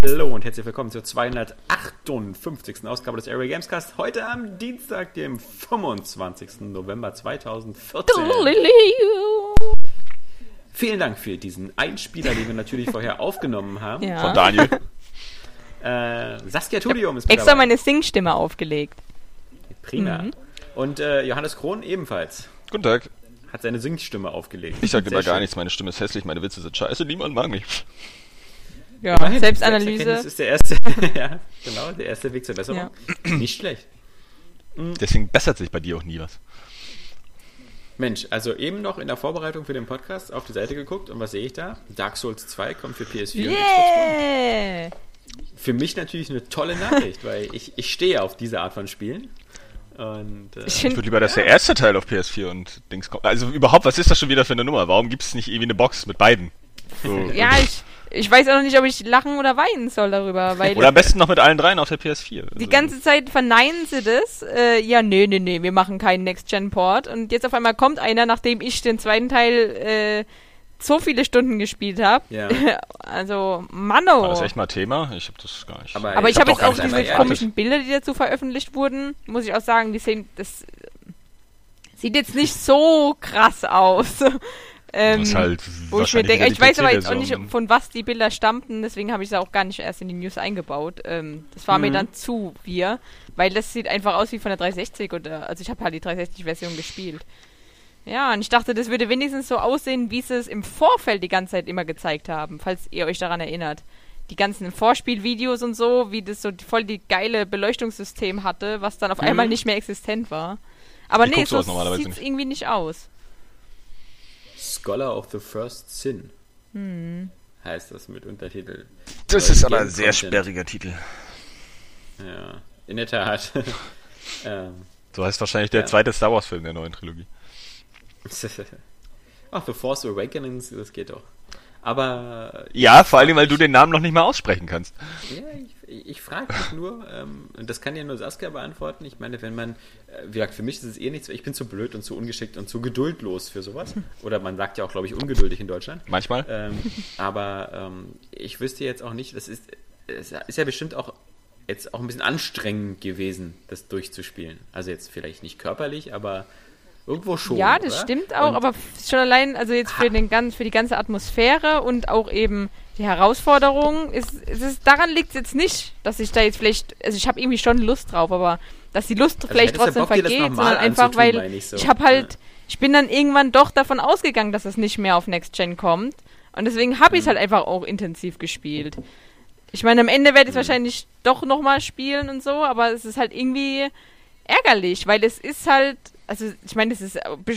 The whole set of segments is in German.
Hallo und herzlich willkommen zur 258. Ausgabe des Area Gamescast. Heute am Dienstag, dem 25. November 2014. Vielen Dank für diesen Einspieler, den wir natürlich vorher aufgenommen haben. Ja. Von Daniel. Saskia Tudium ist extra meine Singstimme aufgelegt. Prima. Und Johannes Krohn ebenfalls. Guten Tag. Hat seine Singstimme aufgelegt. Ich sage Sehr immer gar schön. nichts, meine Stimme ist hässlich, meine Witze sind scheiße, niemand mag mich. Ja, Immerhin, Selbstanalyse. Selbsterkenntnis ist der erste, ja, genau, der erste Weg zur Besserung. Ja. Nicht schlecht. Deswegen bessert sich bei dir auch nie was. Mensch, also eben noch in der Vorbereitung für den Podcast auf die Seite geguckt und was sehe ich da? Dark Souls 2 kommt für PS4 und Xbox One. Yeah! Für mich natürlich eine tolle Nachricht, weil ich stehe auf diese Art von Spielen. Und, Ich würde lieber, dass der erste Teil auf PS4 und Dings kommt. Also überhaupt, was ist das schon wieder für eine Nummer? Warum gibt es nicht irgendwie eine Box mit beiden? So, Ja, ich weiß auch noch nicht, ob ich lachen oder weinen soll darüber, weil oder am besten noch mit allen dreien auf der PS4. Also, die ganze Zeit verneinen sie das. Ja, nee, wir machen keinen Next-Gen-Port. Und jetzt auf einmal kommt einer, nachdem ich den zweiten Teil so viele Stunden gespielt habe. Ja. Also, Manno. war das echt mal Thema? Ich habe das gar nicht. Aber ich hab habe doch jetzt auch gar nicht diese einmal komischen Bilder, die dazu veröffentlicht wurden, muss ich auch sagen, das sieht jetzt nicht so krass aus. das ist halt Wo ich mir wahrscheinlich denke, wieder ich weiß aber jetzt auch PC-Version. nicht, von was die Bilder stammten, deswegen habe ich es auch gar nicht erst in die News eingebaut. Das war mir dann zu wir, weil das sieht einfach aus wie von der 360 also ich habe halt die 360-Version gespielt. Ja, und ich dachte, das würde wenigstens so aussehen, wie sie es im Vorfeld die ganze Zeit immer gezeigt haben, falls ihr euch daran erinnert. Die ganzen Vorspielvideos und so, wie das so voll die geile Beleuchtungssystem hatte, was dann auf einmal nicht mehr existent war. Aber Ich nee, guck so sowas normalerweise sieht es nicht. irgendwie nicht aus. Scholar of the First Sin heißt das mit Untertitel. Das ist aber ein Game sehr Content. sperriger Titel. Ja, in der Tat. So heißt wahrscheinlich der zweite Star Wars Film der neuen Trilogie. Ach, The Force Awakens, das geht doch. Aber Ja, vor allem, weil du den Namen noch nicht mal aussprechen kannst. ja, ich frage mich nur, und das kann ja nur Saskia beantworten. Ich meine, wenn man, wie gesagt, für mich ist es nichts, ich bin zu blöd und zu ungeschickt und zu geduldlos für sowas. Oder man sagt ja auch, glaube ich, ungeduldig in Deutschland. Manchmal. Aber ich wüsste jetzt auch nicht, es ist ja bestimmt auch jetzt auch ein bisschen anstrengend gewesen, das durchzuspielen. Also jetzt vielleicht nicht körperlich, aber irgendwo schon. Ja, das oder? stimmt auch, Und aber schon allein, also jetzt für die ganze Atmosphäre und auch eben die Herausforderung, daran liegt es jetzt nicht, dass ich da jetzt vielleicht, also ich habe irgendwie schon Lust drauf, aber dass die Lust vielleicht hättest du trotzdem Bock, dir das vergeht, nochmal sondern einfach, anzutun, weil meine ich so. ich habe halt, ich bin dann irgendwann doch davon ausgegangen, dass es nicht mehr auf Next Gen kommt und deswegen habe ich es halt einfach auch intensiv gespielt. Ich meine, am Ende werde ich es wahrscheinlich doch nochmal spielen und so, aber es ist halt irgendwie ärgerlich, weil es ist halt, also ich meine, das ist,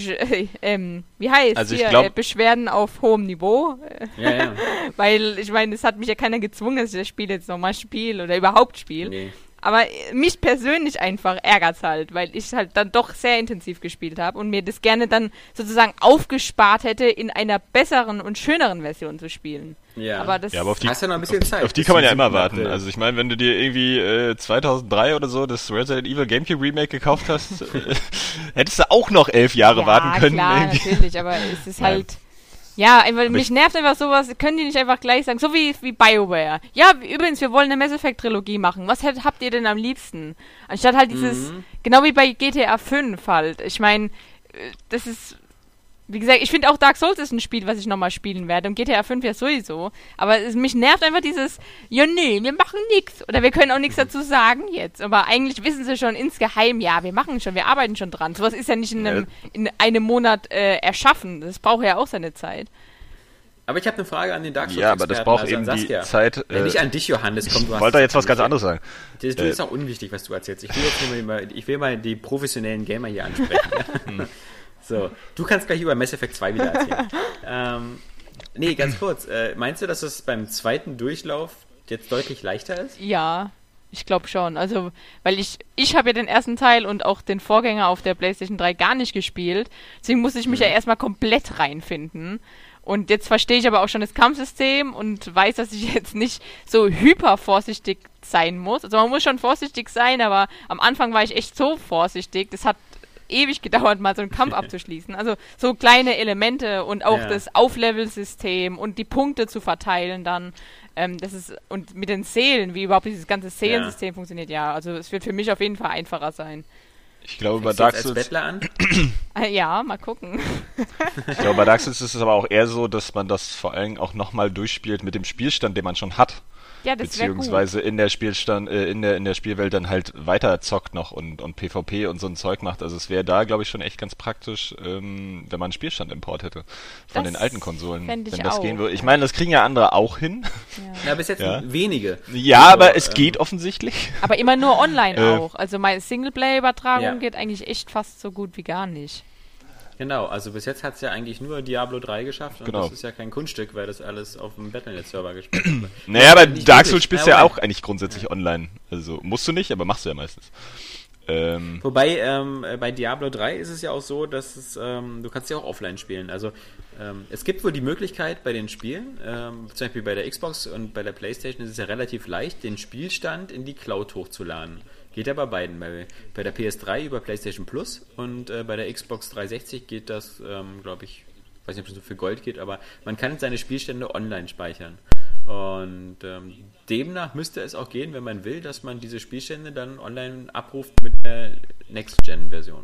wie heißt Also hier, ich glaub- Beschwerden auf hohem Niveau, Ja. weil ich meine, es hat mich ja keiner gezwungen, dass ich das Spiel jetzt nochmal spiele oder überhaupt spiele. Nee. Aber mich persönlich einfach ärgert's halt, weil ich halt dann doch sehr intensiv gespielt habe und mir das gerne dann sozusagen aufgespart hätte, in einer besseren und schöneren Version zu spielen. Ja. Aber das Ja, aber auf die, Hast ja noch ein bisschen Zeit. auf die bis kann man ja zum immer 7. warten. April. Also ich meine, wenn du dir irgendwie 2003 oder so das Resident Evil GameCube Remake gekauft hast, hättest du auch noch 11 Jahre warten können. Klar, irgendwie. natürlich, aber es ist Nein. halt, ja, einfach, mich nervt einfach sowas, können die nicht einfach gleich sagen, so wie BioWare. Ja, übrigens, wir wollen eine Mass Effect Trilogie machen. Was habt ihr denn am liebsten? Anstatt halt dieses, genau wie bei GTA 5 halt. Ich meine, das ist, wie gesagt, ich finde auch Dark Souls ist ein Spiel, was ich nochmal spielen werde und GTA 5 ja sowieso. Aber mich nervt einfach dieses, ja nee, wir machen nichts. Oder wir können auch nichts dazu sagen jetzt. Aber eigentlich wissen sie schon insgeheim, ja, wir machen schon, wir arbeiten schon dran. Sowas ist ja nicht in einem Monat erschaffen. Das braucht ja auch seine Zeit. Aber ich habe eine Frage an den Dark Souls. Ja, aber das braucht also eben an die Saskia. Zeit. Nicht an dich, Johannes. Komm, du Ich hast wollte da jetzt das was ganz nicht. anderes sagen. Du ist auch unwichtig, was du erzählst. Ich will mal die professionellen Gamer hier ansprechen. So, du kannst gleich über Mass Effect 2 wieder erzählen. Nee, ganz kurz. Meinst du, dass es beim zweiten Durchlauf jetzt deutlich leichter ist? Ja, ich glaube schon. Also, weil ich habe ja den ersten Teil und auch den Vorgänger auf der PlayStation 3 gar nicht gespielt. Deswegen musste ich mich ja erstmal komplett reinfinden. Und jetzt verstehe ich aber auch schon das Kampfsystem und weiß, dass ich jetzt nicht so hyper vorsichtig sein muss. Also man muss schon vorsichtig sein, aber am Anfang war ich echt so vorsichtig. Das hat ewig gedauert, mal so einen Kampf abzuschließen. Also so kleine Elemente und auch das Auflevel-System und die Punkte zu verteilen dann. Das ist, und mit den Seelen, wie überhaupt dieses ganze Seelensystem funktioniert, also es wird für mich auf jeden Fall einfacher sein. Ich glaube, bei Dark Souls als Bettler an? Ja, mal gucken. Ich glaube, bei Dark Souls ist es aber auch eher so, dass man das vor allem auch nochmal durchspielt mit dem Spielstand, den man schon hat. Ja, das beziehungsweise in der in der Spielwelt dann halt weiter zockt noch und PvP und so ein Zeug macht. Also es wäre da, glaube ich, schon echt ganz praktisch, wenn man einen Spielstand-Import hätte von den alten Konsolen, wenn das auch. Gehen würde. Ich meine, das kriegen ja andere auch hin. Ja, bis jetzt wenige. Ja, also, aber es geht offensichtlich. Aber immer nur online auch. Also meine Singleplayer-Übertragung geht eigentlich echt fast so gut wie gar nicht. Genau, also bis jetzt hat es ja eigentlich nur Diablo 3 geschafft und das ist ja kein Kunststück, weil das alles auf dem Battle.net-Server gespielt wird. Naja, aber Dark Souls spielst du ja auch eigentlich grundsätzlich online. Also musst du nicht, aber machst du ja meistens. Wobei, bei Diablo 3 ist es ja auch so, dass es, du kannst ja auch offline spielen. Also es gibt wohl die Möglichkeit bei den Spielen, zum Beispiel bei der Xbox und bei der Playstation ist es ja relativ leicht, den Spielstand in die Cloud hochzuladen. Geht ja bei beiden. Bei der PS3 über PlayStation Plus und bei der Xbox 360 geht das, glaube ich, weiß nicht, ob es so viel Gold geht, aber man kann seine Spielstände online speichern. Und demnach müsste es auch gehen, wenn man will, dass man diese Spielstände dann online abruft mit der Next-Gen-Version.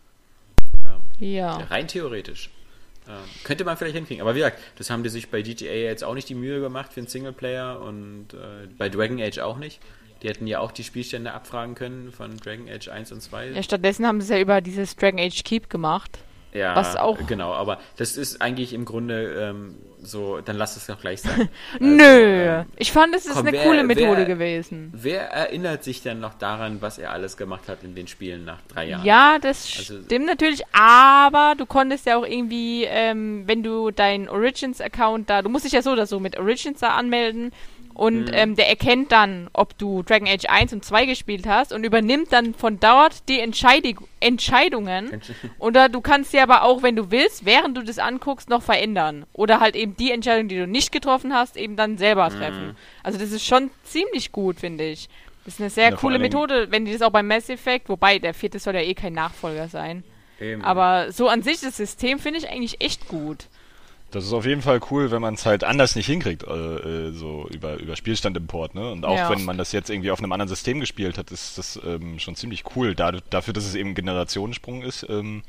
Ja. Rein theoretisch. Könnte man vielleicht hinkriegen. Aber wie gesagt, das haben die sich bei GTA jetzt auch nicht die Mühe gemacht für einen Singleplayer und bei Dragon Age auch nicht. Die hätten ja auch die Spielstände abfragen können von Dragon Age 1 und 2. Ja, stattdessen haben sie es ja über dieses Dragon Age Keep gemacht. Ja, was auch genau, aber das ist eigentlich im Grunde so, dann lass es doch gleich sein. Nö, ich fand, es ist eine coole Methode gewesen. Wer erinnert sich denn noch daran, was er alles gemacht hat in den Spielen nach 3 Jahren? Ja, das stimmt natürlich, aber du konntest ja auch irgendwie, wenn du deinen Origins-Account du musst dich ja so oder so mit Origins da anmelden. Und der erkennt dann, ob du Dragon Age 1 und 2 gespielt hast und übernimmt dann von dort die Entscheidungen. Oder du kannst sie aber auch, wenn du willst, während du das anguckst, noch verändern. Oder halt eben die Entscheidung, die du nicht getroffen hast, eben dann selber treffen. Also das ist schon ziemlich gut, finde ich. Das ist eine sehr coole Methode, wenn die das auch beim Mass Effect, wobei der 4. soll ja eh kein Nachfolger sein. Eben. Aber so an sich, das System finde ich eigentlich echt gut. Das ist auf jeden Fall cool, wenn man es halt anders nicht hinkriegt, so über Spielstand-Import, ne? Und auch wenn man das jetzt irgendwie auf einem anderen System gespielt hat, ist das schon ziemlich cool. Dafür, dass es eben ein Generationensprung ist,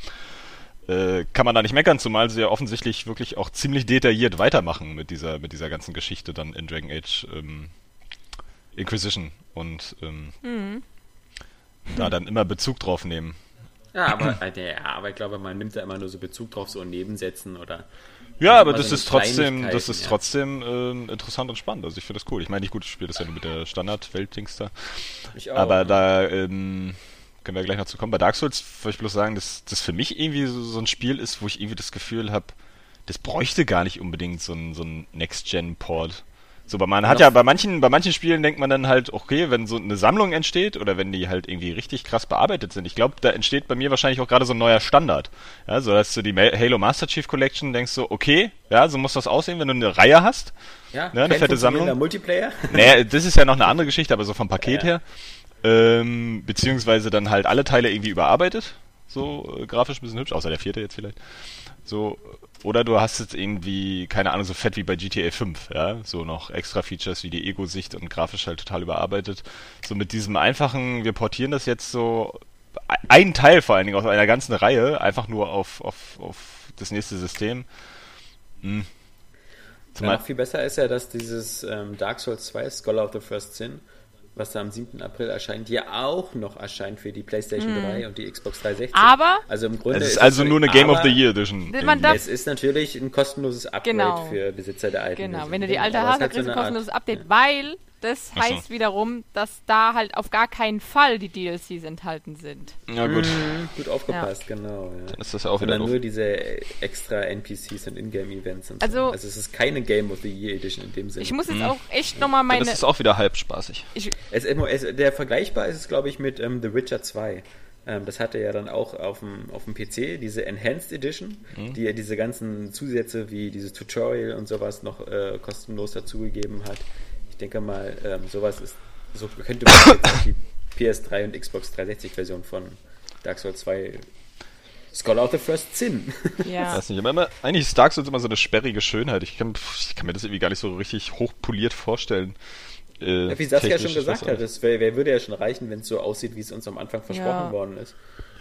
kann man da nicht meckern, zumal sie ja offensichtlich wirklich auch ziemlich detailliert weitermachen mit dieser ganzen Geschichte dann in Dragon Age Inquisition und da dann immer Bezug drauf nehmen. Ja, aber ich glaube, man nimmt da immer nur so Bezug drauf, so in Nebensätzen oder... Ja, aber das ist trotzdem interessant und spannend. Also ich finde das cool. Ich meine, ich spiele das ja nur mit der Standard-Welt-Dings da. Ich auch. Aber da können wir gleich noch zu kommen. Bei Dark Souls wollte ich bloß sagen, dass das für mich irgendwie so ein Spiel ist, wo ich irgendwie das Gefühl habe, das bräuchte gar nicht unbedingt so ein Next-Gen-Port. So, aber man hat ja bei manchen Spielen denkt man dann halt, okay, wenn so eine Sammlung entsteht oder wenn die halt irgendwie richtig krass bearbeitet sind, ich glaube, da entsteht bei mir wahrscheinlich auch gerade so ein neuer Standard. Ja, so dass du die Halo Master Chief Collection denkst so, okay, ja, so muss das aussehen, wenn du eine Reihe hast. Ja, ne, eine fette Sammlung. Multiplayer. Naja, das ist ja noch eine andere Geschichte, aber so vom Paket her. Beziehungsweise dann halt alle Teile irgendwie überarbeitet. So grafisch ein bisschen hübsch, außer der 4. jetzt vielleicht. So, oder du hast jetzt irgendwie, keine Ahnung, so fett wie bei GTA 5, ja, so noch extra Features wie die Ego-Sicht und grafisch halt total überarbeitet. So mit diesem einfachen, wir portieren das jetzt so, einen Teil vor allen Dingen aus einer ganzen Reihe, einfach nur auf das nächste System. Noch viel besser ist ja, dass dieses Dark Souls 2, Scholar of the First Sin, was da am 7. April erscheint, ja auch noch erscheint für die PlayStation 3 und die Xbox 360. Aber also im Grunde es ist also nur eine Game of the Year Edition. Es ist natürlich ein kostenloses Upgrade für Besitzer der alten. Genau, wenn du die alte hast, dann kriegst du ein kostenloses Update, weil das heißt wiederum, dass da halt auf gar keinen Fall die DLCs enthalten sind. Ja, gut. Gut aufgepasst, genau. Ja. Dann ist das ja auch wieder nur diese extra NPCs und Ingame-Events und so. Also es ist keine Game of the Year Edition in dem Sinne. Ich muss jetzt auch echt nochmal Das ist auch wieder halb spaßig. Der vergleichbar ist es, glaube ich, mit The Witcher 2. Das hatte ja dann auch auf dem PC, diese Enhanced Edition, die ja diese ganzen Zusätze wie dieses Tutorial und sowas noch kostenlos dazugegeben hat. Ich denke mal, so könnte man jetzt auch die PS3 und Xbox 360 Version von Dark Souls 2 Scholar of the First Sin. Ja. Weiß nicht, eigentlich ist Dark Souls immer so eine sperrige Schönheit. Ich kann mir das irgendwie gar nicht so richtig hochpoliert vorstellen. Wie Saskia schon gesagt hat, das würde ja schon reichen, wenn es so aussieht, wie es uns am Anfang versprochen worden ist.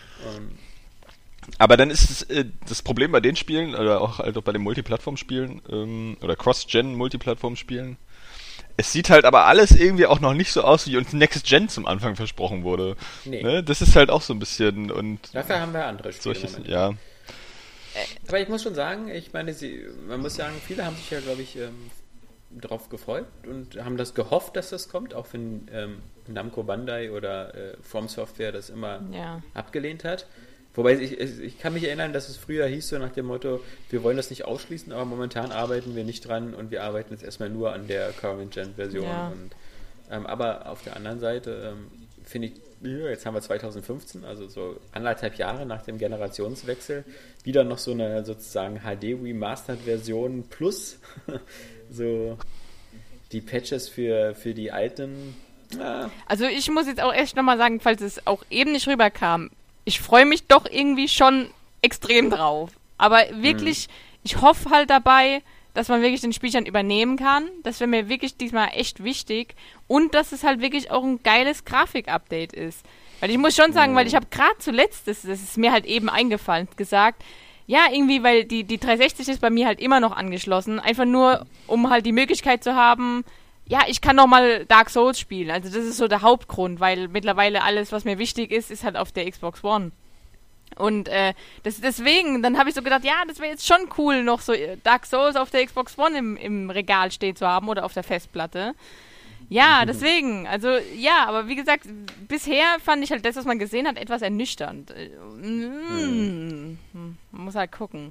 Aber dann ist es, das Problem bei den Spielen, oder auch halt auch bei den Multiplattform-Spielen, oder Cross-Gen-Multiplattform-Spielen, es sieht halt aber alles irgendwie auch noch nicht so aus, wie uns Next Gen zum Anfang versprochen wurde. Nee. Ne? Das ist halt auch so ein bisschen und... Dafür haben wir andere Spiele. Ja. Aber ich muss schon sagen, ich meine, man muss sagen, viele haben sich ja, glaube ich, drauf gefreut und haben das gehofft, dass das kommt, auch wenn Namco Bandai oder From Software das immer abgelehnt hat. Wobei ich kann mich erinnern, dass es früher hieß so nach dem Motto, wir wollen das nicht ausschließen, aber momentan arbeiten wir nicht dran und wir arbeiten jetzt erstmal nur an der Current-Gen-Version. Ja. Aber auf der anderen Seite finde ich, jetzt haben wir 2015, also so 1,5 Jahre nach dem Generationswechsel, wieder noch so eine sozusagen HD-Remastered-Version plus so die Patches für die alten. Also ich muss jetzt auch echt nochmal sagen, falls es auch eben nicht rüberkam, ich freue mich doch irgendwie schon extrem drauf. Aber wirklich, ich hoffe halt dabei, dass man wirklich den Spielstand übernehmen kann. Das wäre mir wirklich diesmal echt wichtig. Und dass es halt wirklich auch ein geiles Grafik-Update ist. Weil ich muss schon sagen, weil ich habe gerade zuletzt, das ist mir halt eben eingefallen, gesagt, ja, irgendwie, weil die 360 ist bei mir halt immer noch angeschlossen. Einfach nur, um halt die Möglichkeit zu haben, ja, ich kann noch mal Dark Souls spielen. Also das ist so der Hauptgrund, weil mittlerweile alles, was mir wichtig ist halt auf der Xbox One. Und deswegen, dann habe ich so gedacht, ja, das wäre jetzt schon cool, noch so Dark Souls auf der Xbox One im Regal stehen zu haben oder auf der Festplatte. Ja, deswegen, also ja, aber wie gesagt, bisher fand ich halt das, was man gesehen hat, etwas ernüchternd. Man muss halt gucken.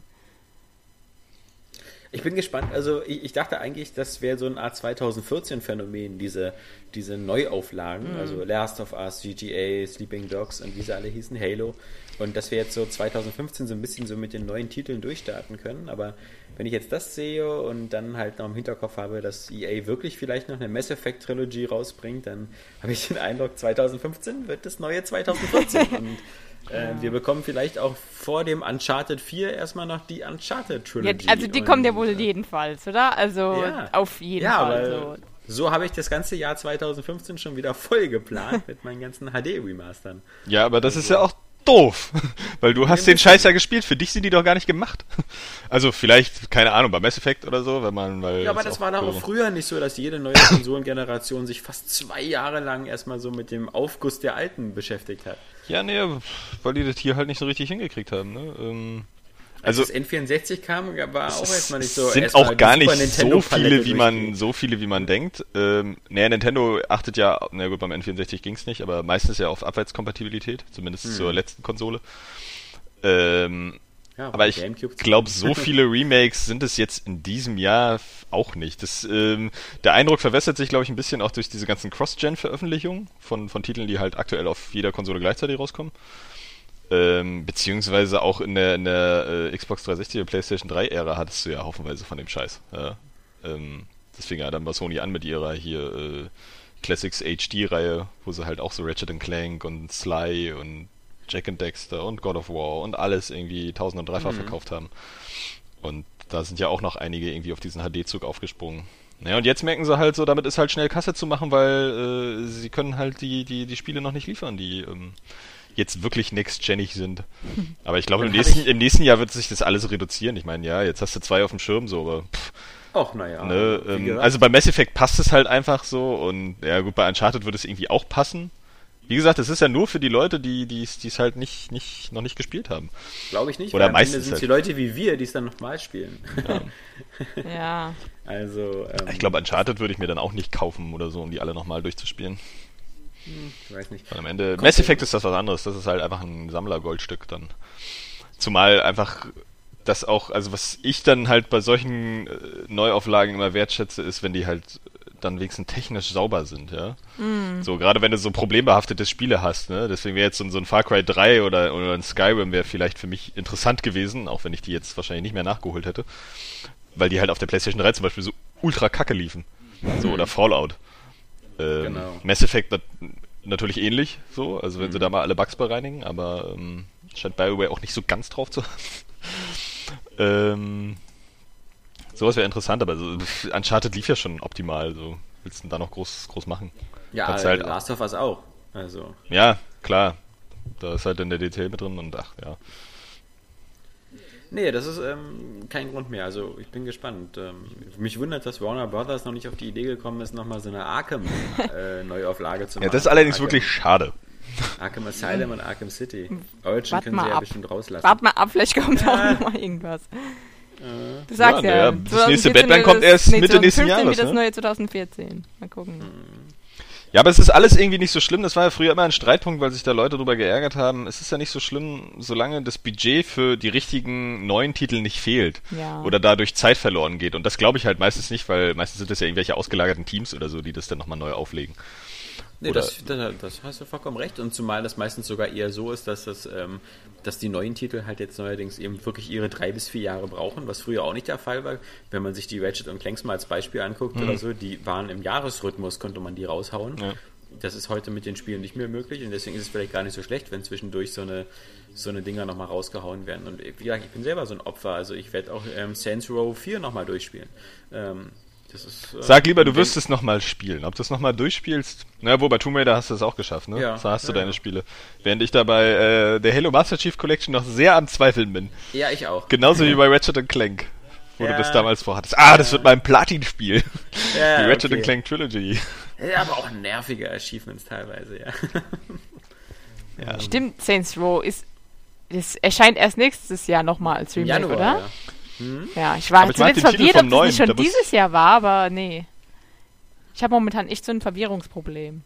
Ich bin gespannt, also ich dachte eigentlich, das wäre so eine Art 2014-Phänomen, diese Neuauflagen, also Last of Us, GTA, Sleeping Dogs und wie sie alle hießen, Halo, und dass wir jetzt so 2015 so ein bisschen so mit den neuen Titeln durchstarten können, aber wenn ich jetzt das sehe und dann halt noch im Hinterkopf habe, dass EA wirklich vielleicht noch eine Mass Effect Trilogy rausbringt, dann habe ich den Eindruck, 2015 wird das neue 2014 und wir bekommen vielleicht auch vor dem Uncharted 4 erstmal noch die Uncharted Trilogy. Ja, also die kommt ja wohl jedenfalls, oder? Also auf jeden Fall. Ja, so habe ich das ganze Jahr 2015 schon wieder voll geplant mit meinen ganzen HD-Remastern. Ja, aber das ist ja auch doof, weil du hast den Scheiß ja gespielt, für dich sind die doch gar nicht gemacht. Also vielleicht, keine Ahnung, bei Mass Effect oder so, Ja, aber das war doch auch früher nicht so, dass jede neue Konsolengeneration sich fast 2 Jahre lang erstmal so mit dem Aufguss der alten beschäftigt hat. Ja, nee, weil die das hier halt nicht so richtig hingekriegt haben, ne? Als das N64 kam, war auch erstmal nicht so. Sind auch gar nicht so viele, wie man denkt. Nintendo achtet ja, na gut, beim N64 ging's nicht, aber meistens ja auf Abwärtskompatibilität, zumindest zur letzten Konsole. Aber ich glaube, so viele Remakes sind es jetzt in diesem Jahr auch nicht. Der Eindruck verwässert sich, glaube ich, ein bisschen auch durch diese ganzen Cross-Gen-Veröffentlichungen von Titeln, die halt aktuell auf jeder Konsole gleichzeitig rauskommen. Beziehungsweise auch in der Xbox 360 oder PlayStation 3 Ära hattest du ja haufenweise von dem Scheiß. Ja. Das fing ja dann bei Sony an mit ihrer hier Classics HD-Reihe, wo sie halt auch so Ratchet & Clank und Sly und Jack and Dexter und God of War und alles irgendwie 1000 und dreifach verkauft haben. Und da sind ja auch noch einige irgendwie auf diesen HD-Zug aufgesprungen. Naja, und jetzt merken sie halt so, damit ist halt schnell Kasse zu machen, weil sie können halt die Spiele noch nicht liefern, die jetzt wirklich next-genig sind. Aber ich glaube, im nächsten Jahr wird sich das alles reduzieren. Ich meine, ja, jetzt hast du 2 auf dem Schirm, so, aber ach, naja. Ne, also bei Mass Effect passt es halt einfach so und ja gut, bei Uncharted würde es irgendwie auch passen. Wie gesagt, es ist ja nur für die Leute, die es halt noch nicht gespielt haben. Glaube ich nicht, oder meistens sind es die Leute wie wir, die es dann nochmal spielen. Ja. Also, ich glaube, Uncharted würde ich mir dann auch nicht kaufen oder so, um die alle nochmal durchzuspielen. Ich weiß nicht. Und am Ende, Mass Effect ist das was anderes, das ist halt einfach ein Sammlergoldstück dann. Zumal einfach das auch, also was ich dann halt bei solchen Neuauflagen immer wertschätze, ist, wenn die halt dann wenigstens technisch sauber sind, ja. So, gerade wenn du so problembehaftete Spiele hast, ne, deswegen wäre jetzt so ein Far Cry 3 oder ein Skyrim wäre vielleicht für mich interessant gewesen, auch wenn ich die jetzt wahrscheinlich nicht mehr nachgeholt hätte, weil die halt auf der PlayStation 3 zum Beispiel so ultra kacke liefen. So, oder Fallout. Genau. Mass Effect natürlich ähnlich, so, also wenn sie da mal alle Bugs bereinigen, aber Scheint BioWare auch nicht so ganz drauf zu haben. Sowas wäre interessant, aber so, Uncharted lief ja schon optimal, so willst du denn da noch groß machen? Ja, halt Last of Us auch. Also. Ja, klar. Da ist halt in der Detail mit drin und ach, ja. Nee, das ist kein Grund mehr. Also ich bin gespannt. Mich wundert, dass Warner Brothers noch nicht auf die Idee gekommen ist, nochmal so eine Arkham-Neuauflage zu machen. Ja, das ist allerdings wirklich schade. Arkham Asylum und Arkham City. Origin können sie ja bestimmt rauslassen. Wart mal ab, vielleicht kommt auch nochmal irgendwas. Du sagst ja. Das nächste Batman kommt erst Mitte nächsten Jahres. Wie das neue 2014. Mal gucken. Ja, aber es ist alles irgendwie nicht so schlimm. Das war ja früher immer ein Streitpunkt, weil sich da Leute drüber geärgert haben. Es ist ja nicht so schlimm, solange das Budget für die richtigen neuen Titel nicht fehlt. Ja. Oder dadurch Zeit verloren geht. Und das glaube ich halt meistens nicht, weil meistens sind das ja irgendwelche ausgelagerten Teams oder so, die das dann nochmal neu auflegen. Nee, das hast du vollkommen recht. Und zumal das meistens sogar eher so ist, dass die neuen Titel halt jetzt neuerdings eben wirklich ihre 3 bis 4 Jahre brauchen, was früher auch nicht der Fall war. Wenn man sich die Ratchet & Clanks mal als Beispiel anguckt oder so, die waren im Jahresrhythmus, konnte man die raushauen. Ja. Das ist heute mit den Spielen nicht mehr möglich und deswegen ist es vielleicht gar nicht so schlecht, wenn zwischendurch so eine Dinger nochmal rausgehauen werden. Und wie gesagt, ich bin selber so ein Opfer, also ich werde auch Saints Row 4 nochmal durchspielen. Sag lieber, du wirst es nochmal spielen. Ob du es nochmal durchspielst? Na, bei Tomb Raider hast du es auch geschafft, ne? Ja, so hast du deine Spiele. Während ich da bei der Halo Master Chief Collection noch sehr am Zweifeln bin. Ja, ich auch. Genauso wie bei Ratchet & Clank, wo du das damals vorhattest. Das wird mein Platin-Spiel. Ja, die Ratchet & Clank Trilogy. Ja, aber auch nervige Achievements teilweise, ja. Ja. Stimmt, Saints Row das erscheint erst nächstes Jahr nochmal als Remake, Januar, oder? Ja. Ja, ich war jetzt verwirrt, ob das nicht schon dieses Jahr war, aber nee. Ich habe momentan echt so ein Verwirrungsproblem.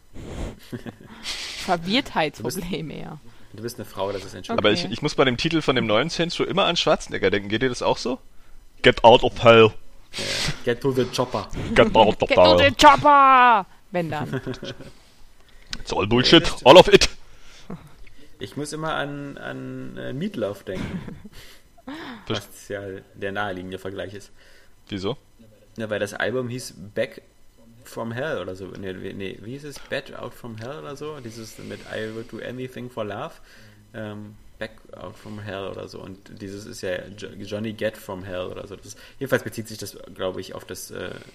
Verwirrtheitsproblem eher. Du bist eine Frau, das ist entschuldigt. Aber ich muss bei dem Titel von dem neuen Saints Row immer an Schwarzenegger denken. Geht dir das auch so? Get out of hell. Yeah. Get to the chopper. Get out of Get to the chopper! Wenn dann. It's all bullshit. All of it. Ich muss immer an Meatloaf denken. Was ja der naheliegende Vergleich ist. Wieso? Ja, weil das Album hieß Back from Hell oder so. Nee, wie hieß es? Back Out from Hell oder so? Dieses mit I would do anything for love. Back Out from Hell oder so. Und dieses ist ja Johnny Get from Hell oder so. Jedenfalls bezieht sich das, glaube ich, auf das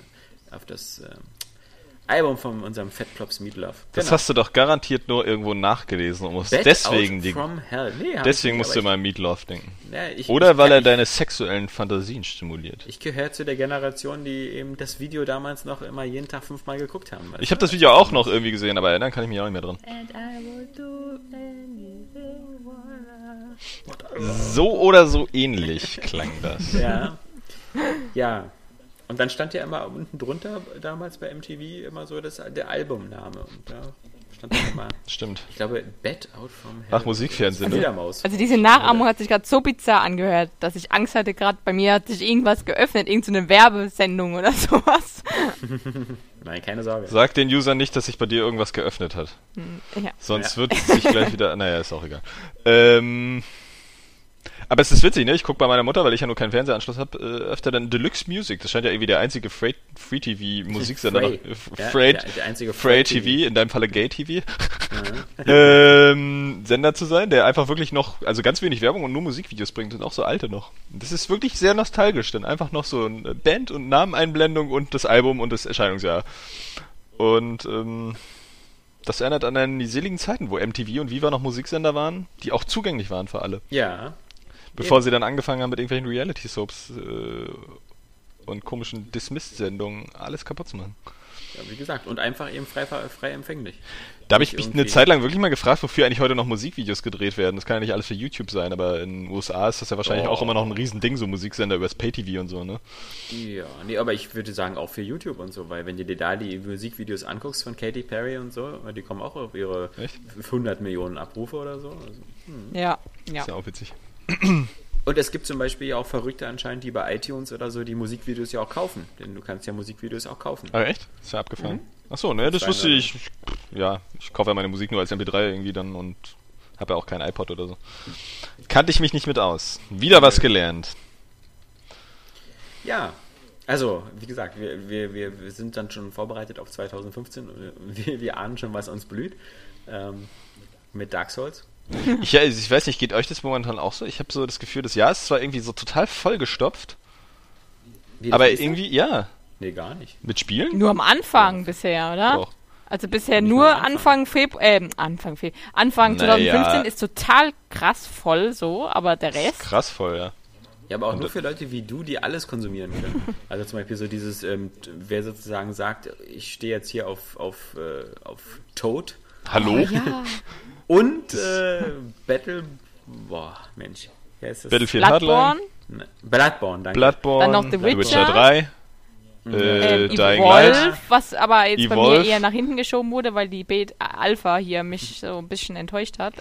Album von unserem Fatplops Meatloaf. Das hast du doch garantiert nur irgendwo nachgelesen und musst deswegen deswegen musst du immer an Meatloaf denken. Ja, weil er deine sexuellen Fantasien stimuliert. Ich gehöre zu der Generation, die eben das Video damals noch immer jeden Tag 5-mal geguckt haben. Ich habe das Video auch noch irgendwie gesehen, aber erinnern kann ich mich auch nicht mehr dran. So oder so ähnlich klang das. Ja. Ja. Und dann stand ja immer unten drunter, damals bei MTV, immer so der Albumname. Und da stand dann immer... Stimmt. Ich glaube, Bed Out from Hell. Ach, Musikfernsehen, ne? Also diese Nachahmung hat sich gerade so bizarr angehört, dass ich Angst hatte, gerade bei mir hat sich irgendwas geöffnet, irgendeine Werbesendung oder sowas. Nein, keine Sorge. Sag den Usern nicht, dass sich bei dir irgendwas geöffnet hat. Ja. Sonst wird es sich gleich wieder... Naja, ist auch egal. Aber es ist witzig, ne? Ich gucke bei meiner Mutter, weil ich ja nur keinen Fernsehanschluss habe, öfter dann Deluxe Music. Das scheint ja irgendwie der einzige Free-TV-Musiksender noch. Der einzige Free-TV, in deinem Falle Gay-TV. Sender zu sein, der einfach wirklich noch, also ganz wenig Werbung und nur Musikvideos bringt und auch so alte noch. Das ist wirklich sehr nostalgisch, dann einfach noch so eine Band- und Nameneinblendung und das Album und das Erscheinungsjahr. Und das erinnert an die seligen Zeiten, wo MTV und Viva noch Musiksender waren, die auch zugänglich waren für alle. Ja. Bevor sie dann angefangen haben mit irgendwelchen Reality-Soaps und komischen Dismissed-Sendungen alles kaputt zu machen. Ja, wie gesagt, und einfach eben frei empfänglich. Da habe ich mich eine Zeit lang wirklich mal gefragt, wofür eigentlich heute noch Musikvideos gedreht werden. Das kann ja nicht alles für YouTube sein, aber in den USA ist das ja wahrscheinlich auch immer noch ein Riesending, so Musiksender übers Pay-TV und so, ne? Ja, nee, aber ich würde sagen auch für YouTube und so, weil wenn du dir da die Musikvideos anguckst von Katy Perry und so, die kommen auch auf ihre 100 Millionen Abrufe oder so. Also, Ja. Ist ja auch witzig. Und es gibt zum Beispiel ja auch Verrückte anscheinend, die bei iTunes oder so die Musikvideos ja auch kaufen. Denn du kannst ja Musikvideos auch kaufen. Ah, echt? Ist ja abgefahren. Achso, ne, das wusste ich. Ja, ich kaufe ja meine Musik nur als MP3 irgendwie dann und habe ja auch kein iPod oder so. Kannte ich mich nicht mit aus. Wieder was gelernt. Ja, also, wie gesagt, wir sind dann schon vorbereitet auf 2015. Wir ahnen schon, was uns blüht. Mit Dark Souls. Ich weiß nicht, geht euch das momentan auch so? Ich habe so das Gefühl, das Jahr ist zwar irgendwie so total vollgestopft, aber irgendwie, ja. Nee, gar nicht. Mit Spielen? Nur am Anfang bisher, oder? Doch. Also bisher nur Anfang 2015 ist total krass voll so, aber der Rest... Krass voll, ja. Ja, aber auch nur für Leute wie du, die alles konsumieren können. Also zum Beispiel so dieses, wer sozusagen sagt, ich stehe jetzt hier auf Toad. Hallo? Ja. Und Mensch. Battlefield Hardline. Bloodborne, danke. Bloodborne, Dann noch The Witcher 3. Dying Light. Was aber jetzt bei Evolve. mir eher nach hinten geschoben wurde, weil die Alpha hier mich so ein bisschen enttäuscht hat.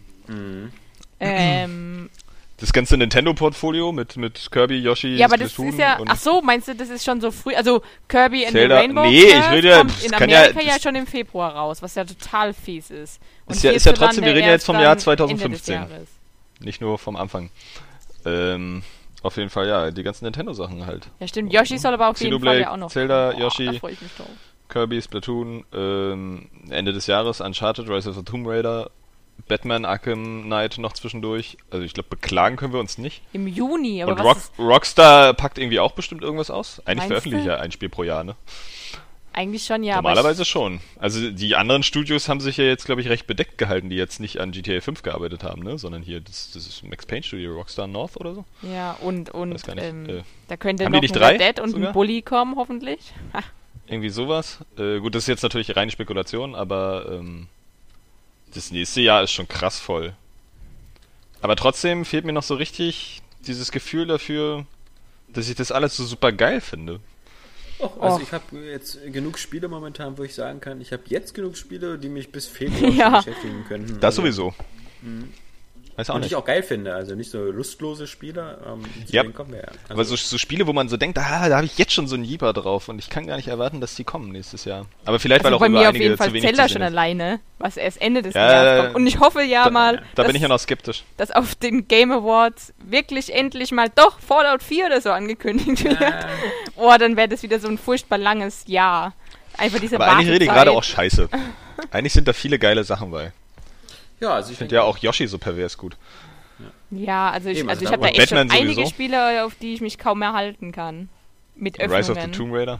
Das ganze Nintendo-Portfolio mit Kirby, Yoshi, Ja, aber das ist ja... Ach so, meinst du, das ist schon so früh? Also Kirby and Zelda, the Rainbow nee, Curse ich rede ja... kommt in Amerika ja schon im Februar raus, was ja total fies ist. Und ist ja trotzdem, wir reden ja jetzt vom Jahr Ende des 2015. Jahres. Nicht nur vom Anfang. Auf jeden Fall, ja, die ganzen Nintendo-Sachen halt. Ja, stimmt. Yoshi soll aber auf jeden Fall ja auch noch... Zelda, Yoshi, da freue ich mich drauf. Kirby, Splatoon, Ende des Jahres Uncharted, Rise of the Tomb Raider, Batman, Arkham Knight noch zwischendurch. Also ich glaube, beklagen können wir uns nicht. Im Juni, aber und was Rockstar packt irgendwie auch bestimmt irgendwas aus. Eigentlich Meinst veröffentlicht du? ja ein Spiel pro Jahr, ne? Eigentlich schon, ja. Normalerweise schon. Also die anderen Studios haben sich ja jetzt, glaube ich, recht bedeckt gehalten, die jetzt nicht an GTA 5 gearbeitet haben, ne? Sondern hier, das ist Max Payne Studio, Rockstar North oder so. Ja, und Weiß gar nicht, da könnte haben noch die nicht ein 3 Red Dead und sogar? ein Bully kommen, hoffentlich. Ha. Irgendwie sowas. Gut, das ist jetzt natürlich reine Spekulation, aber das nächste Jahr ist schon krass voll. Aber trotzdem fehlt mir noch so richtig dieses Gefühl dafür, dass ich das alles so super geil finde. Also ich habe jetzt genug Spiele momentan, wo ich sagen kann, ich habe jetzt genug Spiele, die mich bis Februar Ja. schon beschäftigen könnten. Das sowieso. Weiß auch Und nicht. ich auch geil finde, also nicht so lustlose Spiele, zu Ja. denen kommen wir ja. Also, Aber so Spiele, wo man so denkt, da habe ich jetzt schon so einen Jeeper drauf und ich kann gar nicht erwarten, dass die kommen nächstes Jahr. Aber vielleicht, Also weil auch bei über mir auf einige jeden Fall zu wenig Zelda zu schon sehen ist. alleine, was erst Ende des Ja, Jahres kommt. Und ich hoffe Da dass, bin ich ja noch skeptisch. dass auf den Game Awards wirklich endlich mal doch Fallout 4 oder so angekündigt wird. Dann wäre das wieder so ein furchtbar langes Jahr. Einfach diese Aber eigentlich rede ich Wartezeit. gerade auch scheiße. Eigentlich sind da viele geile Sachen bei. ja, also Ich finde ja auch Yoshi so pervers gut. Ja, also ich Eben, also habe da echt Batman schon einige sowieso. Spiele, auf die ich mich kaum mehr halten kann. Mit Öffnungen. Rise of the Tomb Raider.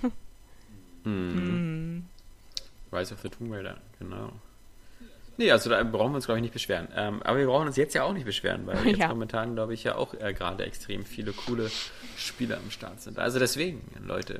Rise of the Tomb Raider, genau. Nee, also da brauchen wir uns, glaube ich, nicht beschweren. Aber wir brauchen uns jetzt ja auch nicht beschweren, weil jetzt Ja. momentan, glaube ich, ja auch gerade extrem viele coole Spiele am Start sind. Also deswegen, Leute,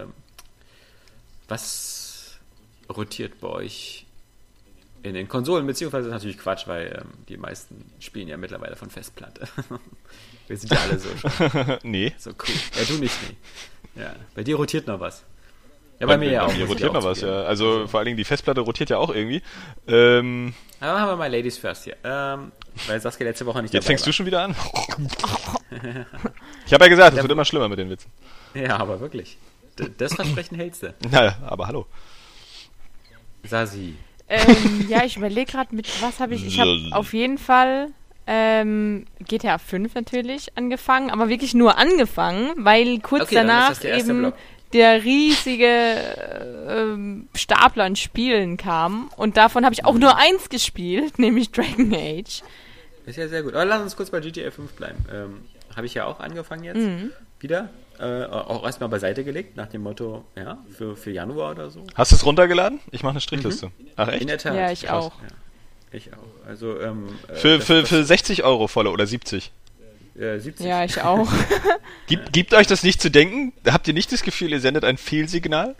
was rotiert bei euch in den Konsolen? Beziehungsweise ist natürlich Quatsch, weil die meisten spielen ja mittlerweile von Festplatte. Wir sind ja alle so schon Nee. so cool. Ja, du nicht, nee. Ja, bei dir rotiert noch was. Ja, bei mir ja auch. Hier muss ich rotiert auch noch was, zugeben. ja. Also vor allen Dingen die Festplatte rotiert ja auch irgendwie. Aber haben wir mal Ladies first hier. Weil Saskia letzte Woche nicht Jetzt dabei fängst du schon wieder an. Ich habe ja gesagt, es wird immer schlimmer mit den Witzen. war. Ja, aber wirklich. Das Versprechen hältst du. Naja, aber hallo. Sasi. Ja, ich überlege gerade, mit was habe ich... Ich habe auf jeden Fall GTA 5 natürlich angefangen, aber wirklich nur angefangen, weil kurz Okay, dann ist danach das der erste eben Block. der riesige Stapel an Spielen kam und davon habe ich auch nur eins gespielt, nämlich Dragon Age. Ist ja sehr gut. Aber lass uns kurz bei GTA 5 bleiben. Habe ich ja auch angefangen jetzt. Wieder. Auch erstmal beiseite gelegt, nach dem Motto, ja, für Januar oder so. Hast du es runtergeladen? Ich mache eine Strichliste. Ach In echt? der Tat. Ja, ich Krass. auch. Ja, ich auch. Also, Für 60 Euro voller oder 70? 70. Ja, ich auch. Gibt euch das nicht zu denken? Habt ihr nicht das Gefühl, ihr sendet ein Fehlsignal?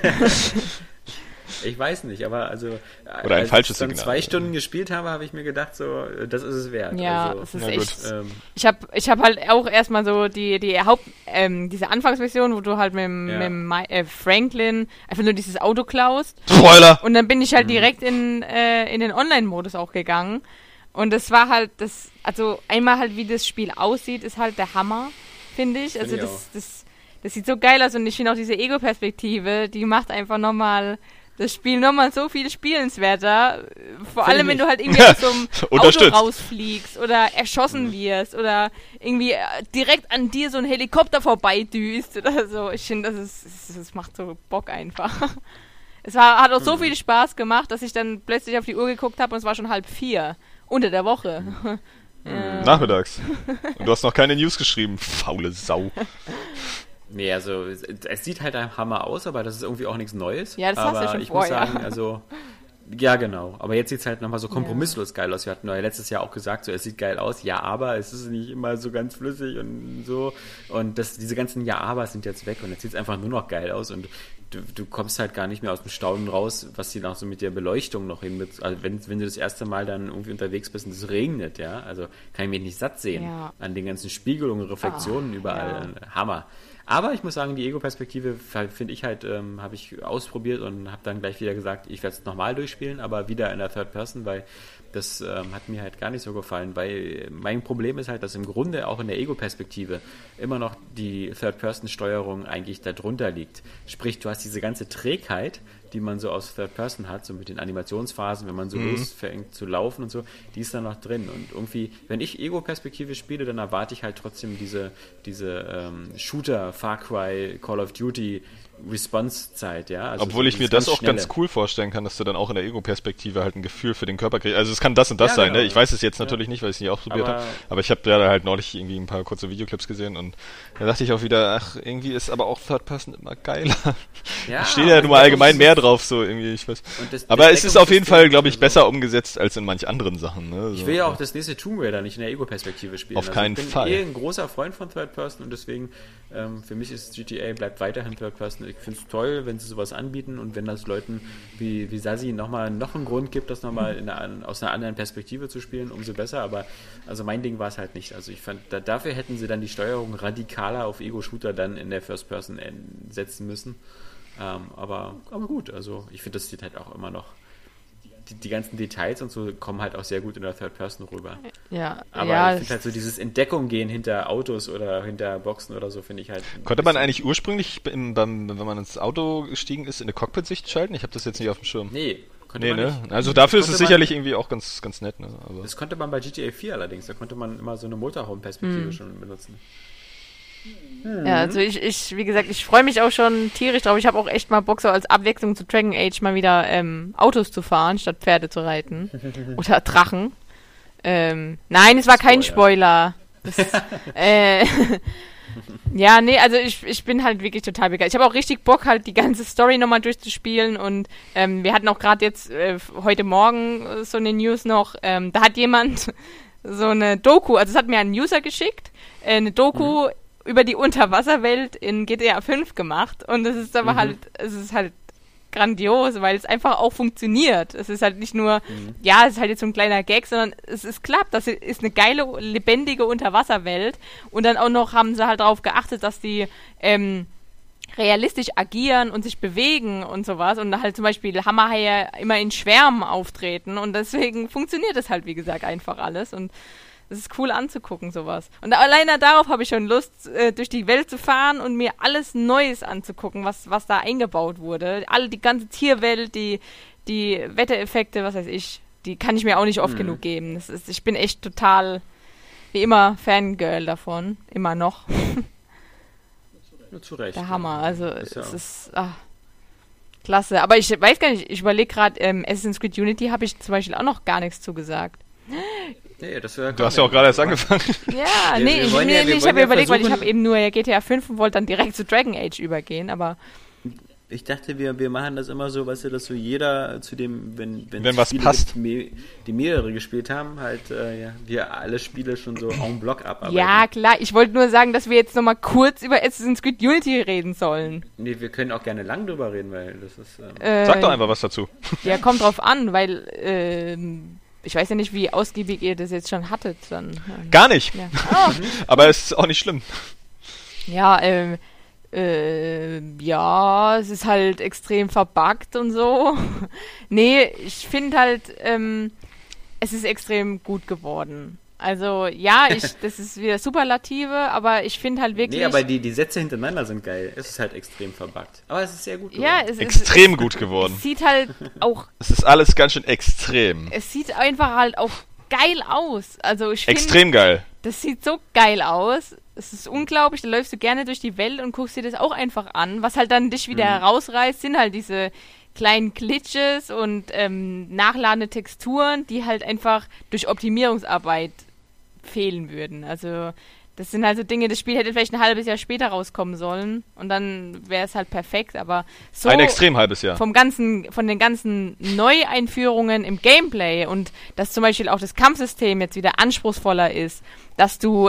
Ich weiß nicht, aber also Oder ein als falsches ich dann Signal. 2 Stunden gespielt habe, habe ich mir gedacht, so, das ist es wert. Ja, also, es ist na echt. gut. Ich hab halt auch erstmal so die diese Anfangsmission, wo du halt mit Franklin einfach nur dieses Auto klaust. Spoiler! Und dann bin ich halt direkt in den Online-Modus auch gegangen. Und das war halt also einmal halt, wie das Spiel aussieht, ist halt der Hammer, finde ich. Also Finde ich das sieht so geil aus und ich finde auch diese Ego-Perspektive, die macht einfach nochmal das Spiel nochmal so viel spielenswerter. Vor allem, wenn du halt irgendwie aus so einem Auto Unterstützt. rausfliegst oder erschossen wirst oder irgendwie direkt an dir so ein Helikopter vorbeidüst oder so. Ich finde, das macht so Bock einfach. Hat auch so viel Spaß gemacht, dass ich dann plötzlich auf die Uhr geguckt habe und es war schon 3:30. Unter der Woche. Nachmittags. Und du hast noch keine News geschrieben. Faule Sau. Nee, also es sieht halt ein Hammer aus, aber das ist irgendwie auch nichts Neues. Ja, das aber hast du ja schon ich vorher. muss sagen, also ja, genau. Aber jetzt sieht es halt nochmal so kompromisslos geil aus. Wir hatten ja letztes Jahr auch gesagt, so es sieht geil aus. Ja, aber es ist nicht immer so ganz flüssig und so. Und diese ganzen Ja-Aber sind jetzt weg und jetzt sieht es einfach nur noch geil aus. Und du kommst halt gar nicht mehr aus dem Staunen raus, was sie noch so mit der Beleuchtung noch hin mit. Also wenn du das erste Mal dann irgendwie unterwegs bist und es regnet, ja, also kann ich mich nicht satt sehen an den ganzen Spiegelungen, Reflexionen überall. Ja. Hammer. Aber ich muss sagen, die Ego-Perspektive finde ich halt, habe ich ausprobiert und habe dann gleich wieder gesagt, ich werde es nochmal durchspielen, aber wieder in der Third Person, weil das hat mir halt gar nicht so gefallen, weil mein Problem ist halt, dass im Grunde auch in der Ego-Perspektive immer noch die Third-Person-Steuerung eigentlich da drunter liegt. Sprich, du hast diese ganze Trägheit, die man so aus Third Person hat, so mit den Animationsphasen, wenn man so losfängt zu laufen und so, die ist da noch drin. Und irgendwie, wenn ich Ego-Perspektive spiele, dann erwarte ich halt trotzdem diese Shooter, Far Cry, Call of Duty Response-Zeit, ja. Also obwohl ich mir das auch ganz cool vorstellen kann, dass du dann auch in der Ego-Perspektive halt ein Gefühl für den Körper kriegst. Also es kann das und das sein, genau. Ne? Ich weiß es jetzt natürlich nicht, weil ich es nicht ausprobiert habe, aber ich habe ja halt neulich irgendwie ein paar kurze Videoclips gesehen und da dachte ich auch wieder, ach, irgendwie ist aber auch Third Person immer geiler. Ja, ich stehe ja nun mal allgemein mehr drauf, so irgendwie, ich weiß. Aber es ist auf jeden Fall, glaube ich, besser umgesetzt als in manch anderen Sachen. Ne? So. Ich will ja auch das nächste Tomb Raider nicht in der Ego-Perspektive spielen. Auf keinen Fall. Ich bin ein großer Freund von Third Person und deswegen, für mich ist GTA bleibt weiterhin Third Person. Ich finde es toll, wenn sie sowas anbieten und wenn das Leuten wie Sassi noch einen Grund gibt, das nochmal aus einer anderen Perspektive zu spielen, umso besser. Aber also mein Ding war es halt nicht. Also ich fand, dafür hätten sie dann die Steuerung radikaler auf Ego-Shooter dann in der First Person setzen müssen. Aber gut, also ich finde, das sieht halt auch immer noch die ganzen Details und so kommen halt auch sehr gut in der Third Person rüber. Ja. Aber ich finde halt so dieses Entdeckung gehen hinter Autos oder hinter Boxen oder so, finde ich halt. Konnte man eigentlich ursprünglich, wenn man ins Auto gestiegen ist, in eine Cockpit-Sicht schalten? Ich habe das jetzt nicht auf dem Schirm. Nee, konnte man nicht. Also dafür ist es sicherlich irgendwie auch ganz, ganz nett. Ne? Also. Das konnte man bei GTA 4 allerdings, da konnte man immer so eine Motorhome-Perspektive schon benutzen. Ja, also ich wie gesagt, ich freue mich auch schon tierisch drauf. Ich habe auch echt mal Bock, so als Abwechslung zu Dragon Age mal wieder Autos zu fahren, statt Pferde zu reiten. Oder Drachen. Nein, es war kein Spoiler. Das, ja, nee, also ich bin halt wirklich total begeistert. Ich habe auch richtig Bock, halt die ganze Story nochmal durchzuspielen und wir hatten auch gerade jetzt heute Morgen so eine News noch, da hat jemand so eine Doku, also es hat mir ein User geschickt, eine Doku über die Unterwasserwelt in GTA 5 gemacht und es ist aber es ist halt grandios, weil es einfach auch funktioniert. Es ist halt nicht nur, es ist halt jetzt so ein kleiner Gag, sondern es klappt. Das ist eine geile, lebendige Unterwasserwelt und dann auch noch haben sie halt darauf geachtet, dass die realistisch agieren und sich bewegen und sowas und halt zum Beispiel Hammerhaie immer in Schwärmen auftreten und deswegen funktioniert es halt, wie gesagt, einfach alles und es ist cool anzugucken, sowas. Und alleine darauf habe ich schon Lust, durch die Welt zu fahren und mir alles Neues anzugucken, was da eingebaut wurde. Die ganze Tierwelt, die Wettereffekte, was weiß ich, die kann ich mir auch nicht oft genug geben. Ich bin echt total, wie immer, Fangirl davon. Immer noch. Nur zu Recht. Der Hammer. Also, es ist klasse. Aber ich weiß gar nicht, ich überlege gerade, Assassin's Creed Unity habe ich zum Beispiel auch noch gar nichts zugesagt. Nee, du hast ja auch gerade erst angefangen. Ja, ich habe überlegt, weil ich habe eben nur GTA 5 und wollte dann direkt zu Dragon Age übergehen, aber ich dachte, wir machen das immer so, weißt du, dass so jeder zu dem, wenn was Spiele passt, gibt, die mehrere gespielt haben, halt wir alle Spiele schon so en bloc abarbeiten. Ja, klar, ich wollte nur sagen, dass wir jetzt nochmal kurz über Assassin's Creed Unity reden sollen. Nee, wir können auch gerne lang drüber reden, weil das ist... Sag doch einfach was dazu. Ja, kommt drauf an, weil... ich weiß ja nicht, wie ausgiebig ihr das jetzt schon hattet. Dann, gar nicht. Ja. Oh. Aber es ist auch nicht schlimm. Ja, es ist halt extrem verbuggt und so. Nee, ich finde halt, es ist extrem gut geworden. Also, ja, das ist wieder Superlative, aber ich finde halt wirklich... Nee, aber die Sätze hintereinander sind geil. Es ist halt extrem verbuggt. Aber es ist sehr gut geworden. Ja, es ist extrem gut geworden. Es sieht halt auch... Es ist alles ganz schön extrem. Es sieht einfach halt auch geil aus. Also ich finde... Extrem geil. Das sieht so geil aus. Es ist unglaublich, da läufst du gerne durch die Welt und guckst dir das auch einfach an. Was halt dann dich wieder herausreißt, sind halt diese kleinen Glitches und nachladende Texturen, die halt einfach durch Optimierungsarbeit fehlen würden. Also das sind halt so Dinge, das Spiel hätte vielleicht ein halbes Jahr später rauskommen sollen und dann wäre es halt perfekt, aber so ein extrem halbes Jahr. Von den ganzen Neueinführungen im Gameplay und dass zum Beispiel auch das Kampfsystem jetzt wieder anspruchsvoller ist, dass du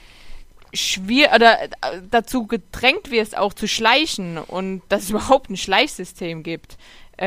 dazu gedrängt wirst, auch zu schleichen und dass es überhaupt ein Schleichsystem gibt.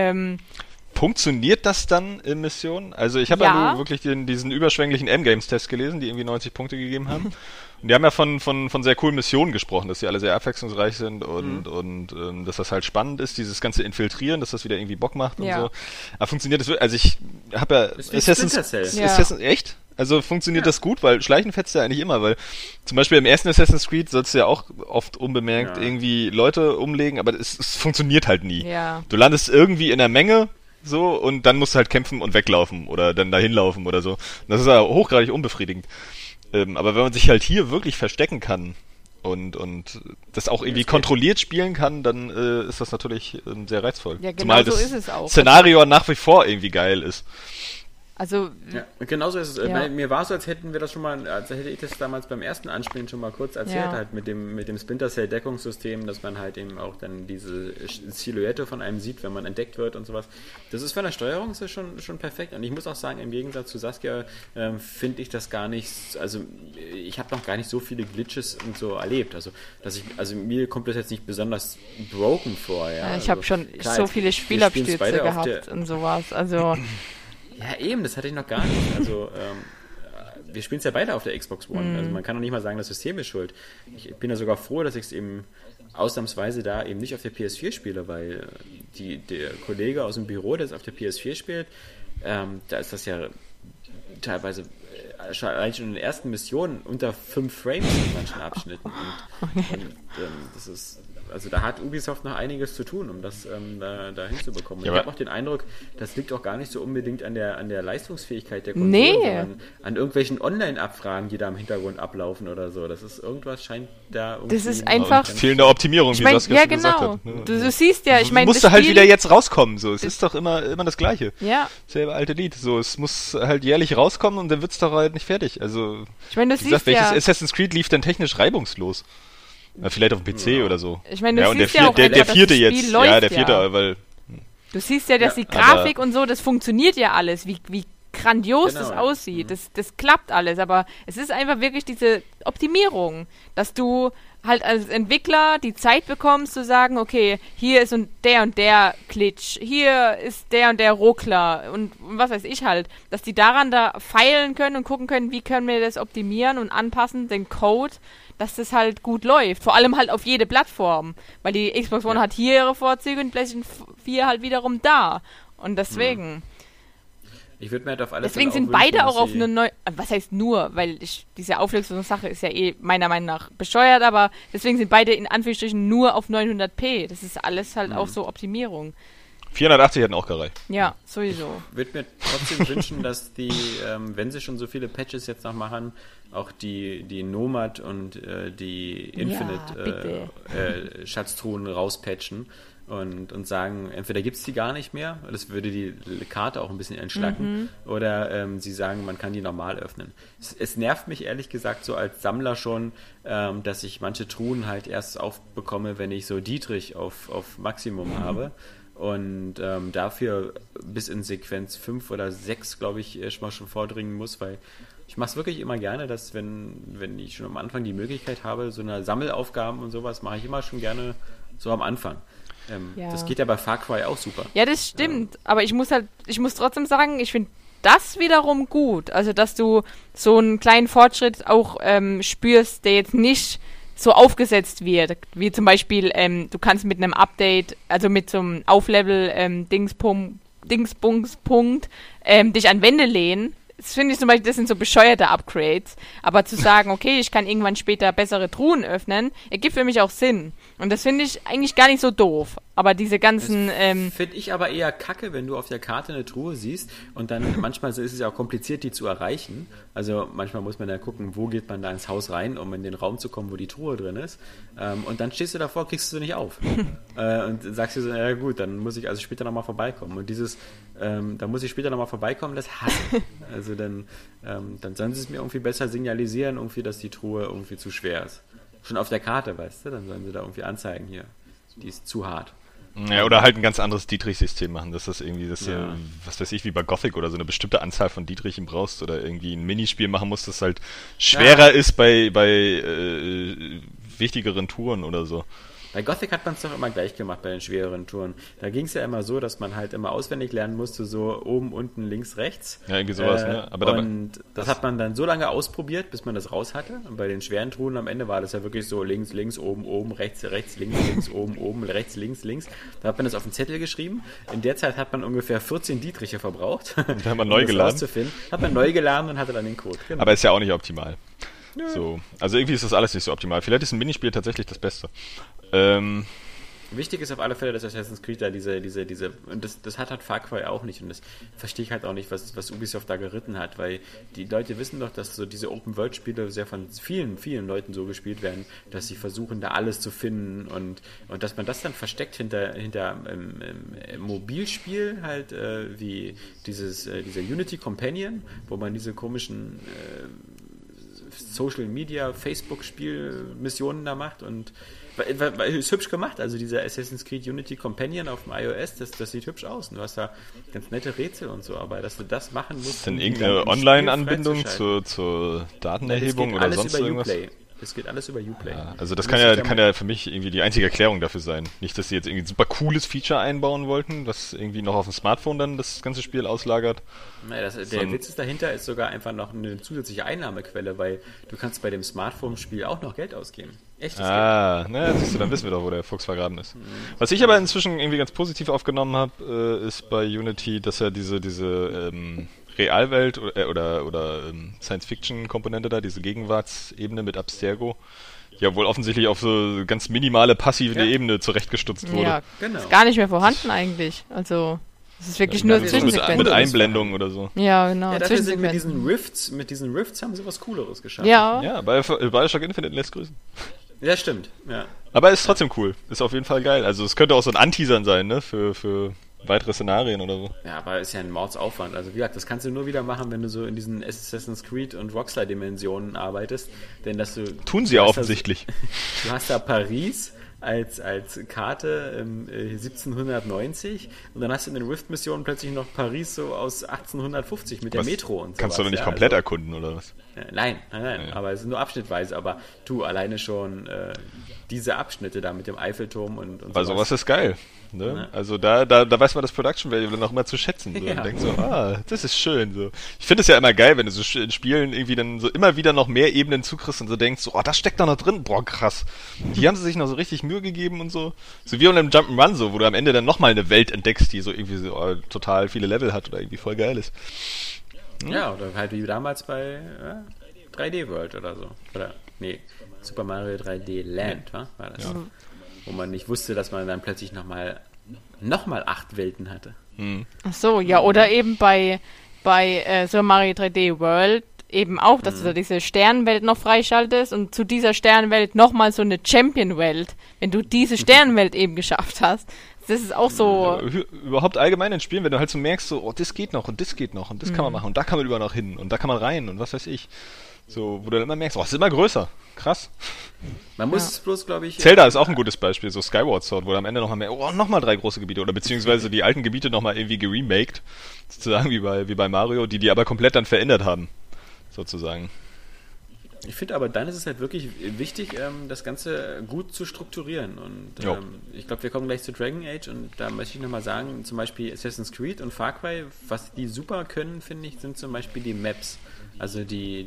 Funktioniert das dann in Missionen? Also ich habe ja nur wirklich diesen überschwänglichen M-Games-Test gelesen, die irgendwie 90 Punkte gegeben haben. Und die haben ja von sehr coolen Missionen gesprochen, dass die alle sehr abwechslungsreich sind und dass das halt spannend ist, dieses ganze Infiltrieren, dass das wieder irgendwie Bock macht und so. Aber funktioniert das wirklich? Also ich habe ja Assassin's echt? Also funktioniert das gut, weil Schleichen fetzt ja eigentlich immer, weil zum Beispiel im ersten Assassin's Creed sollst du ja auch oft unbemerkt irgendwie Leute umlegen, aber es funktioniert halt nie. Ja. Du landest irgendwie in der Menge so und dann musst du halt kämpfen und weglaufen oder dann dahin laufen oder so. Und das ist ja hochgradig unbefriedigend. Aber wenn man sich halt hier wirklich verstecken kann und das auch irgendwie kontrolliert spielen kann, dann ist das natürlich sehr reizvoll. Ja, genau. Zumal so das ist es auch. Szenario nach wie vor irgendwie geil ist. Also ja, genauso ist es. Ja. Mir war es so, als hätten wir das schon mal, als hätte ich das damals beim ersten Anspielen schon mal kurz erzählt, halt mit dem Splinter Cell Deckungssystem, dass man halt eben auch dann diese Silhouette von einem sieht, wenn man entdeckt wird und sowas. Das ist von der Steuerung ist schon perfekt. Und ich muss auch sagen, im Gegensatz zu Saskia finde ich das gar nicht, also ich habe noch gar nicht so viele Glitches und so erlebt. Also mir kommt das jetzt nicht besonders broken vor. Ja, ich habe schon klar, so viele Spielabstürze gehabt und sowas. Also ja, eben, das hatte ich noch gar nicht. Also, wir spielen es ja beide auf der Xbox One. Also, man kann doch nicht mal sagen, das System ist schuld. Ich bin ja sogar froh, dass ich es eben ausnahmsweise da eben nicht auf der PS4 spiele, weil der Kollege aus dem Büro, der es auf der PS4 spielt, da ist das ja teilweise allein schon in den ersten Missionen unter 5 Frames in manchen Abschnitten. Und das ist. Also da hat Ubisoft noch einiges zu tun, um das da hinzubekommen. Ja, ich habe auch den Eindruck, das liegt auch gar nicht so unbedingt an der Leistungsfähigkeit der Konsolen, sondern an irgendwelchen Online-Abfragen, die da im Hintergrund ablaufen oder so. Irgendwas scheint da irgendwie... Das ist einfach... Fehlende Optimierung, wie Saskia gesagt hat. Du siehst ja, ich meine... Du musst halt wieder jetzt rauskommen, so. Es ist doch immer das Gleiche. Ja. Selbe alte Lied. So, es muss halt jährlich rauskommen und dann wird's doch halt nicht fertig. Also, ich meine, welches Assassin's Creed lief denn technisch reibungslos? Vielleicht auf dem PC oder so. Ich meine, du siehst der vierte jetzt. Läuft, ja, der vierte, weil... Du siehst ja, dass die Grafik und so, das funktioniert ja alles, wie grandios das aussieht. Das klappt alles, aber es ist einfach wirklich diese Optimierung, dass du halt als Entwickler die Zeit bekommst zu sagen, okay, hier ist und der Glitch, hier ist der und der Ruckler und was weiß ich halt, dass die daran da feilen können und gucken können, wie können wir das optimieren und anpassen, den Code, dass das halt gut läuft. Vor allem halt auf jede Plattform. Weil die Xbox One hat hier ihre Vorzüge und PlayStation 4 halt wiederum da. Und deswegen... Ich würde mir halt auf alles deswegen sind beide auch auf eine neue... Was heißt nur? Weil diese Auflösungssache ist ja meiner Meinung nach bescheuert, aber deswegen sind beide in Anführungsstrichen nur auf 900p. Das ist alles halt auch so Optimierung. 480 hätten auch gereicht. Ja, sowieso. Ich würde mir trotzdem wünschen, dass die, wenn sie schon so viele Patches jetzt noch machen, auch die Nomad und die Infinite Schatztruhen rauspatchen und sagen, entweder gibt es die gar nicht mehr, das würde die Karte auch ein bisschen entschlacken, oder sie sagen, man kann die normal öffnen. Es nervt mich ehrlich gesagt so als Sammler schon, dass ich manche Truhen halt erst aufbekomme, wenn ich so Dietrich auf Maximum habe. Und dafür bis in Sequenz 5 oder 6, glaube ich, schon vordringen muss, weil ich mache es wirklich immer gerne, dass wenn ich schon am Anfang die Möglichkeit habe, so eine Sammelaufgaben und sowas, mache ich immer schon gerne so am Anfang. Das geht ja bei Far Cry auch super. Ja, das stimmt, aber ich muss trotzdem sagen, ich finde das wiederum gut, also dass du so einen kleinen Fortschritt auch spürst, der jetzt nicht so aufgesetzt wird, wie zum Beispiel, du kannst mit einem Update, also mit so einem Auflevel Dingsbungspunkt dich an Wände lehnen. Das finde ich zum Beispiel, das sind so bescheuerte Upgrades. Aber zu sagen, okay, ich kann irgendwann später bessere Truhen öffnen, ergibt für mich auch Sinn. Und das finde ich eigentlich gar nicht so doof. Aber diese ganzen... Finde ich aber eher kacke, wenn du auf der Karte eine Truhe siehst und dann manchmal ist es ja auch kompliziert, die zu erreichen. Also manchmal muss man ja gucken, wo geht man da ins Haus rein, um in den Raum zu kommen, wo die Truhe drin ist. Und dann stehst du davor, kriegst du sie nicht auf. Und sagst dir so, ja gut, dann muss ich also später nochmal vorbeikommen. Und da muss ich später nochmal vorbeikommen, das hasse ich. Also dann sollen sie es mir irgendwie besser signalisieren, irgendwie, dass die Truhe irgendwie zu schwer ist. Schon auf der Karte, weißt du, dann sollen sie da irgendwie anzeigen, hier, die ist zu hart. Ja, oder halt ein ganz anderes Dietrich-System machen, dass das irgendwie, ja, was weiß ich, wie bei Gothic oder so eine bestimmte Anzahl von Dietrichen brauchst oder irgendwie ein Minispiel machen musst, das halt schwerer ist bei wichtigeren Touren oder so. Bei Gothic hat man es doch immer gleich gemacht bei den schwereren Touren. Da ging es ja immer so, dass man halt immer auswendig lernen musste, so oben, unten, links, rechts. Ja, irgendwie sowas, ne? Aber und das hat man dann so lange ausprobiert, bis man das raus hatte. Und bei den schweren Touren am Ende war das ja wirklich so links, links, oben, oben, rechts, rechts, links, links, oben, oben, rechts, links, links. Da hat man das auf den Zettel geschrieben. In der Zeit hat man ungefähr 14 Dietriche verbraucht. Da hat man neu geladen. Hat man neu geladen und hatte dann den Code. Genau. Aber ist ja auch nicht optimal. Ja. So. Also irgendwie ist das alles nicht so optimal. Vielleicht ist ein Minispiel tatsächlich das Beste. Wichtig ist auf alle Fälle, dass Assassin's Creed da diese und das hat halt Far Cry auch nicht und das verstehe ich halt auch nicht, was Ubisoft da geritten hat, weil die Leute wissen doch, dass so diese Open-World-Spiele sehr von vielen, vielen Leuten so gespielt werden, dass sie versuchen, da alles zu finden und dass man das dann versteckt hinter Mobilspiel halt, wie dieser Unity Companion, wo man diese komischen Social Media, Facebook-Spielmissionen da macht und ist hübsch gemacht, also dieser Assassin's Creed Unity Companion auf dem iOS, das sieht hübsch aus. Du hast da ganz nette Rätsel und so, aber dass du das machen musst... Ist denn irgendeine Online-Anbindung zur Datenerhebung oder sonst irgendwas? Es geht alles über Uplay. Ja, also das kann ja für mich irgendwie die einzige Erklärung dafür sein. Nicht, dass sie jetzt irgendwie ein super cooles Feature einbauen wollten, was irgendwie noch auf dem Smartphone dann das ganze Spiel auslagert. Naja, der Witz dahinter ist sogar einfach noch eine zusätzliche Einnahmequelle, weil du kannst bei dem Smartphone-Spiel auch noch Geld ausgeben. Echtes Geld. Na, siehst du, dann wissen wir doch, wo der Fuchs vergraben ist. Was ich aber inzwischen irgendwie ganz positiv aufgenommen habe, ist bei Unity, dass er diese Realwelt oder Science-Fiction-Komponente da, diese Gegenwartsebene mit Abstergo, ja wohl offensichtlich auf so ganz minimale passive Ebene zurechtgestutzt wurde. Ja, genau. Ist gar nicht mehr vorhanden eigentlich. Also es ist wirklich nur Zwischensequenzen. Mit Einblendungen oder so. Ja, genau. Ja, dafür sind mit diesen Rifts haben sie was Cooleres geschaffen. Ja, Bioshock Infinite lässt grüßen. Ja, stimmt. Ja. Aber ist trotzdem cool. Ist auf jeden Fall geil. Also es könnte auch so ein Anteasern sein, ne? Für weitere Szenarien oder so. Ja, aber ist ja ein Mordsaufwand. Also wie gesagt, das kannst du nur wieder machen, wenn du so in diesen Assassin's Creed und Rockstar-Dimensionen arbeitest. Denn dass du... Tun sie ja offensichtlich. Du hast da Paris als Karte 1790 und dann hast du in den Rift-Missionen plötzlich noch Paris so aus 1850 mit der Metro und so. Kannst du doch nicht komplett erkunden, oder was? Nein, aber es sind nur abschnittweise, aber du, alleine schon diese Abschnitte da mit dem Eiffelturm und weil sowas ist geil. Ne? Ja. Also da weiß man das Production Value dann auch immer zu schätzen. So. Ja. Und denkt so, das ist schön. So. Ich finde es ja immer geil, wenn du so in Spielen irgendwie dann so immer wieder noch mehr Ebenen zukriegst und so denkst, so, das steckt da noch drin, boah, krass. Die haben sie sich noch so richtig Mühe gegeben und so. So wie in einem Jump'n'Run so, wo du am Ende dann nochmal eine Welt entdeckst, die so irgendwie so total viele Level hat oder irgendwie voll geil ist. Ja, oder halt wie damals bei 3D World oder so. Oder, nee, Super Mario 3D Land, war das? Ja. Wo man nicht wusste, dass man dann plötzlich nochmal 8 Welten hatte. Ach so, ja, oder eben bei Super Mario 3D World eben auch, dass du da diese Sternenwelt noch freischaltest und zu dieser Sternenwelt nochmal so eine Champion-Welt, wenn du diese Sternenwelt eben geschafft hast. Das ist auch so... Überhaupt allgemein in Spielen, wenn du halt so merkst, so, das geht noch und das geht noch und das kann man machen und da kann man überall noch hin und da kann man rein und was weiß ich. So, wo du dann immer merkst, es ist immer größer. Krass. Man muss es bloß, glaube ich... Zelda ist auch ein gutes Beispiel, so Skyward Sword, wo du am Ende nochmal nochmal 3 große Gebiete oder beziehungsweise die alten Gebiete nochmal irgendwie geremaked, sozusagen wie bei Mario, die aber komplett dann verändert haben, sozusagen. Ich finde aber, dann ist es halt wirklich wichtig, das Ganze gut zu strukturieren. Und ich glaube, wir kommen gleich zu Dragon Age und da möchte ich nochmal sagen, zum Beispiel Assassin's Creed und Far Cry, was die super können, finde ich, sind zum Beispiel die Maps. Also die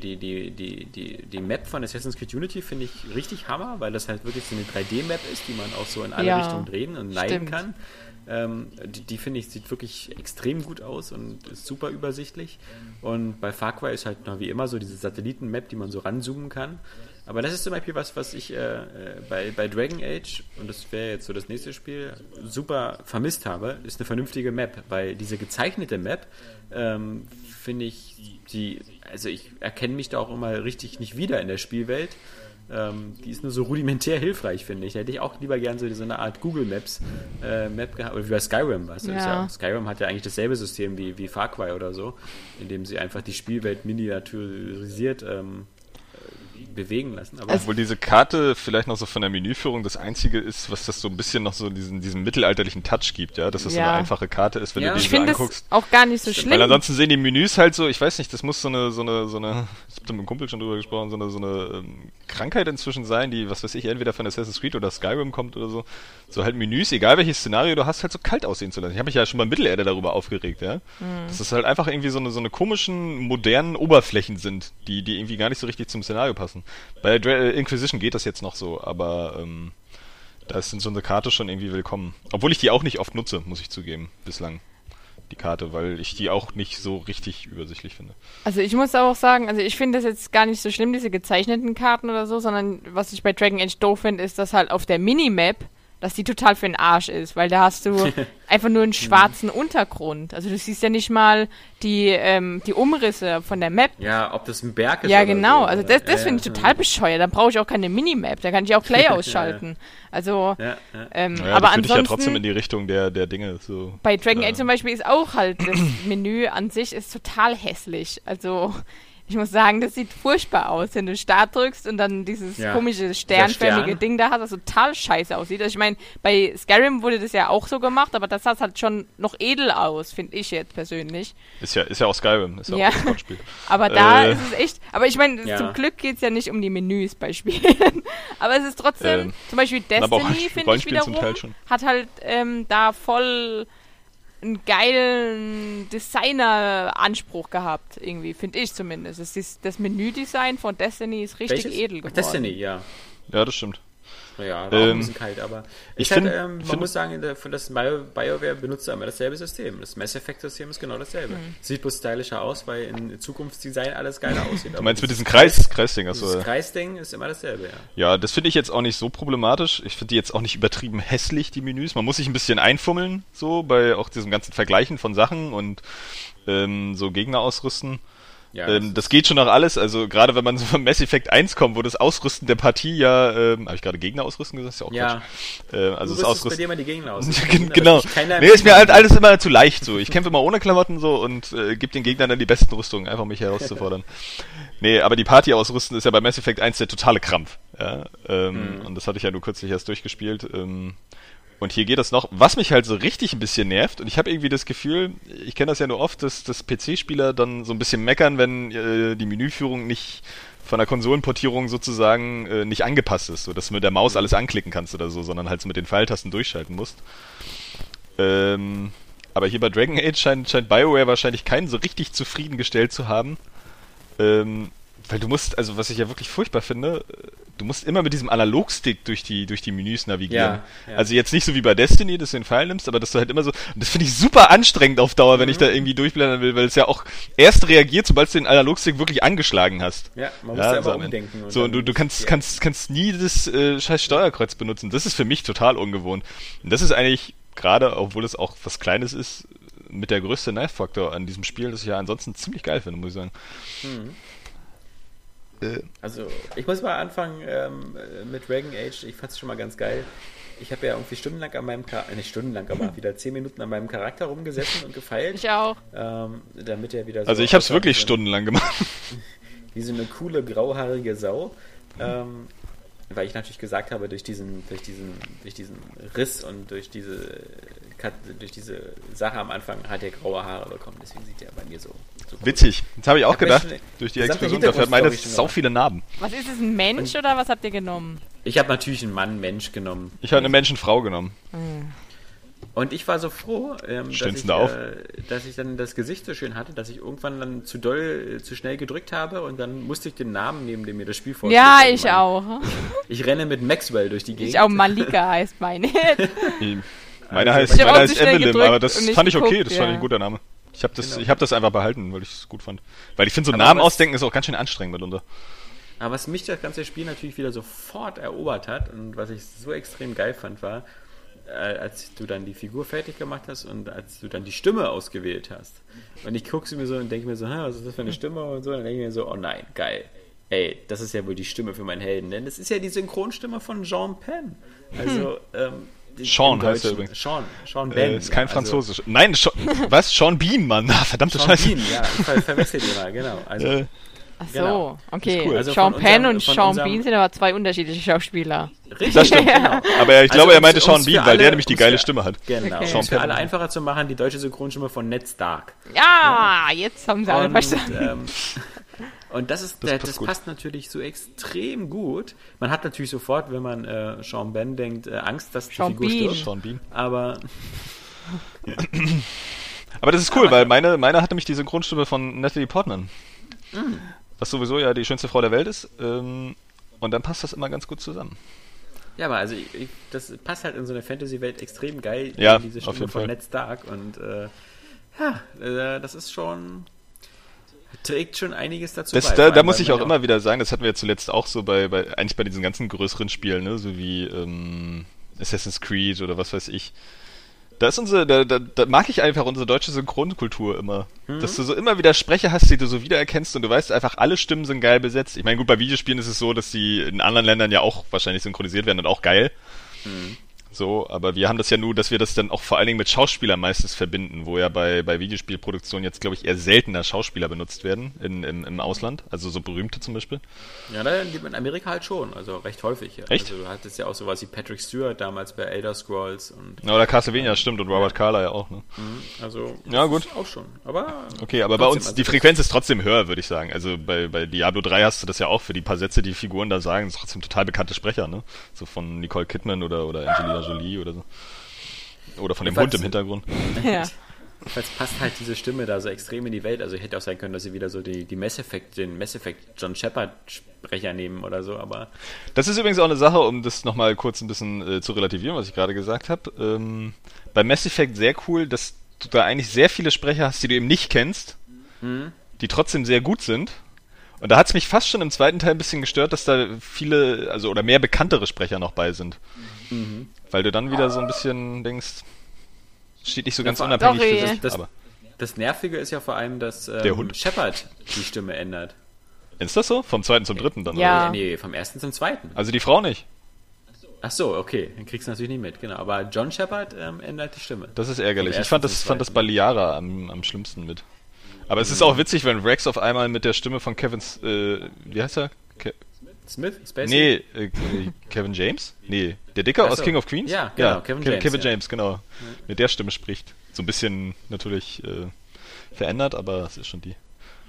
Map von Assassin's Creed Unity finde ich richtig Hammer, weil das halt wirklich so eine 3D-Map ist, die man auch so in alle Richtungen drehen und neigen kann. Die finde ich, sieht wirklich extrem gut aus und ist super übersichtlich. Und bei Far Cry ist halt noch wie immer so diese Satelliten-Map, die man so ranzoomen kann. Aber das ist zum Beispiel was ich bei Dragon Age, und das wäre jetzt so das nächste Spiel, super vermisst habe, ist eine vernünftige Map, weil diese gezeichnete Map, finde ich, ich erkenne mich da auch immer richtig nicht wieder in der Spielwelt. Die ist nur so rudimentär hilfreich, finde ich. Da hätte ich auch lieber gern so eine Art Google Maps Map gehabt, oder wie bei Skyrim, weißt du? Ja. Skyrim hat ja eigentlich dasselbe System wie Far Cry oder so, in dem sie einfach die Spielwelt miniaturisiert bewegen lassen. Aber obwohl diese Karte vielleicht noch so von der Menüführung das Einzige ist, was das so ein bisschen noch so diesen mittelalterrschaftlichen Touch gibt, ja, dass das so eine einfache Karte ist, wenn du die so anguckst. Ich finde das auch gar nicht so schlimm. Weil ansonsten sehen die Menüs halt so, ich weiß nicht, das muss so eine ich hab da mit einem Kumpel schon drüber gesprochen, so eine Krankheit inzwischen sein, die, was weiß ich, entweder von Assassin's Creed oder Skyrim kommt oder so. So halt Menüs, egal welches Szenario du hast, halt so kalt aussehen zu lassen. Ich habe mich ja schon bei Mittelerde darüber aufgeregt, ja. Dass das halt einfach irgendwie so eine komischen, modernen Oberflächen sind, die irgendwie gar nicht so richtig zum Szenario passen. Bei Inquisition geht das jetzt noch so, aber da ist so eine Karte schon irgendwie willkommen. Obwohl ich die auch nicht oft nutze, muss ich zugeben, bislang. Die Karte, weil ich die auch nicht so richtig übersichtlich finde. Also ich muss auch sagen, also ich finde das jetzt gar nicht so schlimm, diese gezeichneten Karten oder so, sondern was ich bei Dragon Age doof finde, ist, dass halt auf der Minimap, dass die total für den Arsch ist, weil da hast du einfach nur einen schwarzen Untergrund. Also du siehst ja nicht mal die Umrisse von der Map. Ja, ob das ein Berg ist ja, oder genau. so. Also das finde ich total bescheuert. Dann brauche ich auch keine Minimap. Da kann ich auch Play ausschalten. Also, aber ansonsten... ja trotzdem in die Richtung der Dinge. So. Bei Dragon Age zum Beispiel ist auch halt das Menü an sich ist total hässlich. Also... Ich muss sagen, das sieht furchtbar aus, wenn du Start drückst und dann dieses komische sternförmige Ding da hast, das total scheiße aussieht. Also ich meine, bei Skyrim wurde das ja auch so gemacht, aber das sah halt schon noch edel aus, finde ich jetzt persönlich. Ist ja auch Skyrim, ist ja auch ein Spiel. Aber da ist es echt, aber ich meine, zum Glück geht es ja nicht um die Menüs bei Spielen. Aber es ist trotzdem, zum Beispiel Destiny, finde ich wiederum, hat halt da voll einen geilen Designer-Anspruch gehabt, irgendwie, finde ich zumindest. Das Menüdesign von Destiny ist richtig edel geworden. Destiny, ja. Ja, das stimmt. Ja, war auch ein bisschen kalt, aber man muss sagen, das BioWare benutzt immer dasselbe System. Das Mass Effect-System ist genau dasselbe. Sieht bloß stylischer aus, weil in Zukunftsdesign alles geiler aussieht. Du meinst mit diesem Kreisding? Das Kreisding ist immer dasselbe, ja. Ja, das finde ich jetzt auch nicht so problematisch. Ich finde die jetzt auch nicht übertrieben hässlich, die Menüs. Man muss sich ein bisschen einfummeln, so, bei auch diesem ganzen Vergleichen von Sachen und so Gegner ausrüsten. Ja, das geht schon noch alles, also gerade wenn man so vom Mass Effect 1 kommt, wo das Ausrüsten der Partie ja, habe ich gerade Gegner ausrüsten gesagt? Das ist ja auch Quatsch. Also das Ausrüsten. Bei dir mal die Gegner aus. Genau. Nee, ist mir halt alles immer zu leicht so. Ich kämpfe immer ohne Klamotten so und gebe den Gegnern dann die besten Rüstungen, einfach mich herauszufordern. Nee, aber die Party ausrüsten ist ja bei Mass Effect 1 der totale Krampf. Ja? Und das hatte ich ja nur kürzlich erst durchgespielt. Und hier geht das noch, was mich halt so richtig ein bisschen nervt, und ich habe irgendwie das Gefühl, ich kenne das ja nur oft, dass PC-Spieler dann so ein bisschen meckern, wenn die Menüführung nicht von der Konsolenportierung sozusagen nicht angepasst ist, so dass du mit der Maus alles anklicken kannst oder so, sondern halt so mit den Pfeiltasten durchschalten musst. Aber hier bei Dragon Age scheint BioWare wahrscheinlich keinen so richtig zufriedengestellt zu haben, weil du musst, also was ich ja wirklich furchtbar finde, du musst immer mit diesem Analogstick durch die Menüs navigieren. Ja. Also jetzt nicht so wie bei Destiny, dass du den Pfeil nimmst, aber dass du halt immer so, und das finde ich super anstrengend auf Dauer, wenn ich da irgendwie durchblenden will, weil es ja auch erst reagiert, sobald du den Analogstick wirklich angeschlagen hast. Ja, man muss ja aber umdenken. So, und du kannst nie das scheiß Steuerkreuz benutzen. Das ist für mich total ungewohnt. Und das ist eigentlich, gerade, obwohl es auch was Kleines ist, mit der größte Knife-Faktor an diesem Spiel, das ich ja ansonsten ziemlich geil finde, muss ich sagen. Also, ich muss mal anfangen mit Dragon Age. Ich fand es schon mal ganz geil. Ich habe ja irgendwie stundenlang an meinem nicht stundenlang, aber wieder 10 Minuten an meinem Charakter rumgesessen und gefeilt. Ich auch. Damit er wieder so. Also, ich habe es wirklich stundenlang gemacht. Wie so eine coole, grauhaarige Sau. Weil ich natürlich gesagt habe, durch diesen Riss und durch diese Sache am Anfang hat er graue Haare bekommen. Deswegen sieht er bei mir so witzig. Das habe ich auch gedacht. Durch die Explosion dafür hat meine sau viele Narben. Was ist es, ein Mensch oder was habt ihr genommen? Ich habe natürlich einen Mann-Mensch genommen. Ich habe eine Menschenfrau genommen. Und ich war so froh, dass ich dann das Gesicht so schön hatte, dass ich irgendwann dann zu schnell gedrückt habe und dann musste ich den Namen nehmen, den mir das Spiel vorstellt. Ja, ich auch. Ich renne mit Maxwell durch die Gegend. Ich auch, Malika heißt meine. Meine heißt Evelyn, aber das fand ich okay, das fand ich ein guter Name. Ich hab das einfach behalten, weil ich es gut fand. Weil ich finde, so einen Namen ausdenken ist auch ganz schön anstrengend mitunter. Aber was mich das ganze Spiel natürlich wieder sofort erobert hat und was ich so extrem geil fand, war, als du dann die Figur fertig gemacht hast und als du dann die Stimme ausgewählt hast. Und ich gucke sie mir so und denke mir so, was ist das für eine Stimme und so. Und dann denke ich mir so, oh nein, geil. Ey, das ist ja wohl die Stimme für meinen Helden. Denn das ist ja die Synchronstimme von Jean Penn. Also, Sean heißt er übrigens. Sean Ben. Ist kein Französisch. Nein, was? Sean Bean, Mann. Verdammte Scheiße. Sean Bean, ja. Ich verwechsel die mal, genau. Also, ach so, genau. okay. Cool. Also Sean Penn und Sean Bean sind aber zwei unterschiedliche Schauspieler. Richtig, das stimmt. Genau. Aber ich glaube, er meinte Sean Bean, weil der nämlich die geile Stimme hat. Genau. Okay. Um es für alle einfacher zu machen, die deutsche Synchronstimme von Ned Stark. Ja, jetzt haben sie alle verstanden. Und das passt natürlich so extrem gut. Man hat natürlich sofort, wenn man Sean Ben denkt, Angst, dass die Figur stirbt. Sean Bean. Aber das ist cool, weil meine hatte nämlich die Synchronstimme von Natalie Portman. Was sowieso ja die schönste Frau der Welt ist. Und dann passt das immer ganz gut zusammen. Ja, aber also das passt halt in so eine Fantasy-Welt extrem geil, ja, diese Stimme von Ned Stark. Und das ist schon... trägt schon einiges dazu bei. Da muss ich auch immer wieder sagen, das hatten wir ja zuletzt auch so eigentlich bei diesen ganzen größeren Spielen, ne, so wie Assassin's Creed oder was weiß ich. Da mag ich einfach unsere deutsche Synchronkultur immer. Dass du so immer wieder Sprecher hast, die du so wiedererkennst und du weißt einfach, alle Stimmen sind geil besetzt. Ich meine, gut, bei Videospielen ist es so, dass die in anderen Ländern ja auch wahrscheinlich synchronisiert werden und auch geil. So, aber wir haben das ja nur, dass wir das dann auch vor allen Dingen mit Schauspielern meistens verbinden, wo ja bei Videospielproduktionen jetzt, glaube ich, eher seltener Schauspieler benutzt werden im Ausland, also so berühmte zum Beispiel. Ja, da in Amerika halt schon, also recht häufig. Ja. Echt? Also du hattest ja auch sowas wie Patrick Stewart damals bei Elder Scrolls. Oder Castlevania, stimmt, und Robert Carlyle auch, ne? Also, ja, gut. Auch schon, aber... Okay, aber bei uns, die Frequenz ist trotzdem höher, würde ich sagen. Also bei Diablo 3 hast du das ja auch für die paar Sätze, die Figuren da sagen, das ist trotzdem total bekannte Sprecher, ne? So von Nicole Kidman oder Angelina Jolie oder so. Oder von dem Hund im Hintergrund. Ja. Jedenfalls passt halt diese Stimme da so extrem in die Welt. Also hätte auch sein können, dass sie wieder so den Mass Effect John Shepard Sprecher nehmen oder so, aber... Das ist übrigens auch eine Sache, um das nochmal kurz ein bisschen zu relativieren, was ich gerade gesagt habe. Bei Mass Effect sehr cool, dass du da eigentlich sehr viele Sprecher hast, die du eben nicht kennst, die trotzdem sehr gut sind. Und da hat es mich fast schon im zweiten Teil ein bisschen gestört, dass da viele, also oder mehr bekanntere Sprecher noch bei sind. Weil du dann wieder so ein bisschen denkst, steht nicht so ganz unabhängig für sich. Das Nervige ist ja vor allem, dass der Hund. Shepard die Stimme ändert. Ist das so? Vom zweiten zum dritten dann? Ja. Oder? Nee, vom ersten zum zweiten. Also die Frau nicht? Ach so, okay. Dann kriegst du natürlich nicht mit, genau. Aber John Shepard ändert die Stimme. Das ist ärgerlich. Ich fand das bei Liara am schlimmsten mit. Aber es ist auch witzig, wenn Rex auf einmal mit der Stimme von wie heißt er? Smith? Spacey? Nee, Kevin James? Nee, der Dicker aus King of Queens? Ja, genau, Kevin James, genau. Ja. Mit der Stimme spricht. So ein bisschen natürlich verändert, aber es ist schon die.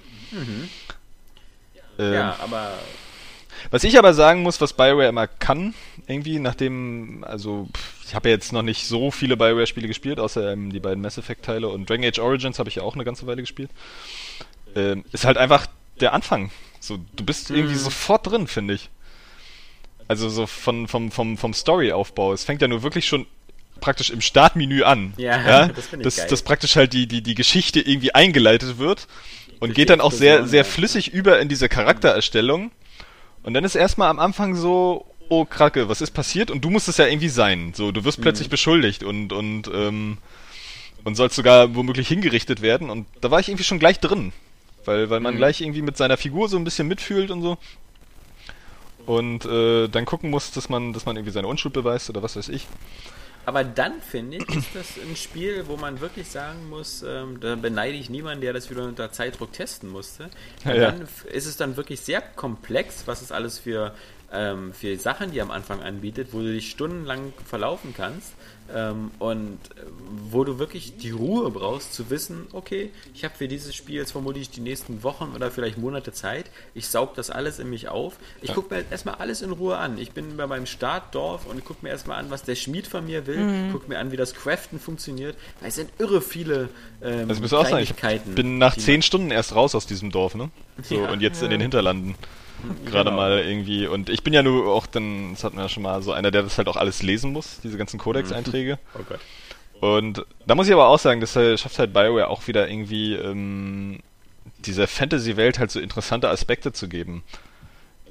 Ja, aber... Was ich aber sagen muss, was BioWare immer kann, irgendwie, also ich habe ja jetzt noch nicht so viele BioWare-Spiele gespielt, außer die beiden Mass Effect-Teile und Dragon Age Origins habe ich ja auch eine ganze Weile gespielt, ist halt einfach der Anfang. So, du bist irgendwie sofort drin, finde ich. Also so vom Story-Aufbau. Es fängt ja nur wirklich schon praktisch im Startmenü an. Ja? Das finde ich geil. Dass praktisch halt die Geschichte irgendwie eingeleitet wird und geht dann auch sehr, sehr flüssig über in diese Charaktererstellung. Und dann ist erstmal am Anfang so, oh Kracke, was ist passiert? Und du musst es ja irgendwie sein. So, du wirst plötzlich beschuldigt und sollst sogar womöglich hingerichtet werden. Und da war ich irgendwie schon gleich drin. Weil man gleich irgendwie mit seiner Figur so ein bisschen mitfühlt und so. Und dann gucken muss, dass man irgendwie seine Unschuld beweist oder was weiß ich. Aber dann, finde ich, ist das ein Spiel, wo man wirklich sagen muss, da beneide ich niemanden, der das wieder unter Zeitdruck testen musste. Dann ist es dann wirklich sehr komplex, was es alles für Sachen, die am Anfang anbietet, wo du dich stundenlang verlaufen kannst und wo du wirklich die Ruhe brauchst, zu wissen, okay, ich habe für dieses Spiel jetzt vermutlich die nächsten Wochen oder vielleicht Monate Zeit, ich saug das alles in mich auf, ich gucke mir erstmal alles in Ruhe an, ich bin bei meinem Startdorf und gucke mir erstmal an, was der Schmied von mir will, gucke mir an, wie das Craften funktioniert, weil es sind irre viele Kleinigkeiten. Ich bin nach 10 Stunden erst raus aus diesem Dorf, ne? So, und jetzt in den Hinterlanden. Gerade mal irgendwie. Und ich bin ja nur auch dann, das hatten wir ja schon mal, so einer, der das halt auch alles lesen muss, diese ganzen Codex-Einträge. Oh Gott. Und da muss ich aber auch sagen, das schafft halt BioWare auch wieder irgendwie dieser Fantasy-Welt halt so interessante Aspekte zu geben.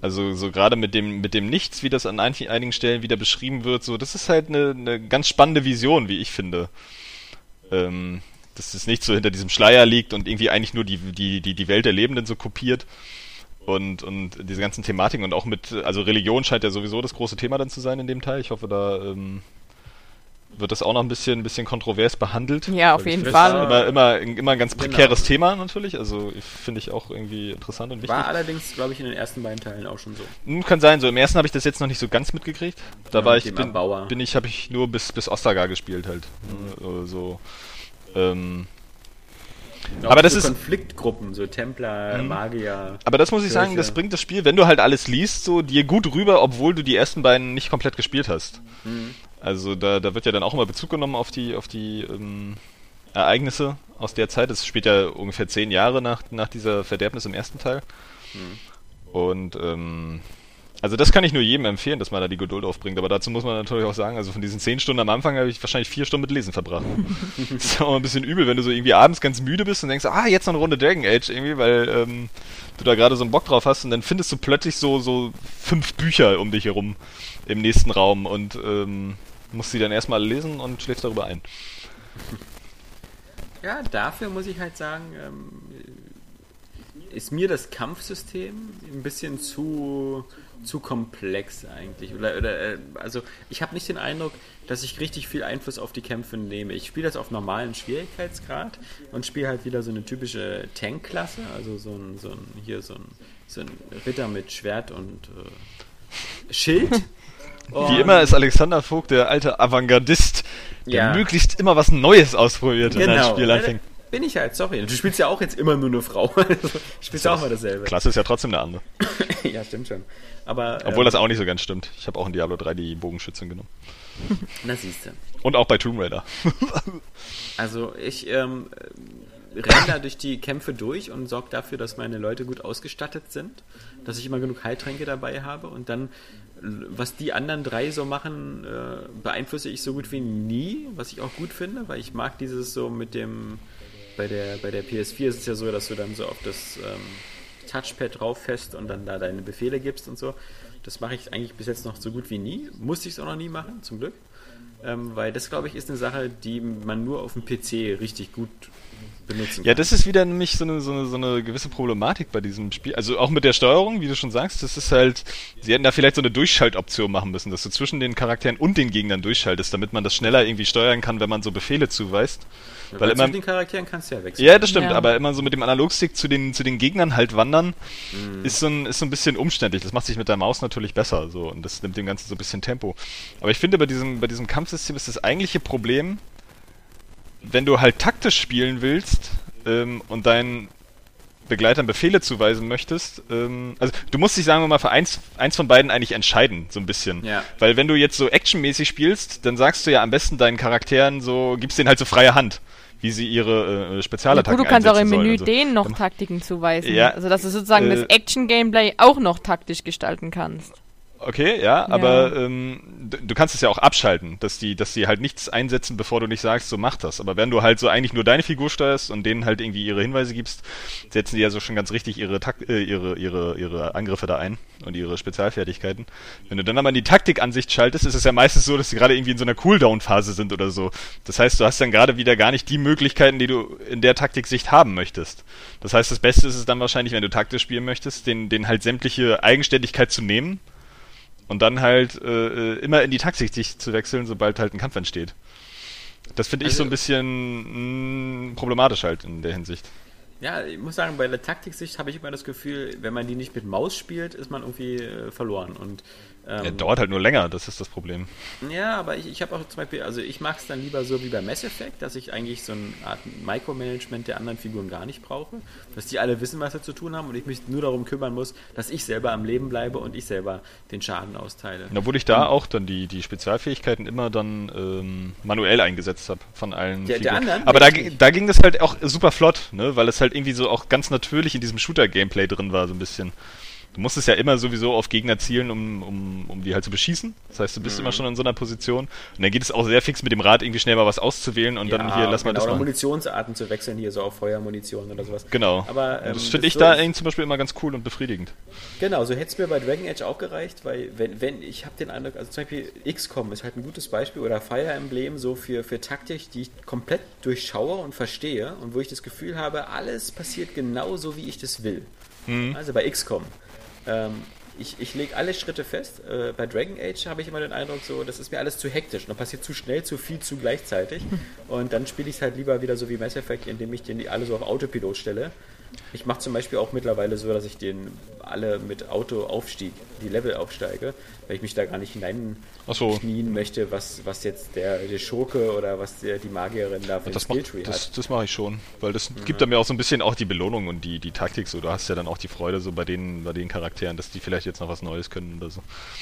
Also so gerade mit dem Nichts, wie das an einigen Stellen wieder beschrieben wird, so, das ist halt eine ganz spannende Vision, wie ich finde. Dass das nicht so hinter diesem Schleier liegt und irgendwie eigentlich nur die Welt der Lebenden so kopiert. Und diese ganzen Thematiken und auch also Religion scheint ja sowieso das große Thema dann zu sein in dem Teil. Ich hoffe, da wird das auch noch ein bisschen kontrovers behandelt. Ja, auf jeden Fall. Immer ein ganz prekäres Thema natürlich, also finde ich auch irgendwie interessant und wichtig. War allerdings, glaube ich, in den ersten beiden Teilen auch schon so. Kann sein, so im ersten habe ich das jetzt noch nicht so ganz mitgekriegt. Da ja, habe ich nur bis Ostagar gespielt halt. So. Aber das ist Konfliktgruppen, so Templer, Magier. Aber das muss ich sagen, das bringt das Spiel, wenn du halt alles liest, so dir gut rüber, obwohl du die ersten beiden nicht komplett gespielt hast. Also da wird ja dann auch immer Bezug genommen auf die Ereignisse aus der Zeit. Das spielt ja ungefähr 10 Jahre nach dieser Verderbnis im ersten Teil. Und also das kann ich nur jedem empfehlen, dass man da die Geduld aufbringt. Aber dazu muss man natürlich auch sagen, also von diesen 10 Stunden am Anfang habe ich wahrscheinlich 4 Stunden mit Lesen verbracht. Das ist auch ein bisschen übel, wenn du so irgendwie abends ganz müde bist und denkst, jetzt noch eine Runde Dragon Age irgendwie, weil du da gerade so einen Bock drauf hast und dann findest du plötzlich so 5 Bücher um dich herum im nächsten Raum und musst sie dann erstmal lesen und schläfst darüber ein. Ja, dafür muss ich halt sagen, ist mir das Kampfsystem ein bisschen zu komplex eigentlich. Also ich habe nicht den Eindruck, dass ich richtig viel Einfluss auf die Kämpfe nehme. Ich spiele das auf normalen Schwierigkeitsgrad und spiele halt wieder so eine typische Tank-Klasse, also so ein Ritter mit Schwert und Schild. Wie immer ist Alexander Vogt der alte Avantgardist, der möglichst immer was Neues ausprobiert, wenn er ein Spiel anfängt. Bin ich halt, sorry. Du spielst ja auch jetzt immer nur eine Frau. Also, spielst ja auch mal dasselbe. Klasse ist ja trotzdem eine andere. Ja, stimmt schon. Aber, obwohl das auch nicht so ganz stimmt. Ich habe auch in Diablo 3 die Bogenschützin genommen. Na siehst du. Und auch bei Tomb Raider. Also ich renne da durch die Kämpfe durch und sorge dafür, dass meine Leute gut ausgestattet sind, dass ich immer genug Heiltränke dabei habe und dann, was die anderen 3 so machen, beeinflusse ich so gut wie nie, was ich auch gut finde, weil ich mag dieses so mit dem, bei der PS4 ist es ja so, dass du dann so auf das Touchpad drauf fährst und dann da deine Befehle gibst und so. Das mache ich eigentlich bis jetzt noch so gut wie nie. Musste ich es auch noch nie machen, zum Glück. Weil das, glaube ich, ist eine Sache, die man nur auf dem PC richtig gut benutzen kann. Ja, das ist wieder nämlich so eine gewisse Problematik bei diesem Spiel. Also auch mit der Steuerung, wie du schon sagst, das ist halt, sie hätten da vielleicht so eine Durchschaltoption machen müssen, dass du zwischen den Charakteren und den Gegnern durchschaltest, damit man das schneller irgendwie steuern kann, wenn man so Befehle zuweist. Ja, weil zwischen den Charakteren kannst du ja wechseln. Ja, das stimmt, aber immer so mit dem Analogstick zu den Gegnern halt wandern, ist so ein bisschen umständlich. Das macht sich mit der Maus natürlich besser, so, und das nimmt dem Ganzen so ein bisschen Tempo. Aber ich finde, bei diesem Kampfsystem ist das eigentliche Problem, wenn du halt taktisch spielen willst und deinen Begleitern Befehle zuweisen möchtest, also du musst dich, sagen wir mal, für eins von beiden eigentlich entscheiden, so ein bisschen. Ja. Weil wenn du jetzt so actionmäßig spielst, dann sagst du ja am besten deinen Charakteren so, gibst denen halt so freie Hand, wie sie ihre Spezialattacken einsetzen. Du kannst auch im Menü so. denen noch Taktiken zuweisen. Ja, also dass du sozusagen das Action-Gameplay auch noch taktisch gestalten kannst. Okay, ja, aber du kannst es ja auch abschalten, dass die halt nichts einsetzen, bevor du nicht sagst, so mach das. Aber wenn du halt so eigentlich nur deine Figur steuerst und denen halt irgendwie ihre Hinweise gibst, setzen die ja so schon ganz richtig ihre Angriffe da ein und ihre Spezialfertigkeiten. Wenn du dann aber in die Taktikansicht schaltest, ist es ja meistens so, dass sie gerade irgendwie in so einer Cooldown-Phase sind oder so. Das heißt, du hast dann gerade wieder gar nicht die Möglichkeiten, die du in der Taktiksicht haben möchtest. Das heißt, das Beste ist es dann wahrscheinlich, wenn du taktisch spielen möchtest, den halt sämtliche Eigenständigkeit zu nehmen und dann halt immer in die Taktik zu wechseln, sobald halt ein Kampf entsteht. Das finde ich so ein bisschen problematisch halt in der Hinsicht. Ja, ich muss sagen, bei der Taktiksicht habe ich immer das Gefühl, wenn man die nicht mit Maus spielt, ist man irgendwie verloren. Und dauert halt nur länger, das ist das Problem. Ja, aber ich habe auch zum Beispiel, also ich mag es dann lieber so wie bei Mass Effect, dass ich eigentlich so eine Art Micromanagement der anderen Figuren gar nicht brauche, dass die alle wissen, was sie zu tun haben und ich mich nur darum kümmern muss, dass ich selber am Leben bleibe und ich selber den Schaden austeile. Da wurde ich da auch dann die Spezialfähigkeiten immer dann manuell eingesetzt habe von allen Figuren. Der anderen, aber da ging das halt auch super flott, ne, weil es halt irgendwie so auch ganz natürlich in diesem Shooter-Gameplay drin war, so ein bisschen. Du musst es ja immer sowieso auf Gegner zielen, um die halt zu beschießen. Das heißt, du bist immer schon in so einer Position. Und dann geht es auch sehr fix mit dem Rad, irgendwie schnell mal was auszuwählen und dann hier, lass mal das mal. Oder Munitionsarten zu wechseln, hier so auf Feuermunition oder sowas. Genau. Aber, das finde ich da zum Beispiel immer ganz cool und befriedigend. Genau, so hätte es mir bei Dragon Age auch gereicht, weil wenn ich habe den Eindruck, also zum Beispiel XCOM ist halt ein gutes Beispiel oder Fire Emblem so für Taktik, die ich komplett durchschaue und verstehe und wo ich das Gefühl habe, alles passiert genau so, wie ich das will. Also bei XCOM. Ich lege alle Schritte fest. Bei Dragon Age habe ich immer den Eindruck, so, das ist mir alles zu hektisch und da passiert zu schnell, zu viel, zu gleichzeitig. Und dann spiele ich es halt lieber wieder so wie Mass Effect, indem ich die alle so auf Autopilot stelle. Ich mache zum Beispiel auch mittlerweile so, dass ich den alle mit Autoaufstieg, die Level aufsteige, weil ich mich da gar nicht hineinknien möchte, was jetzt der Schurke oder was die Magierin da für ein Skilltree hat. Das mache ich schon, weil das gibt dann mir auch so ein bisschen auch die Belohnung und die Taktik so. Du hast ja dann auch die Freude so bei den Charakteren, dass die vielleicht jetzt noch was Neues können oder so.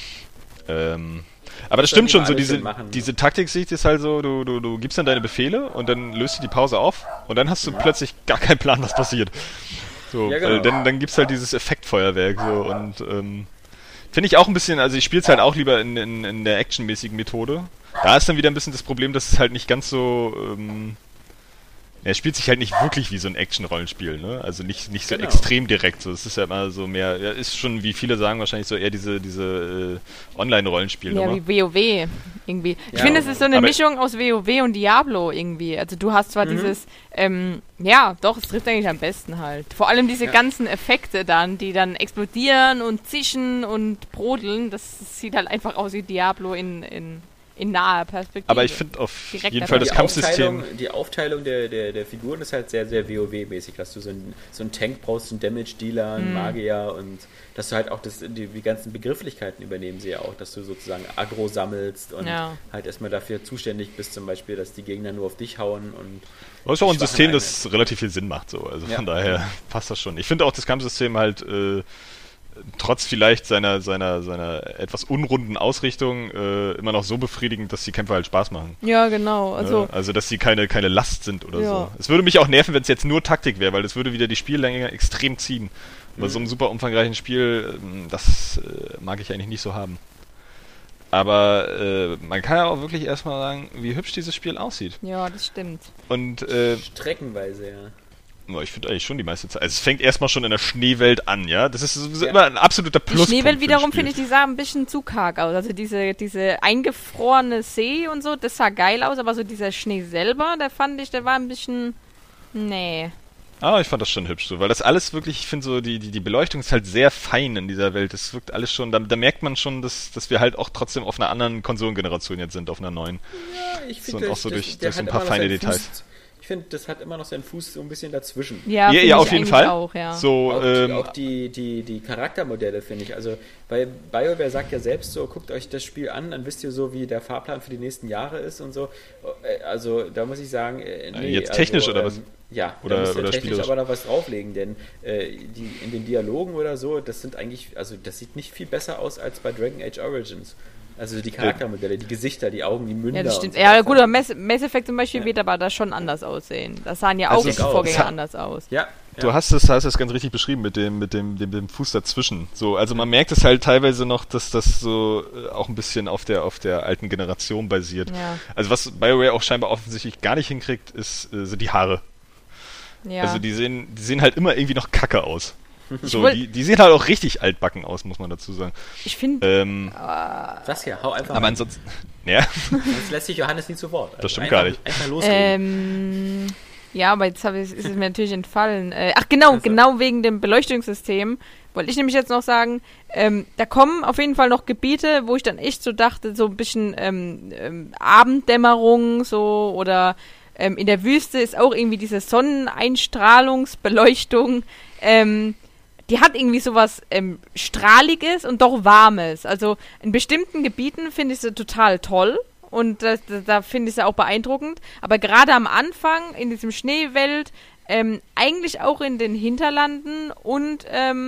Aber das stimmt schon, so diese Taktiksicht ist halt so, du gibst dann deine Befehle und dann löst du die Pause auf und dann hast du plötzlich gar keinen Plan, was passiert. So, ja, genau. Dann gibt's halt dieses Effektfeuerwerk so und finde ich auch ein bisschen, also ich spiele es halt auch lieber in der actionmäßigen Methode. Da ist dann wieder ein bisschen das Problem, dass es halt nicht ganz so er spielt sich halt nicht wirklich wie so ein Action-Rollenspiel, ne? Also nicht so extrem direkt. So, es ist ja immer so mehr, ist schon, wie viele sagen, wahrscheinlich so eher diese Online-Rollenspiel. Ja, wie WoW irgendwie. Ich finde, es ist so eine Mischung aus WoW und Diablo irgendwie. Also du hast zwar dieses, es trifft eigentlich am besten halt. Vor allem diese ganzen Effekte dann, die dann explodieren und zischen und brodeln, das sieht halt einfach aus wie Diablo in naher Perspektive. Aber ich finde auf jeden Fall das Kampfsystem... Die Aufteilung der Figuren ist halt sehr, sehr WoW-mäßig, dass du so einen Tank brauchst, einen Damage-Dealer, einen Magier und dass du halt auch die ganzen Begrifflichkeiten übernehmen sie ja auch, dass du sozusagen Aggro sammelst und halt erstmal dafür zuständig bist, zum Beispiel, dass die Gegner nur auf dich hauen und... Das ist auch ein System, das relativ viel Sinn macht, so. Also von daher passt das schon. Ich finde auch das Kampfsystem halt... trotz vielleicht seiner etwas unrunden Ausrichtung immer noch so befriedigend, dass die Kämpfe halt Spaß machen. Ja, genau. Also dass sie keine Last sind oder so. Es würde mich auch nerven, wenn es jetzt nur Taktik wäre, weil das würde wieder die Spiellänge extrem ziehen. Bei so einem super umfangreichen Spiel, das mag ich eigentlich nicht so haben. Aber man kann ja auch wirklich erstmal sagen, wie hübsch dieses Spiel aussieht. Ja, das stimmt. Und streckenweise, ja. Ich finde eigentlich schon die meiste Zeit. Also es fängt erstmal schon in der Schneewelt an, ja? Das ist sowieso immer ein absoluter Pluspunkt. Die Schneewelt wiederum finde ich, die sah ein bisschen zu karg aus. Also diese eingefrorene See und so, das sah geil aus, aber so dieser Schnee selber, der war ein bisschen... Nee. Ah, ich fand das schon hübsch so, weil das alles wirklich, ich finde so, die Beleuchtung ist halt sehr fein in dieser Welt. Das wirkt alles schon, da merkt man schon, dass wir halt auch trotzdem auf einer anderen Konsolengeneration jetzt sind, auf einer neuen. Ja, ich finde, so, und auch so durch ein paar feine Details. Ich finde, das hat immer noch seinen Fuß so ein bisschen dazwischen. Ja, auf jeden Fall. Auch, ja. So, auch die Charaktermodelle, finde ich. Also, weil BioWare sagt ja selbst so, guckt euch das Spiel an, dann wisst ihr so, wie der Fahrplan für die nächsten Jahre ist und so. Also, da muss ich sagen, jetzt technisch oder was? Ja, oder da müsst ihr technisch spielerisch. aber noch was drauflegen, denn in den Dialogen oder so, das sind eigentlich, also das sieht nicht viel besser aus als bei Dragon Age Origins. Also die Charaktermodelle, die Gesichter, die Augen, die Münder. Ja, das stimmt. Ja, gut, aber Mass Effect zum Beispiel wird aber da schon anders aussehen. Das sahen ja auch die Vorgänger anders aus. Ja. Du hast es ganz richtig beschrieben mit dem Fuß dazwischen. So, also man merkt es halt teilweise noch, dass das so auch ein bisschen auf der alten Generation basiert. Ja. Also was BioWare auch scheinbar offensichtlich gar nicht hinkriegt, sind die Haare. Ja. Also die sehen halt immer irgendwie noch kacke aus. So, die sehen halt auch richtig altbacken aus, muss man dazu sagen. Ich finde... das hier, hau einfach aber mal. Ansonsten... Ja. Sonst lässt sich Johannes nie zu Wort. Also das stimmt gar nicht. Einfach loslegen. Ja, aber jetzt ist es mir natürlich entfallen. Genau wegen dem Beleuchtungssystem. Wollte ich nämlich jetzt noch sagen, da kommen auf jeden Fall noch Gebiete, wo ich dann echt so dachte, so ein bisschen Abenddämmerung so oder in der Wüste ist auch irgendwie diese Sonneneinstrahlungsbeleuchtung. Die hat irgendwie sowas Strahliges und doch Warmes. Also in bestimmten Gebieten finde ich sie total toll und da finde ich sie auch beeindruckend. Aber gerade am Anfang in diesem Schneewelt, eigentlich auch in den Hinterlanden und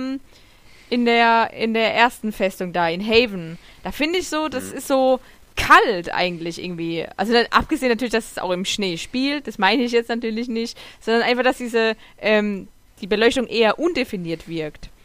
in der ersten Festung da, in Haven, da finde ich so, das ist so kalt eigentlich irgendwie. Also abgesehen natürlich, dass es auch im Schnee spielt, das meine ich jetzt natürlich nicht, sondern einfach, dass die Beleuchtung eher undefiniert wirkt.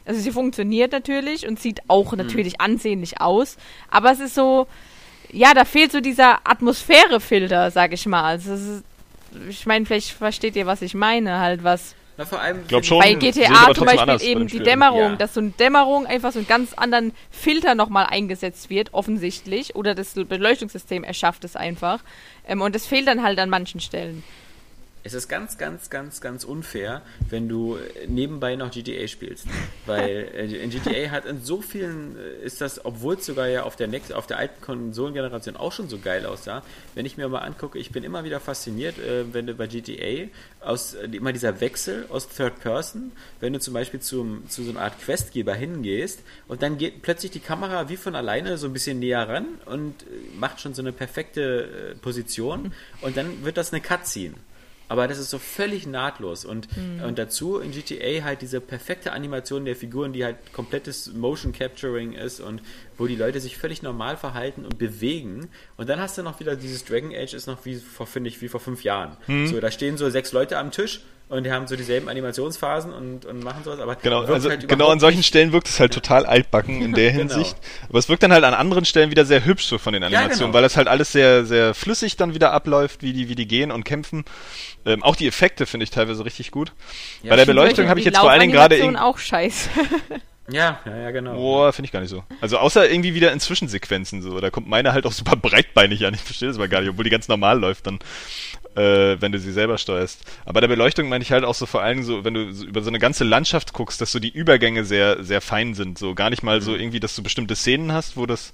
Also sie funktioniert natürlich und sieht auch natürlich ansehnlich aus, aber es ist so, ja, da fehlt so dieser Atmosphärefilter, sag ich mal. Also ich meine, vielleicht versteht ihr, was ich meine, halt was. Na, vor allem bei GTA zum Beispiel eben die Dämmerung, dass so eine Dämmerung einfach so einen ganz anderen Filter nochmal eingesetzt wird, offensichtlich, oder das Beleuchtungssystem erschafft es einfach. Und das fehlt dann halt an manchen Stellen. Es ist ganz, ganz, ganz, ganz unfair, wenn du nebenbei noch GTA spielst. Weil in GTA hat in so vielen, ist das, obwohl es sogar ja auf der alten Konsolengeneration auch schon so geil aussah, wenn ich mir mal angucke, ich bin immer wieder fasziniert, wenn du bei GTA immer dieser Wechsel aus Third Person, wenn du zum Beispiel zu so einer Art Questgeber hingehst und dann geht plötzlich die Kamera wie von alleine so ein bisschen näher ran und macht schon so eine perfekte Position und dann wird das eine Cutscene. Aber das ist so völlig nahtlos und dazu in GTA halt diese perfekte Animation der Figuren, die halt komplettes Motion Capturing ist und wo die Leute sich völlig normal verhalten und bewegen. Und dann hast du noch wieder dieses Dragon Age ist noch wie vor 5 Jahren. So, da stehen so 6 Leute am Tisch und die haben so dieselben Animationsphasen und machen sowas. Aber genau, also halt genau an solchen Stellen wirkt es halt total altbacken in der Hinsicht. Aber es wirkt dann halt an anderen Stellen wieder sehr hübsch so von den Animationen, weil das halt alles sehr, sehr flüssig dann wieder abläuft, wie die gehen und kämpfen. Auch die Effekte finde ich teilweise richtig gut. Ja, bei der Beleuchtung habe ich jetzt vor allen Dingen gerade auch scheiße. Ja, genau. Boah, finde ich gar nicht so. Also außer irgendwie wieder in Zwischensequenzen so. Da kommt meine halt auch super breitbeinig an. Ich verstehe das aber gar nicht, obwohl die ganz normal läuft dann, wenn du sie selber steuerst. Aber bei der Beleuchtung meine ich halt auch so vor allem so, wenn du so über so eine ganze Landschaft guckst, dass so die Übergänge sehr, sehr fein sind. So gar nicht mal so irgendwie, dass du bestimmte Szenen hast, wo das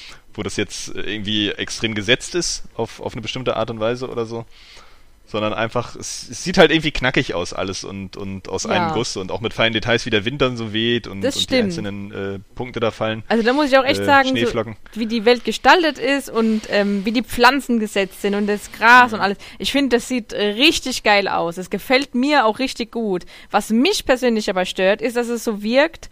jetzt irgendwie extrem gesetzt ist auf eine bestimmte Art und Weise oder so. Sondern einfach, es sieht halt irgendwie knackig aus alles und aus einem Guss und auch mit feinen Details, wie der Wind dann so weht und die einzelnen Punkte da fallen. Also da muss ich auch echt sagen, so, wie die Welt gestaltet ist und wie die Pflanzen gesetzt sind und das Gras und alles. Ich finde, das sieht richtig geil aus. Es gefällt mir auch richtig gut. Was mich persönlich aber stört, ist, dass es so wirkt,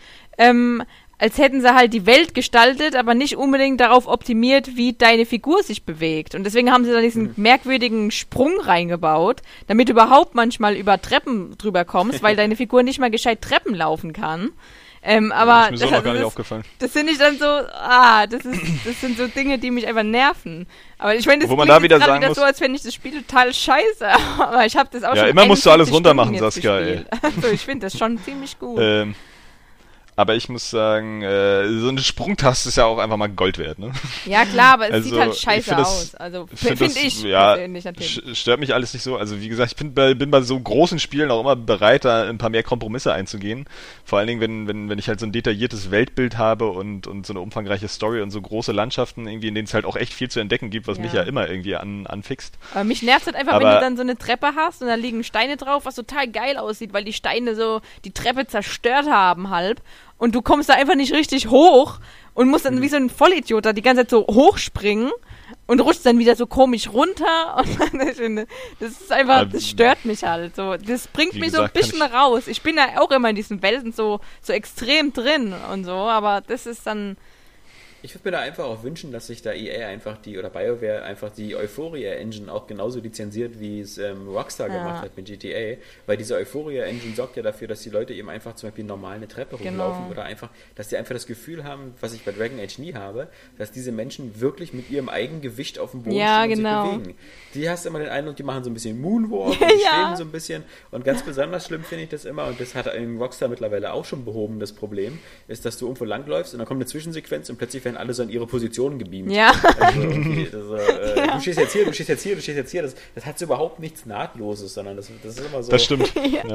als hätten sie halt die Welt gestaltet, aber nicht unbedingt darauf optimiert, wie deine Figur sich bewegt. Und deswegen haben sie da diesen merkwürdigen Sprung reingebaut, damit du überhaupt manchmal über Treppen drüber kommst, weil deine Figur nicht mal gescheit Treppen laufen kann. Aber das ist mir so noch gar nicht aufgefallen. Das finde ich dann so, das sind so Dinge, die mich einfach nerven. Aber ich meine, das klingt da wieder sagen muss, so, als fände ich das Spiel total scheiße. Aber ich habe das auch schon immer musst du alles runter machen, Saskia, ey. Also ich finde das schon ziemlich gut. Aber ich muss sagen, so eine Sprungtaste ist ja auch einfach mal Gold wert, ne? Ja klar, aber es sieht halt scheiße aus. Also finde ich persönlich natürlich. Stört mich alles nicht so. Also wie gesagt, ich bin bei so großen Spielen auch immer bereit, da ein paar mehr Kompromisse einzugehen. Vor allen Dingen, wenn ich halt so ein detailliertes Weltbild habe und so eine umfangreiche Story und so große Landschaften irgendwie, in denen es halt auch echt viel zu entdecken gibt, was mich ja immer irgendwie anfixt. Aber mich nervt halt einfach, wenn du dann so eine Treppe hast und da liegen Steine drauf, was total geil aussieht, weil die Steine so die Treppe zerstört haben halb. Und du kommst da einfach nicht richtig hoch und musst dann wie so ein Vollidiot da die ganze Zeit so hochspringen und rutschst dann wieder so komisch runter. Und das ist einfach, das stört mich halt. So, das bringt mich so ein bisschen raus. Ich bin ja auch immer in diesen Welten so extrem drin und so, aber das ist dann... Ich würde mir da einfach auch wünschen, dass sich da EA einfach oder BioWare einfach die Euphoria-Engine auch genauso lizenziert, wie es Rockstar gemacht hat mit GTA, weil diese Euphoria-Engine sorgt ja dafür, dass die Leute eben einfach zum Beispiel normal eine Treppe hochlaufen oder einfach, dass die einfach das Gefühl haben, was ich bei Dragon Age nie habe, dass diese Menschen wirklich mit ihrem eigenen Gewicht auf dem Boden stehen und sich bewegen. Die hast immer den Eindruck, die machen so ein bisschen Moonwalk und schweben so ein bisschen und ganz besonders schlimm finde ich das immer und das hat in Rockstar mittlerweile auch schon behoben, das Problem, ist, dass du irgendwo langläufst und dann kommt eine Zwischensequenz und plötzlich werden alle so an ihre Positionen gebeamt. Ja. Also, okay, du stehst jetzt hier, du stehst jetzt hier, du stehst jetzt hier. Das hat so überhaupt nichts Nahtloses, sondern das ist immer so. Das stimmt.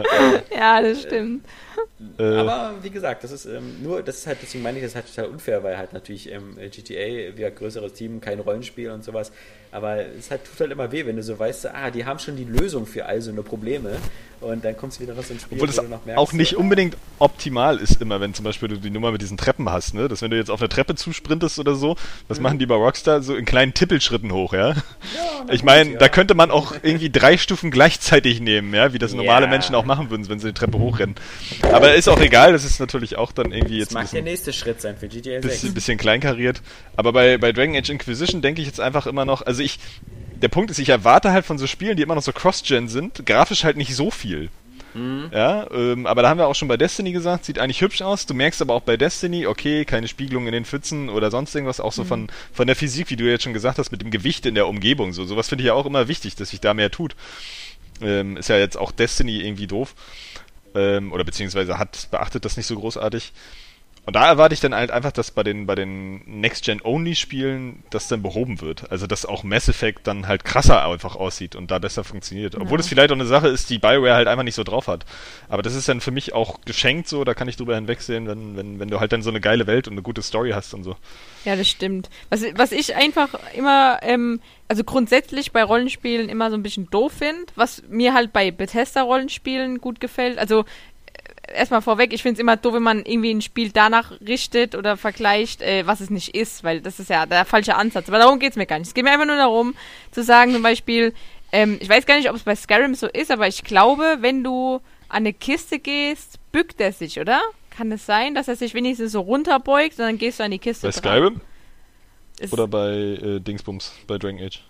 Ja, das stimmt. Aber wie gesagt, das ist halt, deswegen meine ich, das ist halt total unfair, weil halt natürlich GTA, wie ein größeres Team, kein Rollenspiel und sowas. Aber es tut halt immer weh, wenn du so weißt, die haben schon die Lösung für all so eine Probleme und dann kommst du wieder raus ins Spiel, obwohl wo das du noch merkst, auch nicht unbedingt optimal ist immer, wenn zum Beispiel du die Nummer mit diesen Treppen hast, ne? Dass wenn du jetzt auf eine Treppe zusprintest oder so, was machen die bei Rockstar? So in kleinen Tippelschritten hoch, ja? Ich meine, da könnte man auch irgendwie 3 Stufen gleichzeitig nehmen, ja? Wie das normale Menschen auch machen würden, wenn sie die Treppe hochrennen. Aber ist auch egal, das ist natürlich auch dann irgendwie jetzt das mag der nächste Schritt sein für GTA 6. Bisschen kleinkariert. Aber bei Dragon Age Inquisition denke ich jetzt einfach immer noch, also der Punkt ist, ich erwarte halt von so Spielen, die immer noch so Cross-Gen sind, grafisch halt nicht so viel. Ja, aber da haben wir auch schon bei Destiny gesagt, sieht eigentlich hübsch aus. Du merkst aber auch bei Destiny, okay, keine Spiegelung in den Pfützen oder sonst irgendwas, auch so von der Physik, wie du jetzt schon gesagt hast, mit dem Gewicht in der Umgebung. Sowas finde ich ja auch immer wichtig, dass sich da mehr tut. Ist ja jetzt auch Destiny irgendwie doof. Oder beziehungsweise beachtet das nicht so großartig. Und da erwarte ich dann halt einfach, dass bei den Next-Gen-Only-Spielen das dann behoben wird. Also, dass auch Mass Effect dann halt krasser einfach aussieht und da besser funktioniert. Obwohl es vielleicht auch eine Sache ist, die BioWare halt einfach nicht so drauf hat. Aber das ist dann für mich auch geschenkt so, da kann ich drüber hinwegsehen, wenn du halt dann so eine geile Welt und eine gute Story hast und so. Ja, das stimmt. Was ich einfach immer, also grundsätzlich bei Rollenspielen immer so ein bisschen doof finde, was mir halt bei Bethesda-Rollenspielen gut gefällt, also erstmal vorweg, ich finde es immer doof, wenn man irgendwie ein Spiel danach richtet oder vergleicht, was es nicht ist, weil das ist ja der falsche Ansatz. Aber darum geht es mir gar nicht. Es geht mir einfach nur darum, zu sagen, zum Beispiel, ich weiß gar nicht, ob es bei Skyrim so ist, aber ich glaube, wenn du an eine Kiste gehst, bückt er sich, oder? Kann es sein, dass er sich wenigstens so runterbeugt und dann gehst du an die Kiste bei Skyrim? Oder bei Dingsbums, bei Dragon Age?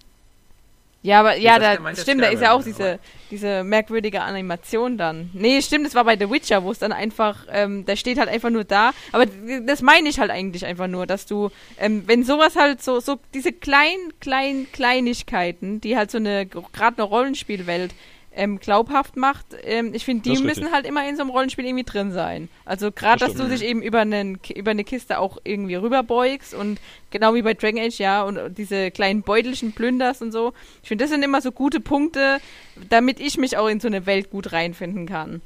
Ja, aber ja, da stimmt, da ist ja auch diese merkwürdige Animation dann. Nee, stimmt, das war bei The Witcher, wo es dann einfach, der steht halt einfach nur da. Aber das meine ich halt eigentlich einfach nur, dass du, wenn sowas halt so diese Kleinigkeiten, die halt so gerade eine Rollenspielwelt glaubhaft macht, ich finde, die müssen halt immer in so einem Rollenspiel irgendwie drin sein. Also gerade, dass du dich eben über eine Kiste auch irgendwie rüberbeugst und genau wie bei Dragon Age, ja, und diese kleinen Beutelchen plünderst und so. Ich finde, das sind immer so gute Punkte, damit ich mich auch in so eine Welt gut reinfinden kann.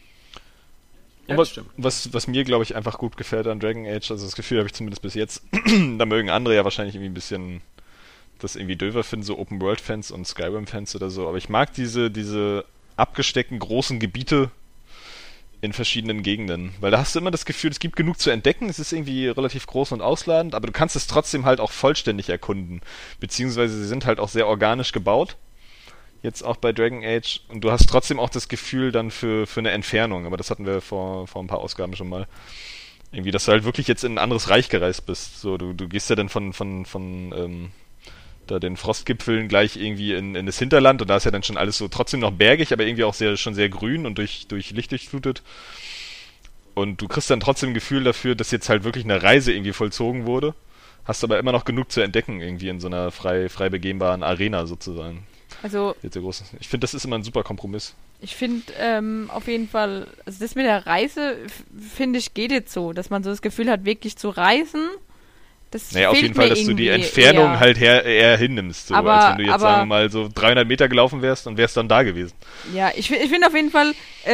Ja, was mir, glaube ich, einfach gut gefällt an Dragon Age, also das Gefühl habe ich zumindest bis jetzt, da mögen andere ja wahrscheinlich irgendwie ein bisschen das irgendwie döver finden, so Open-World-Fans und Skyrim-Fans oder so, aber ich mag diese abgesteckten großen Gebiete in verschiedenen Gegenden, weil da hast du immer das Gefühl, es gibt genug zu entdecken, es ist irgendwie relativ groß und ausladend, aber du kannst es trotzdem halt auch vollständig erkunden, beziehungsweise sie sind halt auch sehr organisch gebaut, jetzt auch bei Dragon Age, und du hast trotzdem auch das Gefühl dann für eine Entfernung, aber das hatten wir vor ein paar Ausgaben schon mal, irgendwie, dass du halt wirklich jetzt in ein anderes Reich gereist bist, so, du gehst ja dann von da den Frostgipfeln gleich irgendwie in das Hinterland und da ist ja dann schon alles so trotzdem noch bergig, aber irgendwie auch schon sehr grün und durch Licht durchflutet. Und du kriegst dann trotzdem ein Gefühl dafür, dass jetzt halt wirklich eine Reise irgendwie vollzogen wurde, hast aber immer noch genug zu entdecken irgendwie in so einer frei begehbaren Arena sozusagen. Also ich finde, das ist immer ein super Kompromiss. Ich finde auf jeden Fall, also das mit der Reise, finde ich, geht jetzt so, dass man so das Gefühl hat, wirklich zu reisen. Naja, auf jeden Fall, dass du die Entfernung halt eher hinnimmst, so, als wenn du jetzt, sagen wir mal, so 300 Meter gelaufen wärst und wärst dann da gewesen. Ja, ich finde auf jeden Fall,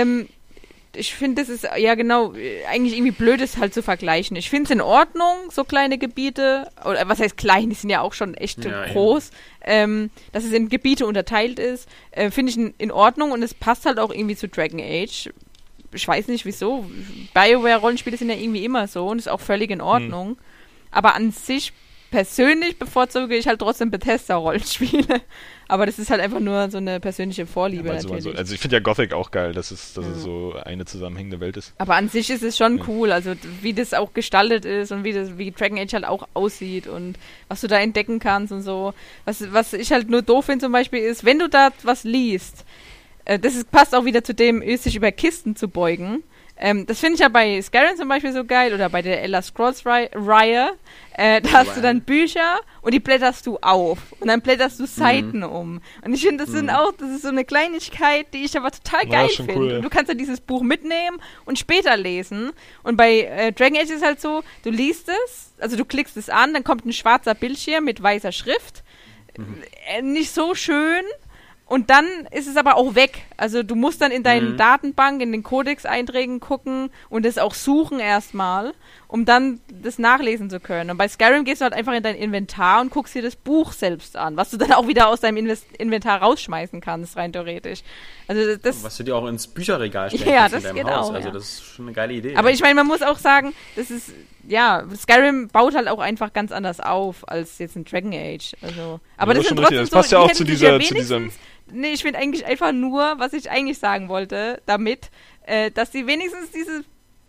ich finde, das ist, ja genau, eigentlich irgendwie blöd, es halt zu vergleichen. Ich finde es in Ordnung, so kleine Gebiete, oder was heißt klein, die sind ja auch schon echt groß, dass es in Gebiete unterteilt ist, finde ich in Ordnung und es passt halt auch irgendwie zu Dragon Age. Ich weiß nicht wieso, BioWare-Rollenspiele sind ja irgendwie immer so und ist auch völlig in Ordnung. Aber an sich persönlich bevorzuge ich halt trotzdem Bethesda-Rollenspiele. Aber das ist halt einfach nur so eine persönliche Vorliebe natürlich. Also ich finde ja Gothic auch geil, dass es so eine zusammenhängende Welt ist. Aber an sich ist es schon cool, also wie das auch gestaltet ist und wie Dragon Age halt auch aussieht und was du da entdecken kannst und so. Was ich halt nur doof finde zum Beispiel ist, wenn du da was liest, passt auch wieder zu dem, sich über Kisten zu beugen. Das finde ich ja bei Skyrim zum Beispiel so geil oder bei der Elder Scrolls-Reihe. Da hast du dann Bücher und die blätterst du auf und dann blätterst du Seiten um. Und ich finde, das ist so eine Kleinigkeit, die ich aber total geil finde. Cool, ja. Du kannst ja dieses Buch mitnehmen und später lesen. Und bei Dragon Age ist es halt so, du liest es, also du klickst es an, dann kommt ein schwarzer Bildschirm mit weißer Schrift. Nicht so schön. Und dann ist es aber auch weg. Also du musst dann in deinen Datenbank, in den Codex-Einträgen gucken und es auch suchen erstmal, um dann das nachlesen zu können. Und bei Skyrim gehst du halt einfach in dein Inventar und guckst dir das Buch selbst an, was du dann auch wieder aus deinem Inventar rausschmeißen kannst, rein theoretisch. Also was du dir auch ins Bücherregal stellen kannst in deinem geht Haus. Auch, also das ist schon eine geile Idee. Aber ich meine, man muss auch sagen, das ist, ja, Skyrim baut halt auch einfach ganz anders auf als jetzt ein Dragon Age. Also, aber das sind trotzdem das passt ja auch zu diesem... Nee, ich finde eigentlich einfach nur, was ich eigentlich sagen wollte, damit, dass sie wenigstens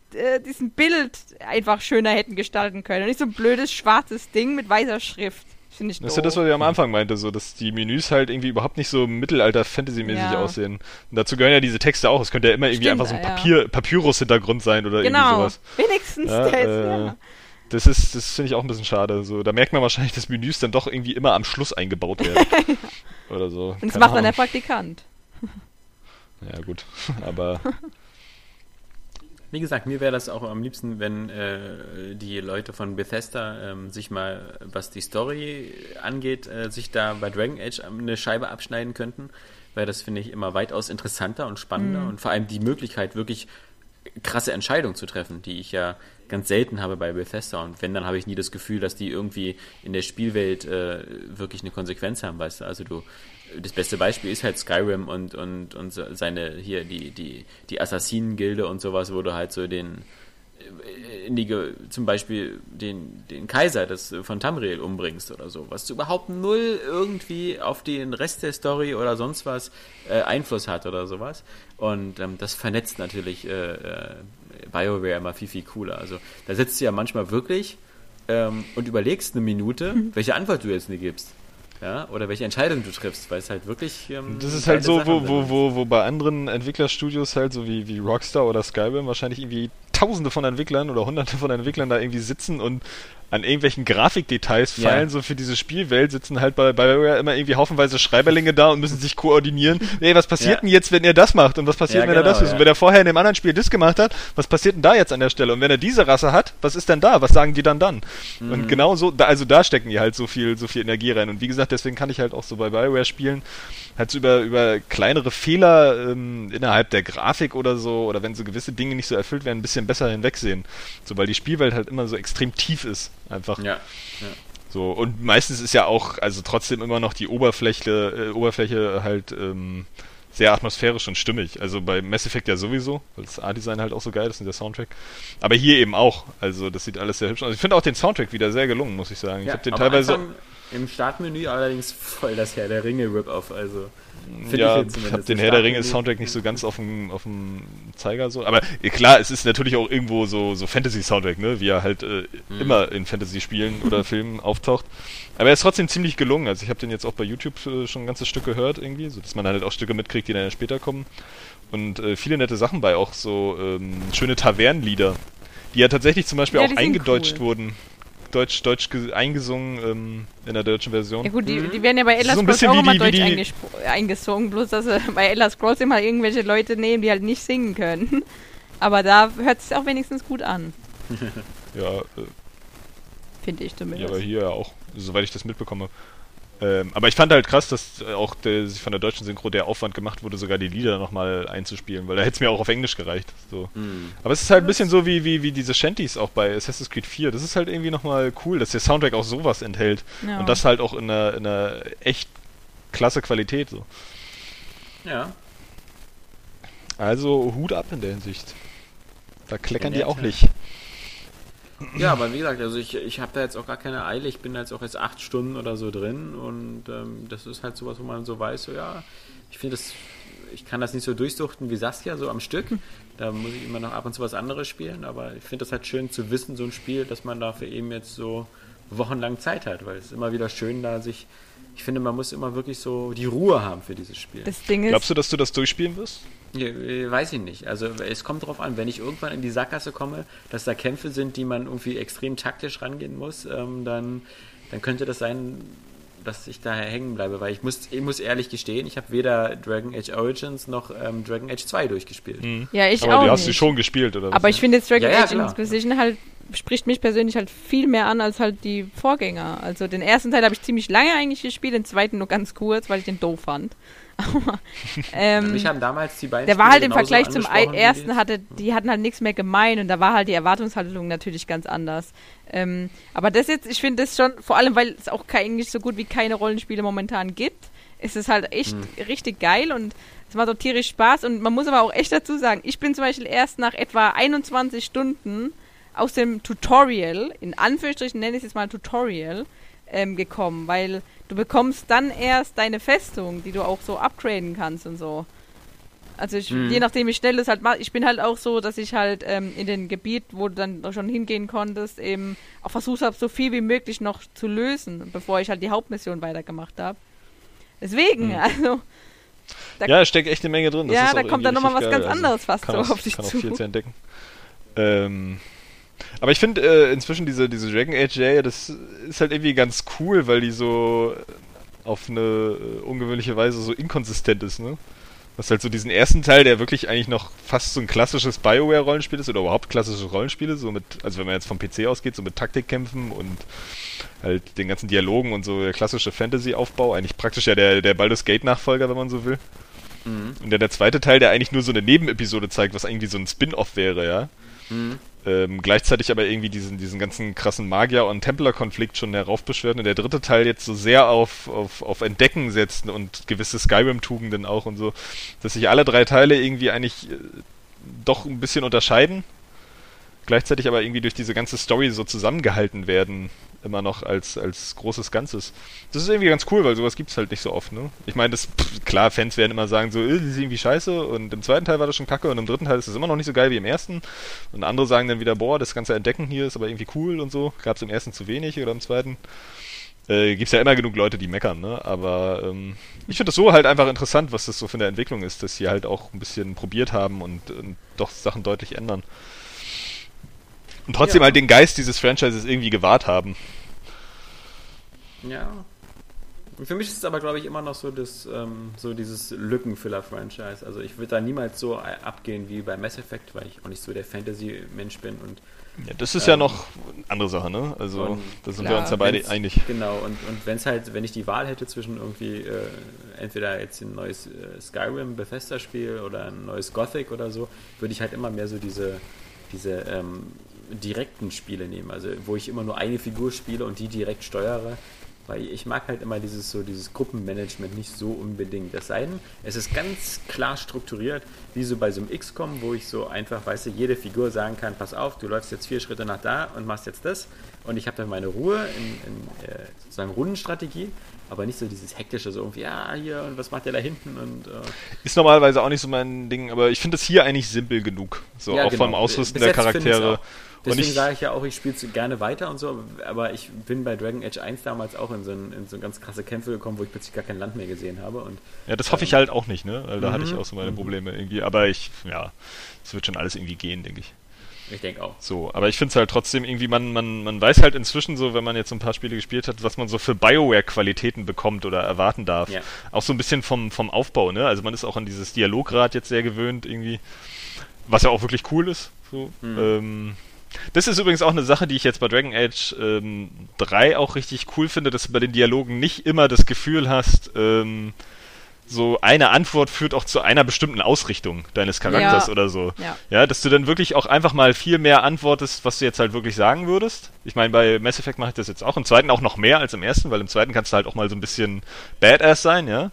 diesen Bild einfach schöner hätten gestalten können. Und nicht so ein blödes schwarzes Ding mit weißer Schrift. Finde ich doof. Das ist ja das, was ich am Anfang meinte, so, dass die Menüs halt irgendwie überhaupt nicht so Mittelalter-Fantasy-mäßig aussehen. Und dazu gehören ja diese Texte auch. Es könnte ja immer irgendwie einfach so ein Papyrus-Hintergrund sein oder irgendwie sowas. Wenigstens das. Das finde ich auch ein bisschen schade. So, da merkt man wahrscheinlich, dass Menüs dann doch irgendwie immer am Schluss eingebaut werden. Oder so. Und das macht dann der Praktikant. Ja, gut. Aber... Wie gesagt, mir wäre das auch am liebsten, wenn die Leute von Bethesda sich mal, was die Story angeht, sich da bei Dragon Age eine Scheibe abschneiden könnten, weil das finde ich immer weitaus interessanter und spannender und vor allem die Möglichkeit, wirklich krasse Entscheidungen zu treffen, die ich ja ganz selten habe bei Bethesda, und wenn, dann habe ich nie das Gefühl, dass die irgendwie in der Spielwelt wirklich eine Konsequenz haben, weißt du, also das beste Beispiel ist halt Skyrim und seine, hier, die Assassinen-Gilde und sowas, wo du halt so zum Beispiel den Kaiser von Tamriel umbringst oder so, was überhaupt null irgendwie auf den Rest der Story oder sonst was Einfluss hat oder sowas. Und das vernetzt natürlich BioWare immer viel, viel cooler. Also da sitzt du ja manchmal wirklich und überlegst eine Minute, welche Antwort du jetzt nicht gibst. Ja, oder welche Entscheidung du triffst, weil es halt wirklich... das ist halt so, wo bei anderen Entwicklerstudios halt, so wie Rockstar oder Skyrim, wahrscheinlich irgendwie Tausende von Entwicklern oder Hunderte von Entwicklern da irgendwie sitzen und an irgendwelchen Grafikdetails feilen, so für diese Spielwelt sitzen halt bei immer irgendwie haufenweise Schreiberlinge da und müssen sich koordinieren. Ey, was passiert denn jetzt, wenn er das macht? Und was passiert, wenn er das ist? Und wenn er vorher in dem anderen Spiel das gemacht hat, was passiert denn da jetzt an der Stelle? Und wenn er diese Rasse hat, was ist denn da? Was sagen die dann? Und genau so, da stecken die halt so viel Energie rein. Und wie gesagt, deswegen kann ich halt auch so bei BioWare spielen, halt so über kleinere Fehler innerhalb der Grafik oder so, oder wenn so gewisse Dinge nicht so erfüllt werden, ein bisschen besser hinwegsehen. So, weil die Spielwelt halt immer so extrem tief ist. Einfach. Ja. So, und meistens ist ja auch, also trotzdem immer noch die Oberfläche halt sehr atmosphärisch und stimmig. Also bei Mass Effect ja sowieso, weil das Art-Design halt auch so geil ist und der Soundtrack. Aber hier eben auch. Also das sieht alles sehr hübsch aus. Ich finde auch den Soundtrack wieder sehr gelungen, muss ich sagen. Ich habe den teilweise... Im Startmenü allerdings voll das Herr der Ringe Rip-Off, also... Ja, ich habe den Herr der Ringe Soundtrack nicht so ganz auf dem Zeiger so, aber klar, es ist natürlich auch irgendwo so Fantasy-Soundtrack, ne, wie er halt immer in Fantasy-Spielen oder Filmen auftaucht, aber er ist trotzdem ziemlich gelungen, also ich habe den jetzt auch bei YouTube schon ein ganzes Stück gehört irgendwie, so dass man halt auch Stücke mitkriegt, die dann später kommen, und viele nette Sachen bei, auch so schöne Tavernenlieder, die ja tatsächlich zum Beispiel auch eingedeutscht wurden. Deutsch eingesungen in der deutschen Version. Ja gut, die werden ja bei Elder Scrolls so auch immer deutsch eingesungen, bloß dass sie bei Elder Scrolls immer irgendwelche Leute nehmen, die halt nicht singen können. Aber da hört es auch wenigstens gut an. Ja. Finde ich zumindest. Ja, aber hier ja auch, soweit ich das mitbekomme. Aber ich fand halt krass, dass auch sich von der deutschen Synchro der Aufwand gemacht wurde, sogar die Lieder nochmal einzuspielen, weil da hätte es mir auch auf Englisch gereicht. So. Aber es ist halt ein bisschen so wie diese Shanties auch bei Assassin's Creed 4. Das ist halt irgendwie nochmal cool, dass der Soundtrack auch sowas enthält. Ja. Und das halt auch in einer echt klasse Qualität. So. Ja. Also Hut ab in der Hinsicht. Da kleckern die auch nicht. Ja, aber wie gesagt, also ich habe da jetzt auch gar keine Eile, ich bin da jetzt auch jetzt 8 Stunden oder so drin, und das ist halt sowas, wo man so weiß, so ja, ich kann das nicht so durchsuchten wie Saskia, so am Stück, da muss ich immer noch ab und zu was anderes spielen, aber ich finde das halt schön zu wissen, so ein Spiel, dass man dafür eben jetzt so wochenlang Zeit hat, weil es ist immer wieder schön, ich finde, man muss immer wirklich so die Ruhe haben für dieses Spiel. Das Ding ist, glaubst du, dass du das durchspielen wirst? Ja, weiß ich nicht. Also es kommt drauf an, wenn ich irgendwann in die Sackgasse komme, dass da Kämpfe sind, die man irgendwie extrem taktisch rangehen muss, dann könnte das sein, dass ich da hängen bleibe, weil ich muss ehrlich gestehen, ich habe weder Dragon Age Origins noch Dragon Age 2 durchgespielt. Ja, ich aber auch du hast nicht. sie schon gespielt, oder was? Aber ich finde jetzt Dragon Age klar. Inquisition halt spricht mich persönlich halt viel mehr an als halt die Vorgänger. Also den ersten Teil habe ich ziemlich lange eigentlich gespielt, den zweiten nur ganz kurz, weil ich den doof fand. Mich haben damals die beiden der war halt im Vergleich zum ersten, die hatten halt nichts mehr gemein, und da war halt die Erwartungshaltung natürlich ganz anders. Aber das jetzt, ich finde das schon, vor allem weil es auch eigentlich so gut wie keine Rollenspiele momentan gibt, ist es halt echt richtig geil, und es macht auch tierisch Spaß, und man muss aber auch echt dazu sagen, ich bin zum Beispiel erst nach etwa 21 Stunden aus dem Tutorial, in Anführungsstrichen nenne ich es jetzt mal Tutorial, gekommen, weil du bekommst dann erst deine Festung, die du auch so upgraden kannst und so. Also je nachdem, wie schnell es halt macht. Ich bin halt auch so, dass ich halt in den Gebiet, wo du dann schon hingehen konntest, eben auch versucht habe, so viel wie möglich noch zu lösen, bevor ich halt die Hauptmission weitergemacht habe. Deswegen, also... Da steckt echt eine Menge drin. Das da kommt dann nochmal was ganz anderes fast so auf dich zu. Kann auch viel zu entdecken. Aber ich finde inzwischen diese Dragon Age-Serie, das ist halt irgendwie ganz cool, weil die so auf eine ungewöhnliche Weise so inkonsistent ist, ne? Das ist halt so diesen ersten Teil, der wirklich eigentlich noch fast so ein klassisches BioWare-Rollenspiel ist oder überhaupt klassische Rollenspiele, so mit, also wenn man jetzt vom PC ausgeht, so mit Taktikkämpfen und halt den ganzen Dialogen und so der klassische Fantasy-Aufbau, eigentlich praktisch ja der Baldur's Gate-Nachfolger, wenn man so will. Mhm. Und der zweite Teil, der eigentlich nur so eine Nebenepisode zeigt, was irgendwie so ein Spin-Off wäre, ja. Mhm. Gleichzeitig aber irgendwie diesen ganzen krassen Magier- und Templer-Konflikt schon heraufbeschwört und der dritte Teil jetzt so sehr auf Entdecken setzt und gewisse Skyrim-Tugenden auch und so, dass sich alle drei Teile irgendwie eigentlich doch ein bisschen unterscheiden, gleichzeitig aber irgendwie durch diese ganze Story so zusammengehalten werden, immer noch als großes Ganzes. Das ist irgendwie ganz cool, weil sowas gibt's halt nicht so oft, ne? Ich meine, klar, Fans werden immer sagen so, das ist irgendwie scheiße und im zweiten Teil war das schon kacke und im dritten Teil ist es immer noch nicht so geil wie im ersten und andere sagen dann wieder, boah, das ganze Entdecken hier ist aber irgendwie cool und so. Gab's im ersten zu wenig oder im zweiten? Gibt's ja immer genug Leute, die meckern, ne? Aber ich finde das so halt einfach interessant, was das so für eine Entwicklung ist, dass sie halt auch ein bisschen probiert haben und doch Sachen deutlich ändern. Und trotzdem halt den Geist dieses Franchises irgendwie gewahrt haben. Ja. Für mich ist es aber, glaube ich, immer noch so dieses Lückenfüller-Franchise. Also ich würde da niemals so abgehen wie bei Mass Effect, weil ich auch nicht so der Fantasy-Mensch bin. Und ja, das ist ja noch eine andere Sache, ne? Also da sind wir uns ja beide einig. Genau, und wenn ich die Wahl hätte zwischen irgendwie entweder jetzt ein neues Skyrim Bethesda-Spiel oder ein neues Gothic oder so, würde ich halt immer mehr so diese direkten Spiele nehmen, also wo ich immer nur eine Figur spiele und die direkt steuere, weil ich mag halt immer dieses Gruppenmanagement nicht so unbedingt. Es sei denn, es ist ganz klar strukturiert, wie so bei so einem XCOM, wo ich so einfach, weißt du, jede Figur sagen kann, pass auf, du läufst jetzt 4 Schritte nach da und machst jetzt das und ich habe dann meine Ruhe in sozusagen Rundenstrategie, aber nicht so dieses hektische, so irgendwie, hier und was macht der da hinten und ist normalerweise auch nicht so mein Ding, aber ich finde das hier eigentlich simpel genug, so ja, auch genau. Vom Ausrüsten der Charaktere. Deswegen sage ich ja auch, ich spiele es gerne weiter und so, aber ich bin bei Dragon Age 1 damals auch in so ganz krasse Kämpfe gekommen, wo ich plötzlich gar kein Land mehr gesehen habe. Und, ja, das hoffe ich halt auch nicht, ne? Weil da hatte ich auch so meine Probleme irgendwie, aber es wird schon alles irgendwie gehen, denke ich. Ich denke auch. So, aber ich finde es halt trotzdem irgendwie, man weiß halt inzwischen so, wenn man jetzt so ein paar Spiele gespielt hat, was man so für BioWare-Qualitäten bekommt oder erwarten darf. Ja. Auch so ein bisschen vom Aufbau, ne? Also man ist auch an dieses Dialograd jetzt sehr gewöhnt irgendwie, was ja auch wirklich cool ist. So. Das ist übrigens auch eine Sache, die ich jetzt bei Dragon Age 3 auch richtig cool finde, dass du bei den Dialogen nicht immer das Gefühl hast, so eine Antwort führt auch zu einer bestimmten Ausrichtung deines Charakters oder so. Ja, dass du dann wirklich auch einfach mal viel mehr antwortest, was du jetzt halt wirklich sagen würdest. Ich meine, bei Mass Effect mache ich das jetzt auch. Im zweiten auch noch mehr als im ersten, weil im zweiten kannst du halt auch mal so ein bisschen Badass sein, ja.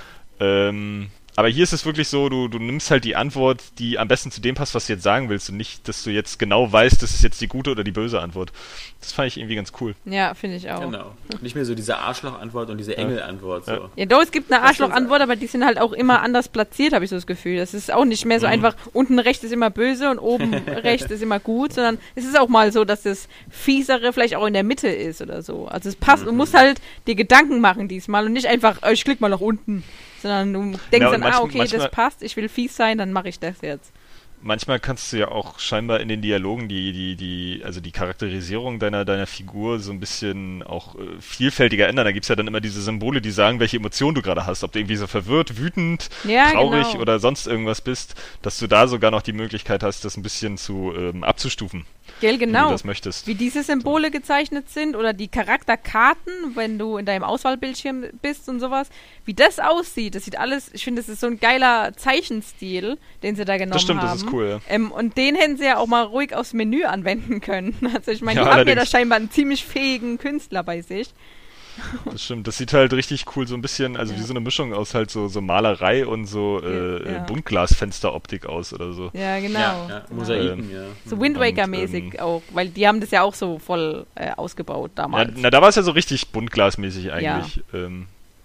Aber hier ist es wirklich so, du nimmst halt die Antwort, die am besten zu dem passt, was du jetzt sagen willst und nicht, dass du jetzt genau weißt, das ist jetzt die gute oder die böse Antwort. Das fand ich irgendwie ganz cool. Ja, finde ich auch. Genau. Nicht mehr so diese Arschloch-Antwort und diese Engel-Antwort. So. Ja, doch, es gibt eine Arschloch-Antwort, aber die sind halt auch immer anders platziert, habe ich so das Gefühl. Das ist auch nicht mehr so einfach, unten rechts ist immer böse und oben rechts ist immer gut, sondern es ist auch mal so, dass das Fiesere vielleicht auch in der Mitte ist oder so. Also es passt, du musst halt dir Gedanken machen diesmal und nicht einfach, ich klick mal nach unten. Sondern du denkst dann, okay, das passt, ich will fies sein, dann mache ich das jetzt. Manchmal kannst du ja auch scheinbar in den Dialogen also die Charakterisierung deiner Figur so ein bisschen auch vielfältiger ändern. Da gibt es ja dann immer diese Symbole, die sagen, welche Emotion du gerade hast. Ob du irgendwie so verwirrt, wütend, traurig oder sonst irgendwas bist, dass du da sogar noch die Möglichkeit hast, das ein bisschen abzustufen. Gell, genau. Wie du das möchtest. Wie diese Symbole gezeichnet sind oder die Charakterkarten, wenn du in deinem Auswahlbildschirm bist und sowas. Wie das aussieht, das sieht alles, ich finde, das ist so ein geiler Zeichenstil, den sie da genommen haben. Das stimmt, das ist cool, ja. Und den hätten sie ja auch mal ruhig aufs Menü anwenden können. Also ich meine, die haben ja da scheinbar einen ziemlich fähigen Künstler bei sich. Das stimmt, das sieht halt richtig cool, so ein bisschen, also wie so eine Mischung aus halt so Malerei und so Buntglasfensteroptik aus oder so. Ja, genau. Ja, Mosaiken, So Wind Waker-mäßig auch, weil die haben das ja auch so voll ausgebaut damals. Ja, da war es ja so richtig buntglasmäßig eigentlich. Ja.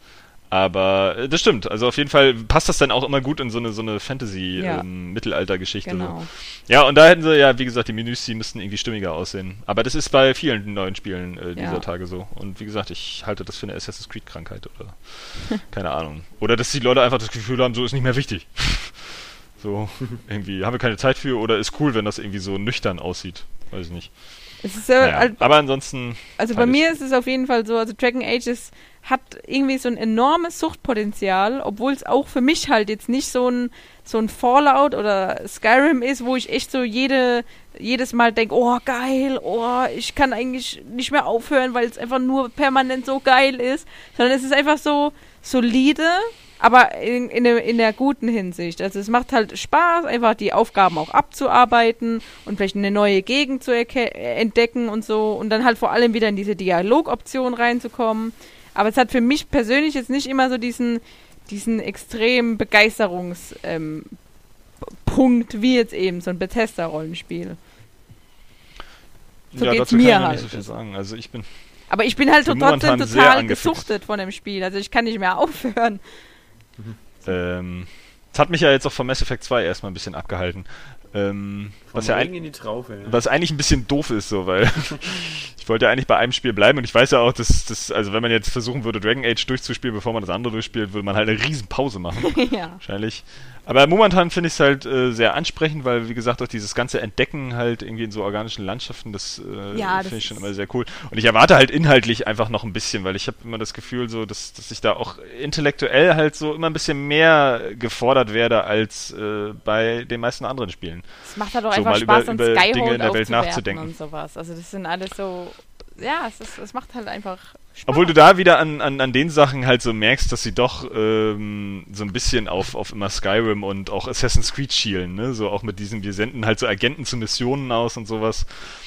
Aber das stimmt, also auf jeden Fall passt das dann auch immer gut in so eine Fantasy-Mittelalter-Geschichte. Genau. So. Ja, und da hätten sie ja, wie gesagt, die Menüs, die müssten irgendwie stimmiger aussehen. Aber das ist bei vielen neuen Spielen dieser Tage so. Und wie gesagt, ich halte das für eine Assassin's Creed-Krankheit oder keine Ahnung. Oder dass die Leute einfach das Gefühl haben, so ist nicht mehr wichtig. So, irgendwie haben wir keine Zeit für oder ist cool, wenn das irgendwie so nüchtern aussieht. Weiß ich nicht. Es ist aber ansonsten... Also bei mir ist es auf jeden Fall so, also Dragon Age hat irgendwie so ein enormes Suchtpotenzial, obwohl es auch für mich halt jetzt nicht so ein Fallout oder Skyrim ist, wo ich echt so jedes Mal denke, oh geil, oh ich kann eigentlich nicht mehr aufhören, weil es einfach nur permanent so geil ist, sondern es ist einfach so solide, aber in der guten Hinsicht. Also es macht halt Spaß, einfach die Aufgaben auch abzuarbeiten und vielleicht eine neue Gegend zu entdecken und so und dann halt vor allem wieder in diese Dialogoption reinzukommen. Aber es hat für mich persönlich jetzt nicht immer so diesen extremen Begeisterungspunkt wie jetzt eben so ein Bethesda-Rollenspiel. So geht's mir kann ich halt. Nicht so viel sagen. Also ich bin halt trotzdem total gesuchtet von dem Spiel. Also ich kann nicht mehr aufhören. Das hat mich ja jetzt auch von Mass Effect 2 erstmal ein bisschen abgehalten. Was eigentlich ein bisschen doof ist, so, weil ich wollte ja eigentlich bei einem Spiel bleiben und ich weiß ja auch, dass also wenn man jetzt versuchen würde, Dragon Age durchzuspielen, bevor man das andere durchspielt, würde man halt eine riesen Pause machen. Ja. Wahrscheinlich. Aber momentan finde ich es halt sehr ansprechend, weil, wie gesagt, auch dieses ganze Entdecken halt irgendwie in so organischen Landschaften, das finde ich schon immer sehr cool. Und ich erwarte halt inhaltlich einfach noch ein bisschen, weil ich habe immer das Gefühl, so, dass ich da auch intellektuell halt so immer ein bisschen mehr gefordert werde als bei den meisten anderen Spielen. Es macht halt auch einfach Spaß, über Skyhold Dinge in der Welt nachzudenken und sowas. Also das sind alles so, ja, es macht halt einfach Spaß. Obwohl du da wieder an den Sachen halt so merkst, dass sie doch so ein bisschen auf immer Skyrim und auch Assassin's Creed schielen, ne? So auch mit diesem, wir senden halt so Agenten zu Missionen aus und sowas.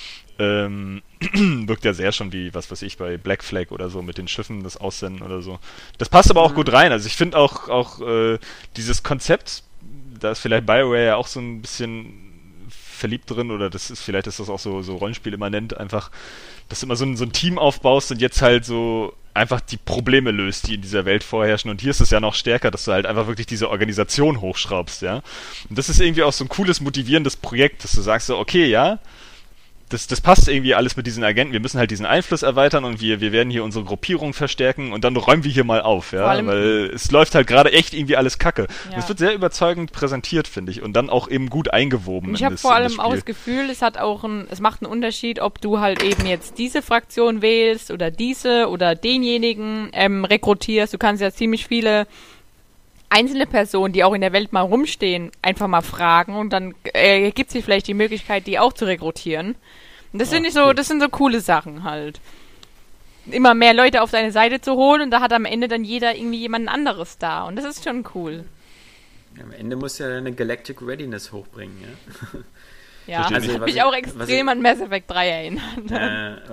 Wirkt ja sehr schon wie, was weiß ich, bei Black Flag oder so mit den Schiffen, das Aussenden oder so. Das passt aber auch gut rein. Also ich finde auch dieses Konzept, da ist vielleicht BioWare ja auch so ein bisschen verliebt drin, oder vielleicht ist das auch so Rollenspiel immanent, einfach, dass du immer so ein Team aufbaust und jetzt halt so einfach die Probleme löst, die in dieser Welt vorherrschen. Und hier ist es ja noch stärker, dass du halt einfach wirklich diese Organisation hochschraubst, ja. Und das ist irgendwie auch so ein cooles, motivierendes Projekt, dass du sagst so, okay, ja, das passt irgendwie alles mit diesen Agenten. Wir müssen halt diesen Einfluss erweitern und wir werden hier unsere Gruppierung verstärken und dann räumen wir hier mal auf, ja, weil es läuft halt gerade echt irgendwie alles kacke. Ja. Es wird sehr überzeugend präsentiert, finde ich, und dann auch eben gut eingewoben. Ich habe vor allem auch das Gefühl, es macht einen Unterschied, ob du halt eben jetzt diese Fraktion wählst oder diese oder denjenigen rekrutierst. Du kannst ja ziemlich viele einzelne Personen, die auch in der Welt mal rumstehen, einfach mal fragen und dann gibt es vielleicht die Möglichkeit, die auch zu rekrutieren. Und das finde ich so, das sind so coole Sachen halt. Immer mehr Leute auf seine Seite zu holen und da hat am Ende dann jeder irgendwie jemand anderes da und das ist schon cool. Ja, am Ende muss ja eine Galactic Readiness hochbringen, ja. Ja, also ich habe mich auch extrem an Mass Effect 3 erinnert.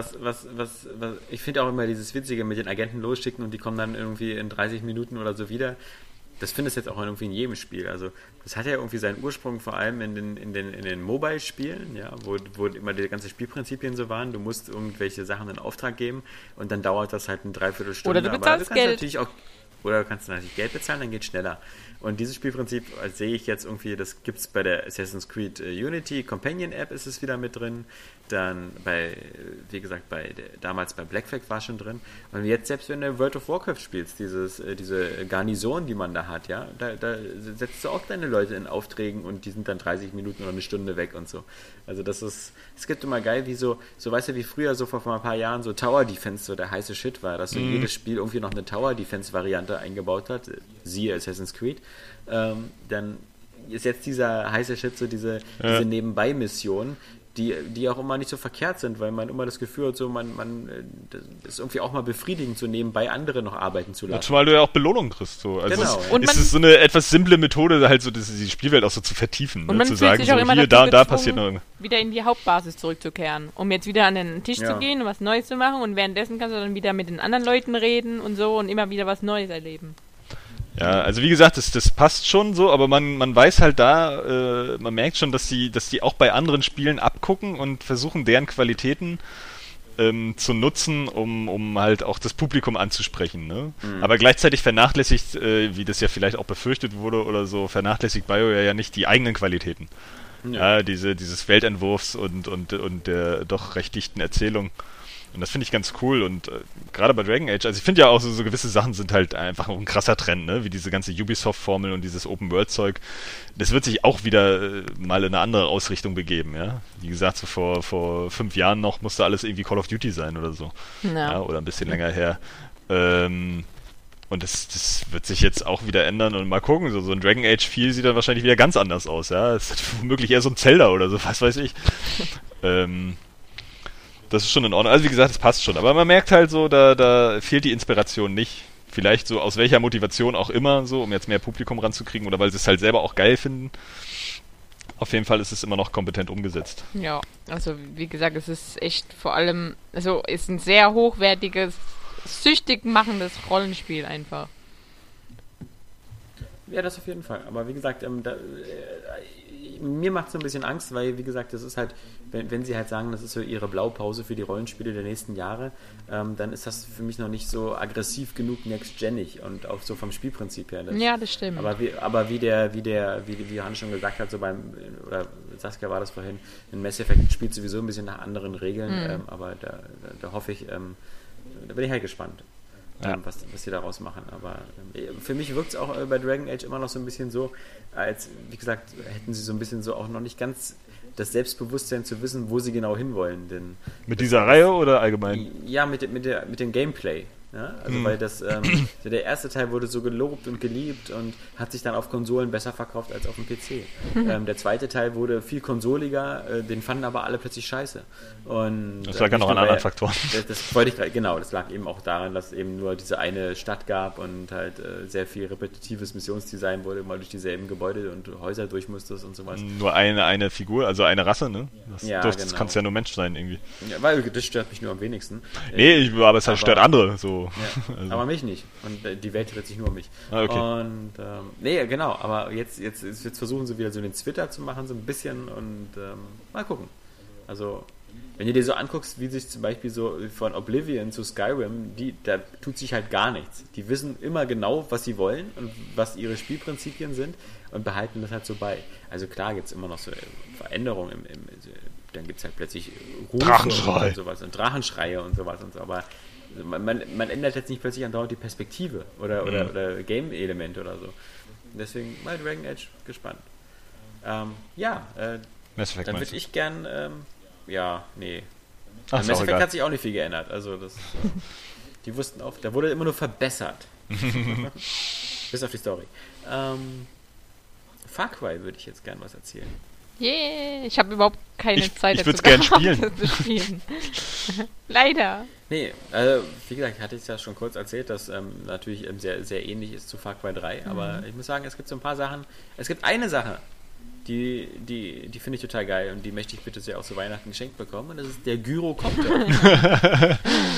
Ich finde auch immer dieses Witzige mit den Agenten losschicken und die kommen dann irgendwie in 30 Minuten oder so wieder. Das findest du jetzt auch irgendwie in jedem Spiel. Also das hat ja irgendwie seinen Ursprung vor allem in den Mobile-Spielen, ja, wo immer die ganzen Spielprinzipien so waren. Du musst irgendwelche Sachen in Auftrag geben und dann dauert das halt eine Dreiviertelstunde. Oder du bezahlst Geld. Oder du kannst natürlich Geld bezahlen, dann geht schneller. Und dieses Spielprinzip sehe ich jetzt irgendwie, das gibt es bei der Assassin's Creed Unity Companion App ist es wieder mit drin. Dann wie gesagt, damals bei Black Flag war schon drin. Und jetzt, selbst wenn du World of Warcraft spielst, diese Garnison, die man da hat, ja, da setzt du auch deine Leute in Aufträgen und die sind dann 30 Minuten oder eine Stunde weg und so. Also es gibt immer geil, wie so weißt du, wie früher so vor ein paar Jahren so Tower Defense so der heiße Shit war, dass so jedes Spiel irgendwie noch eine Tower Defense Variante eingebaut hat, siehe Assassin's Creed, dann ist jetzt dieser heiße Shit so diese Nebenbei-Mission, die auch immer nicht so verkehrt sind, weil man immer das Gefühl hat, so man das ist irgendwie auch mal befriedigend, so nebenbei andere noch arbeiten zu lassen. Zumal du ja auch Belohnung kriegst. So. Also genau. Es ist so eine etwas simple Methode, halt so die Spielwelt auch so zu vertiefen. Und man zu fühlt sagen, sich auch so, immer hier, da passiert noch irgendwas. Wieder in die Hauptbasis zurückzukehren, um jetzt wieder an den Tisch zu gehen und was Neues zu machen und währenddessen kannst du dann wieder mit den anderen Leuten reden und so und immer wieder was Neues erleben. Ja, also wie gesagt, das passt schon so, aber man weiß halt man merkt schon, dass die auch bei anderen Spielen abgucken und versuchen, deren Qualitäten zu nutzen, um halt auch das Publikum anzusprechen. Ne? Aber gleichzeitig vernachlässigt, wie das ja vielleicht auch befürchtet wurde oder so, vernachlässigt BioWare ja nicht die eigenen Qualitäten. Ja, dieses Weltentwurfs und der doch recht dichten Erzählung. Und das finde ich ganz cool. Und gerade bei Dragon Age, also ich finde ja auch so gewisse Sachen sind halt einfach ein krasser Trend, ne? Wie diese ganze Ubisoft-Formel und dieses Open-World-Zeug. Das wird sich auch wieder mal in eine andere Ausrichtung begeben, ja. Wie gesagt, so vor 5 Jahren noch musste alles irgendwie Call of Duty sein oder so. Ja, oder ein bisschen länger her. Und das wird sich jetzt auch wieder ändern und mal gucken. So ein Dragon Age 4 sieht dann wahrscheinlich wieder ganz anders aus, ja. Das ist womöglich eher so ein Zelda oder so, was weiß ich. Das ist schon in Ordnung. Also wie gesagt, es passt schon. Aber man merkt halt so, da fehlt die Inspiration nicht. Vielleicht so aus welcher Motivation auch immer, so, um jetzt mehr Publikum ranzukriegen oder weil sie es halt selber auch geil finden. Auf jeden Fall ist es immer noch kompetent umgesetzt. Ja, also wie gesagt, es ist echt vor allem, also ist ein sehr hochwertiges, süchtig machendes Rollenspiel einfach. Ja, das auf jeden Fall. Aber wie gesagt, mir macht es so ein bisschen Angst, weil, wie gesagt, das ist halt, wenn sie halt sagen, das ist so ihre Blaupause für die Rollenspiele der nächsten Jahre, dann ist das für mich noch nicht so aggressiv genug next-genig und auch so vom Spielprinzip her. Ja, das stimmt. Aber wie Johannes schon gesagt hat, so oder Saskia war das vorhin, in Mass Effect spielt sowieso ein bisschen nach anderen Regeln, aber da hoffe ich, da bin ich halt gespannt. Was sie daraus machen. Aber für mich wirkt es auch bei Dragon Age immer noch so ein bisschen so, als, wie gesagt, hätten sie so ein bisschen so auch noch nicht ganz das Selbstbewusstsein zu wissen, wo sie genau hinwollen. Denn mit dieser Reihe oder allgemein? Ja, mit dem Gameplay. Ja? Also weil der erste Teil wurde so gelobt und geliebt und hat sich dann auf Konsolen besser verkauft als auf dem PC. Der zweite Teil wurde viel konsoliger, den fanden aber alle plötzlich scheiße. Und das lag ja noch an anderen Faktoren. Das wollte ich genau, das lag eben auch daran, dass es eben nur diese eine Stadt gab und halt sehr viel repetitives Missionsdesign wurde, mal durch dieselben Gebäude und Häuser durch musstest und sowas. Nur eine Figur, also eine Rasse, ne? Das genau. kann es ja nur Mensch sein irgendwie. Ja, weil das stört mich nur am wenigsten. Nee, aber es stört andere so. Ja, also. Aber mich nicht. Und die Welt dreht sich nur um mich. Okay. Und nee, genau, aber jetzt versuchen sie wieder so den Twitter zu machen, so ein bisschen und mal gucken. Also, wenn du dir so anguckst, wie sich zum Beispiel so von Oblivion zu Skyrim, da tut sich halt gar nichts. Die wissen immer genau, was sie wollen und was ihre Spielprinzipien sind und behalten das halt so bei. Also klar gibt es immer noch so Veränderungen dann gibt es halt plötzlich Drachenschrei und sowas und Drachenschreie und sowas und so, aber man ändert jetzt nicht plötzlich andauernd die Perspektive oder Game-Elemente oder so. Deswegen mal Dragon Age gespannt. Dann würde ich gern Mass Effect hat sich auch nicht viel geändert. Also die wussten auch, da wurde immer nur verbessert. Bis auf die Story. Far Cry würde ich jetzt gern was erzählen. Yeah, ich habe überhaupt keine Zeit dazu. Ich würde es gern spielen. Leider. Nee, wie gesagt, ich hatte es ja schon kurz erzählt, dass natürlich sehr, sehr ähnlich ist zu Far Cry 3, aber ich muss sagen, es gibt so ein paar Sachen. Es gibt eine Sache, die finde ich total geil und die möchte ich bitte sehr auch zu Weihnachten geschenkt bekommen und das ist der Gyrocopter.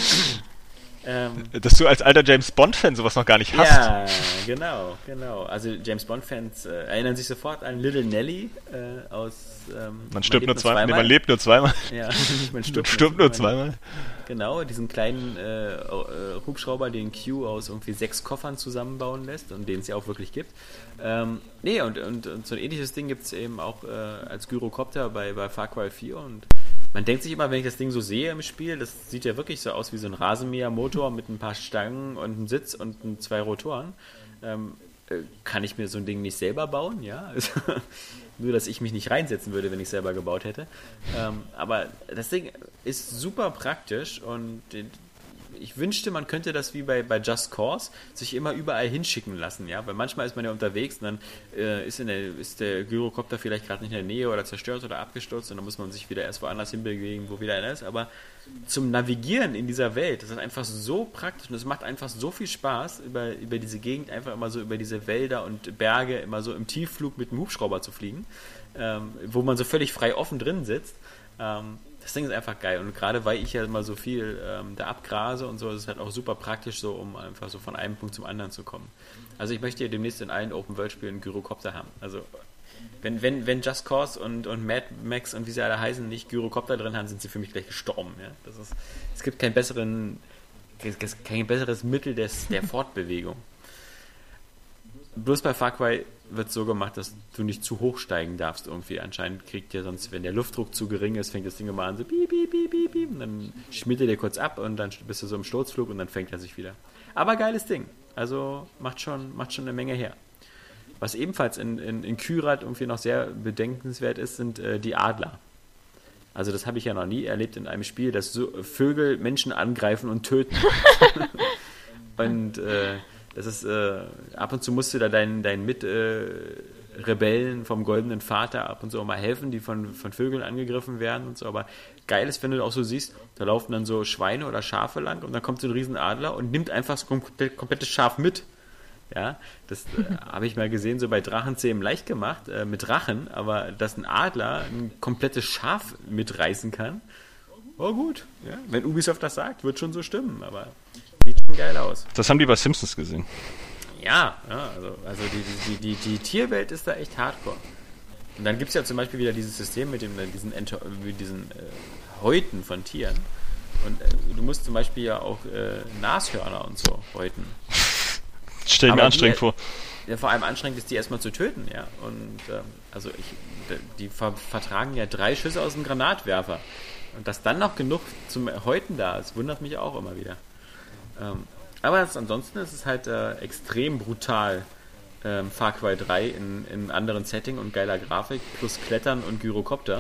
Dass du als alter James Bond-Fan sowas noch gar nicht hast. Ja, genau. Also James Bond-Fans erinnern sich sofort an Little Nelly aus Man stirbt nur zweimal. Nee, man lebt nur zweimal. Ja, man stirbt nur zweimal. Genau, diesen kleinen Hubschrauber, den Q aus irgendwie 6 Koffern zusammenbauen lässt und den es ja auch wirklich gibt. Und so ein ähnliches Ding gibt es eben auch als Gyrocopter bei Far Cry 4 und man denkt sich immer, wenn ich das Ding so sehe im Spiel, das sieht ja wirklich so aus wie so ein Rasenmähermotor mit ein paar Stangen und einem Sitz und 2 Rotoren. Kann ich mir so ein Ding nicht selber bauen? Ja, also, nur, dass ich mich nicht reinsetzen würde, wenn ich selber gebaut hätte. Aber das Ding ist super praktisch und ich wünschte, man könnte das wie bei Just Cause sich immer überall hinschicken lassen, ja, weil manchmal ist man ja unterwegs und dann ist der Gyrocopter vielleicht gerade nicht in der Nähe oder zerstört oder abgestürzt und dann muss man sich wieder erst woanders hinbewegen, wo wieder einer ist, aber zum Navigieren in dieser Welt, das ist einfach so praktisch und es macht einfach so viel Spaß, über diese Gegend einfach immer so über diese Wälder und Berge immer so im Tiefflug mit dem Hubschrauber zu fliegen, wo man so völlig frei offen drin sitzt. Das Ding ist einfach geil und gerade weil ich ja immer so viel da abgrase und so, ist es halt auch super praktisch so, um einfach so von einem Punkt zum anderen zu kommen. Also ich möchte ja demnächst in allen Open-World-Spielen einen Gyrocopter haben. Also wenn Just Cause und Mad Max und wie sie alle heißen nicht Gyrocopter drin haben, sind sie für mich gleich gestorben. Ja? Es gibt kein besseres Mittel der Fortbewegung. Bloß bei Far Cry wird es so gemacht, dass du nicht zu hoch steigen darfst irgendwie. Anscheinend kriegt ja sonst, wenn der Luftdruck zu gering ist, fängt das Ding immer an so piep, piep, piep, piep, piep, und dann schmiert er dir kurz ab und dann bist du so im Sturzflug und dann fängt er sich wieder. Aber geiles Ding. Also macht schon eine Menge her. Was ebenfalls in Kyrat irgendwie noch sehr bedenkenswert ist, sind die Adler. Also das habe ich ja noch nie erlebt in einem Spiel, dass so Vögel Menschen angreifen und töten. Und das ist, ab und zu musst du da deinen Rebellen vom Goldenen Vater ab und zu auch mal helfen, die von Vögeln angegriffen werden und so. Aber geil ist, wenn du auch so siehst, da laufen dann so Schweine oder Schafe lang und dann kommt so ein Riesenadler und nimmt einfach das komplette Schaf mit. Ja, das habe ich mal gesehen, so bei Drachenzähmen leicht gemacht, mit Drachen, aber dass ein Adler ein komplettes Schaf mitreißen kann, oh gut. Ja, wenn Ubisoft das sagt, wird schon so stimmen, aber sieht schon geil aus. Das haben die bei Simpsons gesehen. Ja, also die Tierwelt ist da echt hardcore. Und dann gibt es ja zum Beispiel wieder dieses System mit diesen Häuten von Tieren. Und du musst zum Beispiel ja auch Nashörner und so häuten. Stell mir anstrengend vor. Ja, vor allem anstrengend ist, die erstmal zu töten, ja. Und die vertragen ja 3 Schüsse aus dem Granatwerfer. Und dass dann noch genug zum Häuten da ist, wundert mich auch immer wieder. Aber ansonsten ist es halt extrem brutal. Far Cry 3 in anderen Setting und geiler Grafik, plus Klettern und Gyrocopter.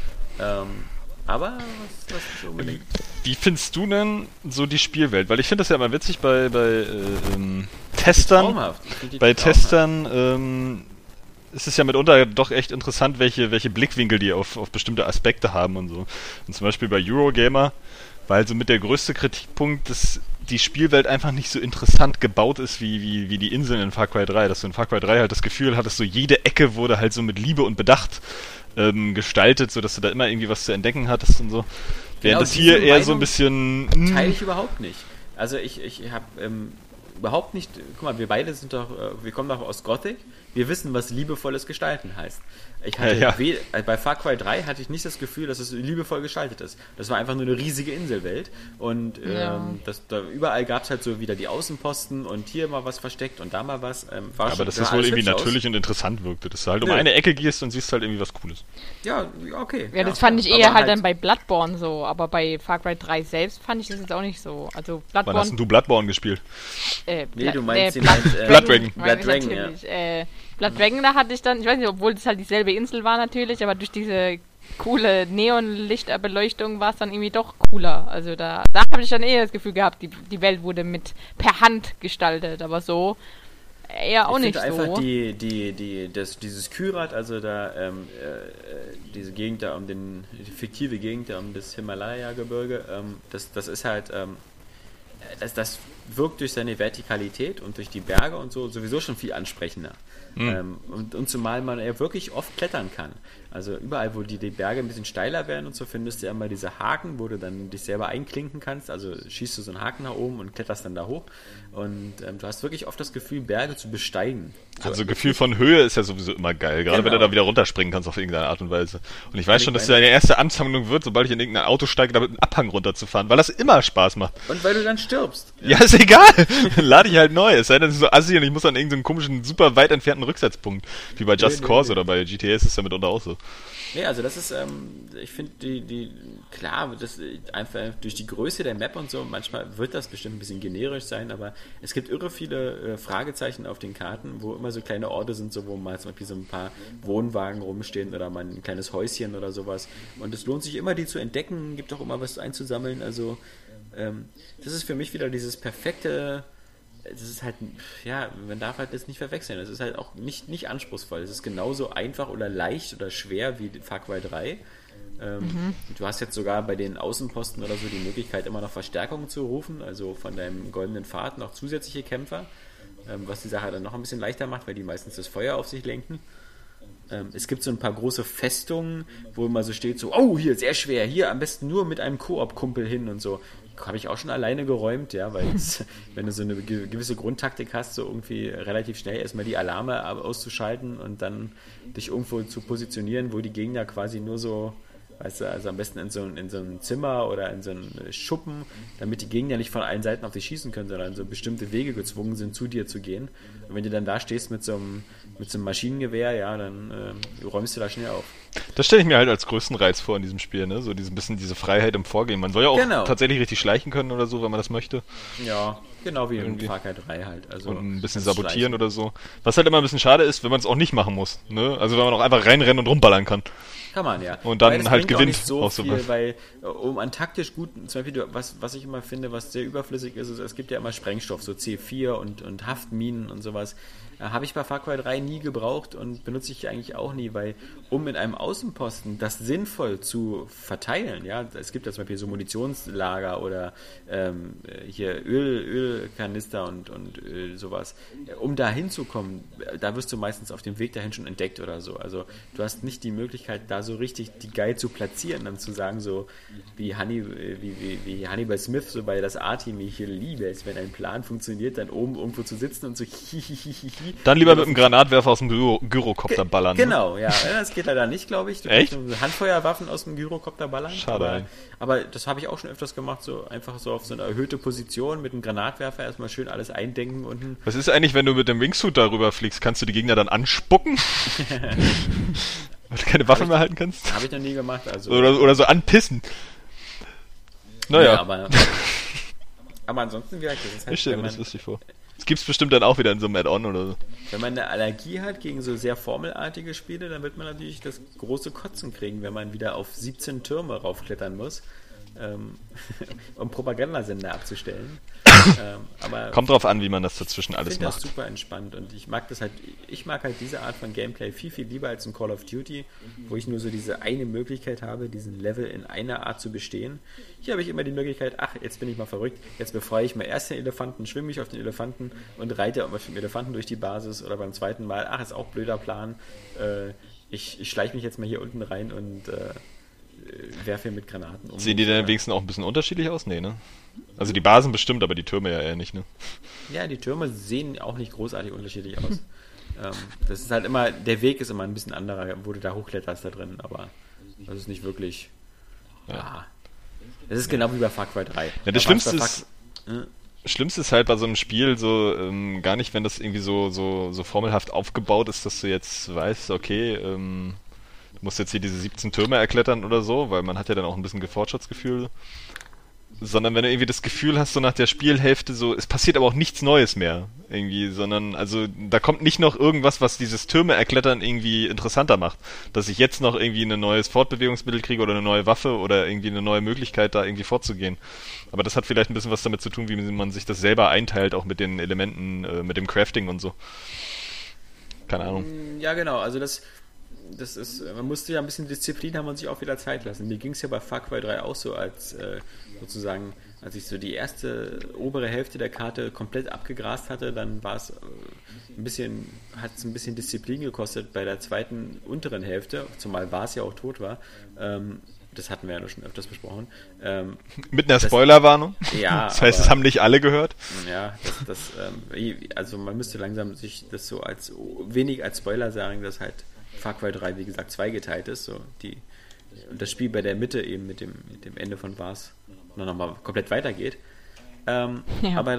Aber was nicht unbedingt. Wie findest du denn so die Spielwelt? Weil ich finde das ja immer witzig bei Testern. Bei Testern ist es ja mitunter doch echt interessant, welche Blickwinkel die auf bestimmte Aspekte haben und so. Und zum Beispiel bei Eurogamer, weil so mit der größte Kritikpunkt, dass die Spielwelt einfach nicht so interessant gebaut ist wie die Inseln in Far Cry 3. Dass du in Far Cry 3 halt das Gefühl hattest, so jede Ecke wurde halt so mit Liebe und Bedacht gestaltet, sodass du da immer irgendwie was zu entdecken hattest und so. Während das hier eher so ein bisschen... Teile ich überhaupt nicht. Also ich habe überhaupt nicht... Guck mal, wir beide wir kommen doch aus Gothic. Wir wissen, was liebevolles Gestalten heißt. Ich hatte bei Far Cry 3 hatte ich nicht das Gefühl, dass es liebevoll gestaltet ist. Das war einfach nur eine riesige Inselwelt und überall gab es halt so wieder die Außenposten und hier mal was versteckt und da mal was. Aber dass das wohl irgendwie natürlich und interessant wirkte, dass du halt um eine Ecke gehst und siehst halt irgendwie was Cooles. Ja, okay. Ja, das fand ich eher halt dann bei Bloodborne so, aber bei Far Cry 3 selbst fand ich das jetzt auch nicht so. Also Bloodborne... Wann hast denn du Bloodborne gespielt? Nee, du meinst Blood Dragon. Blood Dragon, ja. Blood Dragon, da hatte ich dann, ich weiß nicht, obwohl das halt dieselbe Insel war natürlich, aber durch diese coole Neonlichterbeleuchtung war es dann irgendwie doch cooler. Also da habe ich dann eher das Gefühl gehabt, die Welt wurde per Hand gestaltet, aber so eher auch nicht so. Ich finde einfach dieses Kyrat, also da diese Gegend da die fiktive Gegend da um das Himalaya-Gebirge, das ist halt das wirkt durch seine Vertikalität und durch die Berge und so sowieso schon viel ansprechender. Und zumal man ja wirklich oft klettern kann. Also überall, wo die Berge ein bisschen steiler werden und so, findest du ja immer diese Haken, wo du dann dich selber einklinken kannst. Also schießt du so einen Haken nach oben und kletterst dann da hoch. Und du hast wirklich oft das Gefühl, Berge zu besteigen. Also Gefühl von Höhe ist ja sowieso immer geil, gerade wenn du da wieder runterspringen kannst auf irgendeine Art und Weise. Und ich weiß schon, dass deine erste Amtshandlung wird, sobald ich in irgendein Auto steige, damit einen Abhang runterzufahren, weil das immer Spaß macht. Und weil du dann stirbst. Ja, ist egal. Dann lade ich halt neu. Es sei denn, es ist so assi und ich muss an irgendeinen komischen, super weit entfernten Rücksetzpunkt. Wie bei Just Cause oder bei GTA ist es ja mitunter auch so. Nee, also das ist, ich finde klar, das einfach durch die Größe der Map und so, manchmal wird das bestimmt ein bisschen generisch sein, aber es gibt irre viele Fragezeichen auf den Karten, wo immer so kleine Orte sind, so wo mal zum Beispiel so ein paar Wohnwagen rumstehen oder mal ein kleines Häuschen oder sowas. Und es lohnt sich immer, die zu entdecken, gibt auch immer was einzusammeln. Also das ist für mich wieder dieses perfekte... Das ist halt, ja, man darf halt das nicht verwechseln. Es ist halt auch nicht anspruchsvoll. Es ist genauso einfach oder leicht oder schwer wie Far Cry 3. Du hast jetzt sogar bei den Außenposten oder so die Möglichkeit, immer noch Verstärkungen zu rufen, also von deinem goldenen Pfad noch zusätzliche Kämpfer, was die Sache dann noch ein bisschen leichter macht, weil die meistens das Feuer auf sich lenken. Es gibt so ein paar große Festungen, wo immer so steht, so, oh, hier, sehr schwer, hier am besten nur mit einem Koop-Kumpel hin und so. habe ich auch schon alleine geräumt, ja, weil wenn du so eine gewisse Grundtaktik hast, so irgendwie relativ schnell erstmal die Alarme auszuschalten und dann dich irgendwo zu positionieren, wo die Gegner quasi nur so, weißt du, also am besten in so einem Zimmer oder in so einem Schuppen, damit die Gegner nicht von allen Seiten auf dich schießen können, sondern so bestimmte Wege gezwungen sind, zu dir zu gehen. Und wenn du dann da stehst mit so einem Maschinengewehr, ja, dann räumst du da schnell auf. Das stelle ich mir halt als größten Reiz vor in diesem Spiel, ne? So diese Freiheit im Vorgehen. Man soll ja auch tatsächlich richtig schleichen können oder so, wenn man das möchte. Ja, genau wie in Far Cry 3 halt. Also und ein bisschen sabotieren oder so. Was halt immer ein bisschen schade ist, wenn man es auch nicht machen muss, ne? Also wenn man auch einfach reinrennen und rumballern kann. Kann man, ja. Und dann halt gewinnt. Nicht so viel, weil um an taktisch gut, zum Beispiel, was ich immer finde, was sehr überflüssig ist, es gibt ja immer Sprengstoff, so C4 und Haftminen und sowas. Habe ich bei Far Cry 3 nie gebraucht und benutze ich eigentlich auch nie, weil um in einem Außenposten das sinnvoll zu verteilen, ja, es gibt ja zum Beispiel so Munitionslager oder hier Ölkanister und sowas, um da hinzukommen, da wirst du meistens auf dem Weg dahin schon entdeckt oder so. Also du hast nicht die Möglichkeit, da so richtig die geil zu platzieren und zu sagen, so wie Hannibal Smith, so bei das A-Team, wie ich hier liebe es, wenn ein Plan funktioniert, dann oben irgendwo zu sitzen und so Dann lieber mit einem Granatwerfer aus dem Gyrocopter ballern. Genau, ja, das geht leider nicht, glaube ich. Du Echt? kannst Handfeuerwaffen aus dem Gyrocopter ballern. Schade. Aber das habe ich auch schon öfters gemacht, so einfach so auf so eine erhöhte Position mit einem Granatwerfer erstmal schön alles eindenken unten. Was ist eigentlich, wenn du mit dem Wingsuit darüber fliegst? Kannst du die Gegner dann anspucken? Weil du keine Waffe mehr halten kannst? Habe ich noch nie gemacht. Also. Oder so anpissen. Naja. Ja, aber ansonsten, wie gesagt, das ist halt, ich stelle mir das lustig vor. Das gibt's bestimmt dann auch wieder in so einem Add-on oder so. Wenn man eine Allergie hat gegen so sehr formelartige Spiele, dann wird man natürlich das große Kotzen kriegen, wenn man wieder auf 17 Türme raufklettern muss, um Propagandasender abzustellen. Aber kommt drauf an, wie man das dazwischen alles macht. Ich finde das super entspannt und ich mag halt diese Art von Gameplay viel, viel lieber als in Call of Duty, wo ich nur so diese eine Möglichkeit habe, diesen Level in einer Art zu bestehen. Hier habe ich immer die Möglichkeit, jetzt bin ich mal verrückt, jetzt befreie ich mal erst den Elefanten, schwimme ich auf den Elefanten und reite auf dem Elefanten durch die Basis oder beim zweiten Mal, ist auch blöder Plan, ich schleiche mich jetzt mal hier unten rein und werfe mit Granaten um. Sehen die denn wenigstens auch ein bisschen unterschiedlich aus? Nee, ne? Also die Basen bestimmt, aber die Türme ja eher nicht, ne? Ja, die Türme sehen auch nicht großartig unterschiedlich aus. Das ist halt immer, der Weg ist immer ein bisschen anderer, wo du da hochkletterst da drin, aber das ist nicht wirklich. Ja. Das ist genau wie bei Far Cry 3. Ja, das Schlimmste ist halt bei so einem Spiel so gar nicht, wenn das irgendwie so formelhaft aufgebaut ist, dass du jetzt weißt, okay, du musst jetzt hier diese 17 Türme erklettern oder so, weil man hat ja dann auch ein bisschen Fortschrittsgefühl. Sondern wenn du irgendwie das Gefühl hast, so nach der Spielhälfte, so, es passiert aber auch nichts Neues mehr, irgendwie, sondern, also, da kommt nicht noch irgendwas, was dieses Türme erklettern irgendwie interessanter macht. Dass ich jetzt noch irgendwie ein neues Fortbewegungsmittel kriege oder eine neue Waffe oder irgendwie eine neue Möglichkeit, da irgendwie vorzugehen. Aber das hat vielleicht ein bisschen was damit zu tun, wie man sich das selber einteilt, auch mit den Elementen, mit dem Crafting und so. Keine Ahnung. Ja, genau, also das ist, man musste ja ein bisschen Disziplin haben und sich auch wieder Zeit lassen. Mir ging es ja bei Far Cry 3 auch so, als ich so die erste obere Hälfte der Karte komplett abgegrast hatte, dann war es ein bisschen Disziplin gekostet bei der zweiten unteren Hälfte, zumal Vars ja auch tot war. Das hatten wir ja schon öfters besprochen. Mit einer Spoilerwarnung? Ja. Das heißt, es haben nicht alle gehört? Ja, also man müsste langsam sich das so wenig als Spoiler sagen, dass halt Far Cry 3, wie gesagt, zweigeteilt ist. So und das Spiel bei der Mitte eben mit dem Ende von Vars nochmal komplett weitergeht. Aber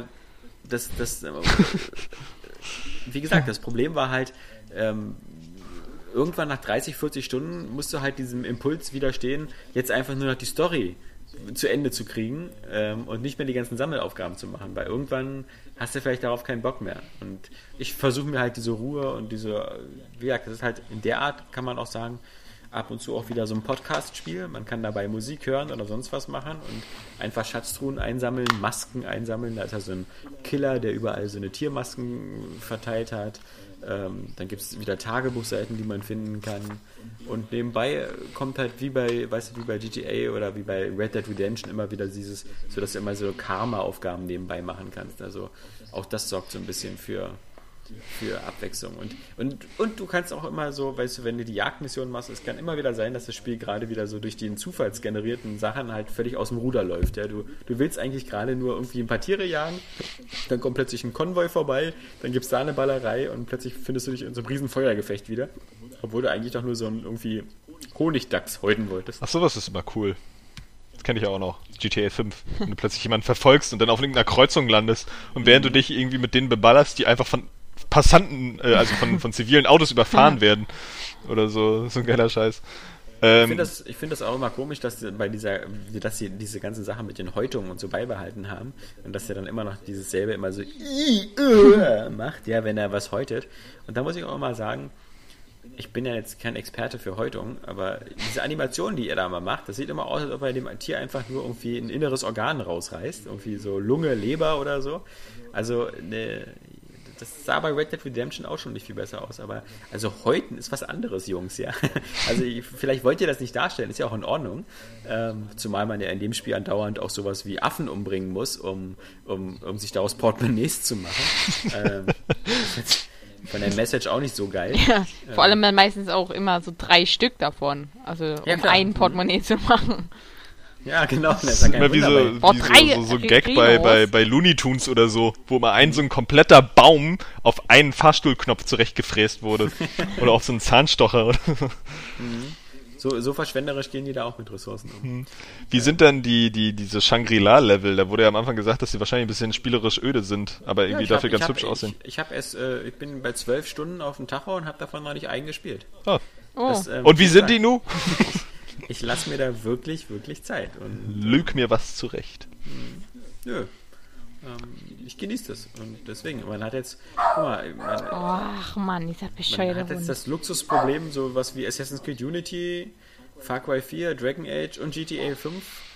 wie gesagt, das Problem war halt, irgendwann nach 30, 40 Stunden musst du halt diesem Impuls widerstehen, jetzt einfach nur noch die Story zu Ende zu kriegen und nicht mehr die ganzen Sammelaufgaben zu machen, weil irgendwann hast du vielleicht darauf keinen Bock mehr. Und ich versuche mir halt diese Ruhe und wie gesagt, das ist halt in der Art, kann man auch sagen, ab und zu auch wieder so ein Podcast-Spiel. Man kann dabei Musik hören oder sonst was machen und einfach Schatztruhen einsammeln, Masken einsammeln. Da ist ja so ein Killer, der überall so eine Tiermasken verteilt hat. Dann gibt es wieder Tagebuchseiten, die man finden kann. Und nebenbei kommt halt wie bei GTA oder wie bei Red Dead Redemption immer wieder so dass du immer so Karma-Aufgaben nebenbei machen kannst. Also auch das sorgt so ein bisschen für für Abwechslung. Und du kannst auch immer so, weißt du, wenn du die Jagdmission machst, es kann immer wieder sein, dass das Spiel gerade wieder so durch die zufallsgenerierten Sachen halt völlig aus dem Ruder läuft. Ja? Du willst eigentlich gerade nur irgendwie ein paar Tiere jagen, dann kommt plötzlich ein Konvoi vorbei, dann gibt's da eine Ballerei und plötzlich findest du dich in so einem riesen Feuergefecht wieder, obwohl du eigentlich doch nur so einen irgendwie Honigdachs häuten wolltest. Ach, sowas ist immer cool. Das kenne ich auch noch. GTA 5. Wenn du plötzlich jemanden verfolgst und dann auf irgendeiner Kreuzung landest und während du dich irgendwie mit denen beballerst, die einfach von Passanten, also von zivilen Autos überfahren werden. Oder so. So ein geiler Scheiß. Ich finde das auch immer komisch, dass sie diese ganzen Sachen mit den Häutungen und so beibehalten haben und dass er dann immer noch dieses selbe immer so macht, ja, wenn er was häutet. Und da muss ich auch mal sagen, ich bin ja jetzt kein Experte für Häutung, aber diese Animation, die er da mal macht, das sieht immer aus, als ob er dem Tier einfach nur irgendwie ein inneres Organ rausreißt. Irgendwie so Lunge, Leber oder so. Also, das sah bei Red Dead Redemption auch schon nicht viel besser aus, aber also Häuten ist was anderes, Jungs, ja. Also vielleicht wollt ihr das nicht darstellen, ist ja auch in Ordnung. Zumal man ja in dem Spiel andauernd auch sowas wie Affen umbringen muss, um sich daraus Portemonnaies zu machen. Von der Message auch nicht so geil. Ja, vor allem dann meistens auch immer so 3 Stück davon. Also um ein Portemonnaie zu machen. Ja, genau. Das ist immer wie so ein Gag bei Looney Tunes oder so, wo mal so ein kompletter Baum auf einen Fahrstuhlknopf zurechtgefräst wurde. Oder auf so einen Zahnstocher oder so. So verschwenderisch gehen die da auch mit Ressourcen um. Wie sind dann diese Shangri-La-Level? Da wurde ja am Anfang gesagt, dass sie wahrscheinlich ein bisschen spielerisch öde sind, aber irgendwie dafür ganz hübsch aussehen. Ich bin bei 12 Stunden auf dem Tacho und habe davon noch nicht eingespielt. Oh. Und wie sind die nun? Ich lasse mir da wirklich, wirklich Zeit. Und, lüg mir was zurecht. Nö. Ich genieße das. Und deswegen, man hat jetzt, guck mal, ach Mann, dieser bescheuerte Man hat jetzt das Luxusproblem, so was wie Assassin's Creed Unity, Far Cry 4, Dragon Age und GTA 5,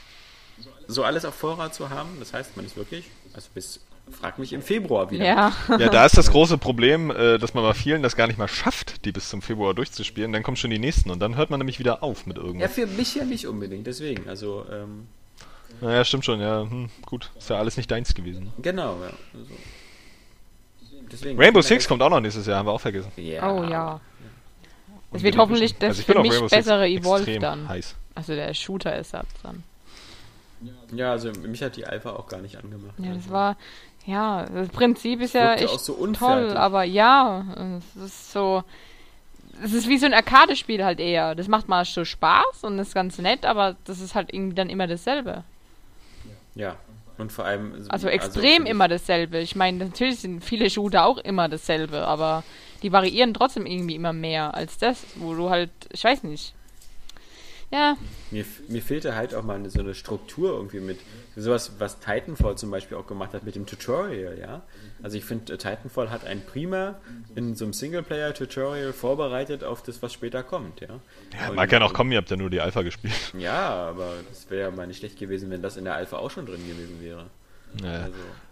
so alles auf Vorrat zu haben. Das heißt, man ist wirklich, also frag mich im Februar wieder. Ja, da ist das große Problem, dass man bei vielen das gar nicht mal schafft, die bis zum Februar durchzuspielen. Dann kommen schon die nächsten und dann hört man nämlich wieder auf mit irgendwas. Ja, für mich ja nicht unbedingt, deswegen, also, naja, stimmt schon, ja. Gut, ist ja alles nicht deins gewesen. Genau, ja. Also, deswegen, Rainbow Six kommt auch noch nächstes Jahr, haben wir auch vergessen. Ja. Oh ja. Es wird hoffentlich das für mich bessere Evolve dann. Heiß. Also der Shooter-Ersatz dann. Ja, also mich hat die Alpha auch gar nicht angemacht. Ja, das war, ja, das Prinzip ist ja echt so toll, aber ja, es ist so, es ist wie so ein Arcade-Spiel halt eher. Das macht mal so Spaß und ist ganz nett, aber das ist halt irgendwie dann immer dasselbe. Ja, und vor allem... Also extrem immer dasselbe. Ich meine, natürlich sind viele Shooter auch immer dasselbe, aber die variieren trotzdem irgendwie immer mehr als das, wo du halt, ich weiß nicht. Ja. Mir fehlte halt auch mal so eine Struktur irgendwie mit sowas, was Titanfall zum Beispiel auch gemacht hat mit dem Tutorial, ja. Also ich finde, Titanfall hat einen prima in so einem Singleplayer-Tutorial vorbereitet auf das, was später kommt, ja. Ja, mag ja noch kommen, ihr habt ja nur die Alpha gespielt. Ja, aber das wäre ja mal nicht schlecht gewesen, wenn das in der Alpha auch schon drin gewesen wäre. Ja.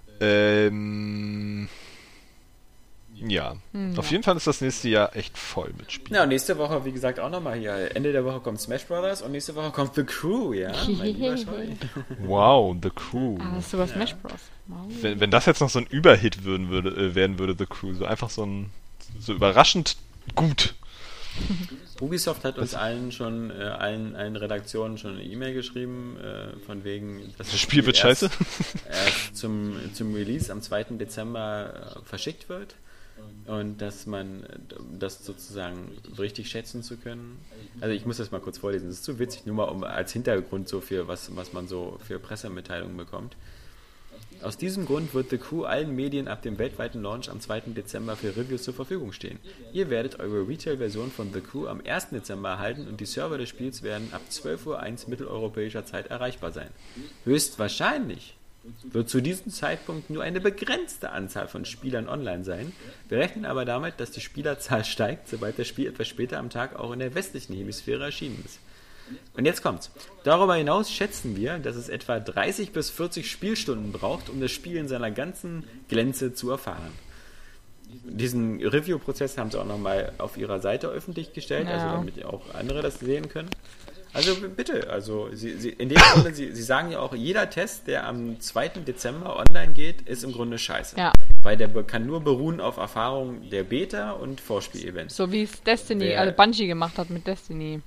Ja, auf jeden Fall ist das nächste Jahr echt voll mit Spielen. Ja, nächste Woche, wie gesagt, auch nochmal hier. Ende der Woche kommt Smash Brothers und nächste Woche kommt The Crew, ja? Mein lieber Scheu. Wow, The Crew. Ah, das ist sogar Smash Bros. Wow. Wenn das jetzt noch so ein Überhit werden würde, The Crew, so einfach so überraschend gut. Ubisoft hat uns allen schon, allen Redaktionen schon eine E-Mail geschrieben, von wegen, dass das Spiel wird scheiße. Erst zum Release am 2. Dezember verschickt wird. Und dass man das sozusagen richtig schätzen zu können. Also ich muss das mal kurz vorlesen, das ist zu witzig, nur mal um als Hintergrund so für was man so für Pressemitteilungen bekommt. Aus diesem Grund wird The Crew allen Medien ab dem weltweiten Launch am 2. Dezember für Reviews zur Verfügung stehen. Ihr werdet eure Retail-Version von The Crew am 1. Dezember erhalten und die Server des Spiels werden ab 12:01 Uhr mitteleuropäischer Zeit erreichbar sein. Höchstwahrscheinlich wird zu diesem Zeitpunkt nur eine begrenzte Anzahl von Spielern online sein. Wir rechnen aber damit, dass die Spielerzahl steigt, sobald das Spiel etwas später am Tag auch in der westlichen Hemisphäre erschienen ist. Und jetzt kommt's. Darüber hinaus schätzen wir, dass es etwa 30 bis 40 Spielstunden braucht, um das Spiel in seiner ganzen Glänze zu erfahren. Diesen Review-Prozess haben sie auch nochmal auf ihrer Seite öffentlich gestellt, also damit auch andere das sehen können. Also bitte, also in dem Grunde, Sie sagen ja auch, jeder Test, der am 2. Dezember online geht, ist im Grunde scheiße. Ja. Weil der kann nur beruhen auf Erfahrungen der Beta- und Vorspiel-Events. So wie es Destiny, also Bungie gemacht hat mit Destiny.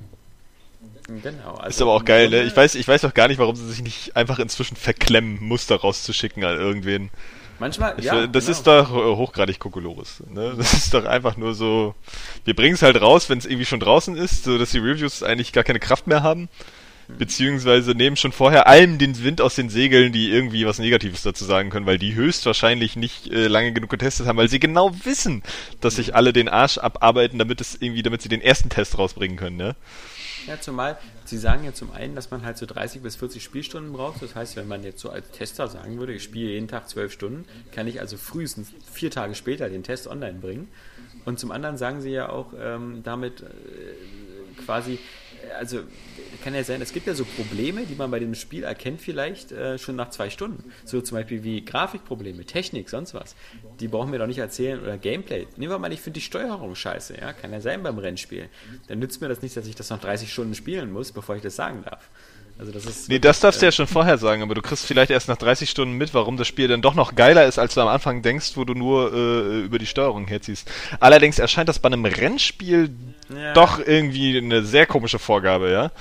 Genau. Also ist aber auch geil, ne? Ich weiß auch gar nicht, warum sie sich nicht einfach inzwischen verklemmen, Muster rauszuschicken an irgendwen. Manchmal, das ist doch hochgradig Kokolores. Ne? Das ist doch einfach nur so, wir bringen es halt raus, wenn es irgendwie schon draußen ist, so dass die Reviews eigentlich gar keine Kraft mehr haben. Beziehungsweise nehmen schon vorher allem den Wind aus den Segeln, die irgendwie was Negatives dazu sagen können, weil die höchstwahrscheinlich nicht lange genug getestet haben, weil sie genau wissen, dass sich alle den Arsch abarbeiten, damit sie den ersten Test rausbringen können, ne? Ja, zumal, Sie sagen ja zum einen, dass man halt so 30 bis 40 Spielstunden braucht. Das heißt, wenn man jetzt so als Tester sagen würde, ich spiele jeden Tag 12 Stunden, kann ich also frühestens 4 Tage später den Test online bringen. Und zum anderen sagen Sie ja auch damit quasi, also kann ja sein, es gibt ja so Probleme, die man bei dem Spiel erkennt vielleicht schon nach 2 Stunden. So zum Beispiel wie Grafikprobleme, Technik, sonst was. Die brauchen wir doch nicht erzählen oder Gameplay. Nehmen wir mal, ich finde die Steuerung scheiße, ja, kann ja sein beim Rennspiel. Dann nützt mir das nicht, dass ich das noch 30 Stunden spielen muss, bevor ich das sagen darf. Also das ist das darfst du ja schon vorher sagen, aber du kriegst vielleicht erst nach 30 Stunden mit, warum das Spiel dann doch noch geiler ist, als du am Anfang denkst, wo du nur über die Steuerung herziehst. Allerdings erscheint das bei einem Rennspiel doch irgendwie eine sehr komische Vorgabe, ja.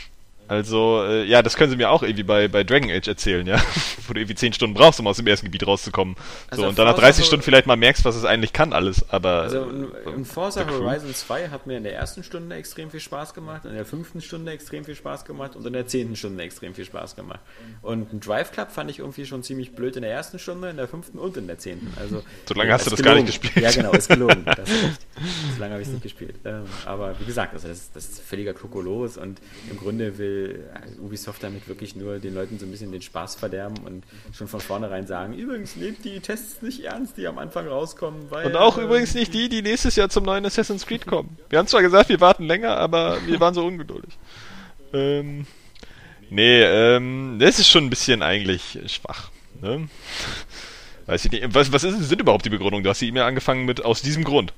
Also, das können sie mir auch irgendwie bei Dragon Age erzählen, ja. Wo du irgendwie 10 Stunden brauchst, um aus dem ersten Gebiet rauszukommen. Also so, und dann nach 30 Stunden vielleicht mal merkst, was es eigentlich kann alles, aber... Also in Forza Horizon 2 hat mir in der ersten Stunde extrem viel Spaß gemacht, in der 5. Stunde extrem viel Spaß gemacht und in der 10. Stunde extrem viel Spaß gemacht. Und ein Drive Club fand ich irgendwie schon ziemlich blöd in der ersten Stunde, in der 5. und in der 10. Also, so lange hast du das gar nicht gespielt. Ja, genau, ist gelogen. Das ist echt. So lange habe ich es nicht gespielt. Aber wie gesagt, also das ist völliger Kokolores und im Grunde will Ubisoft damit wirklich nur den Leuten so ein bisschen den Spaß verderben und schon von vornherein sagen, übrigens nehmt die Tests nicht ernst, die am Anfang rauskommen. Weil, und auch übrigens nicht die nächstes Jahr zum neuen Assassin's Creed kommen. Wir haben zwar gesagt, wir warten länger, aber wir waren so ungeduldig. Das ist schon ein bisschen eigentlich schwach. Ne? Weiß ich nicht. Was sind überhaupt die Begründungen? Du hast die E-Mail angefangen mit aus diesem Grund.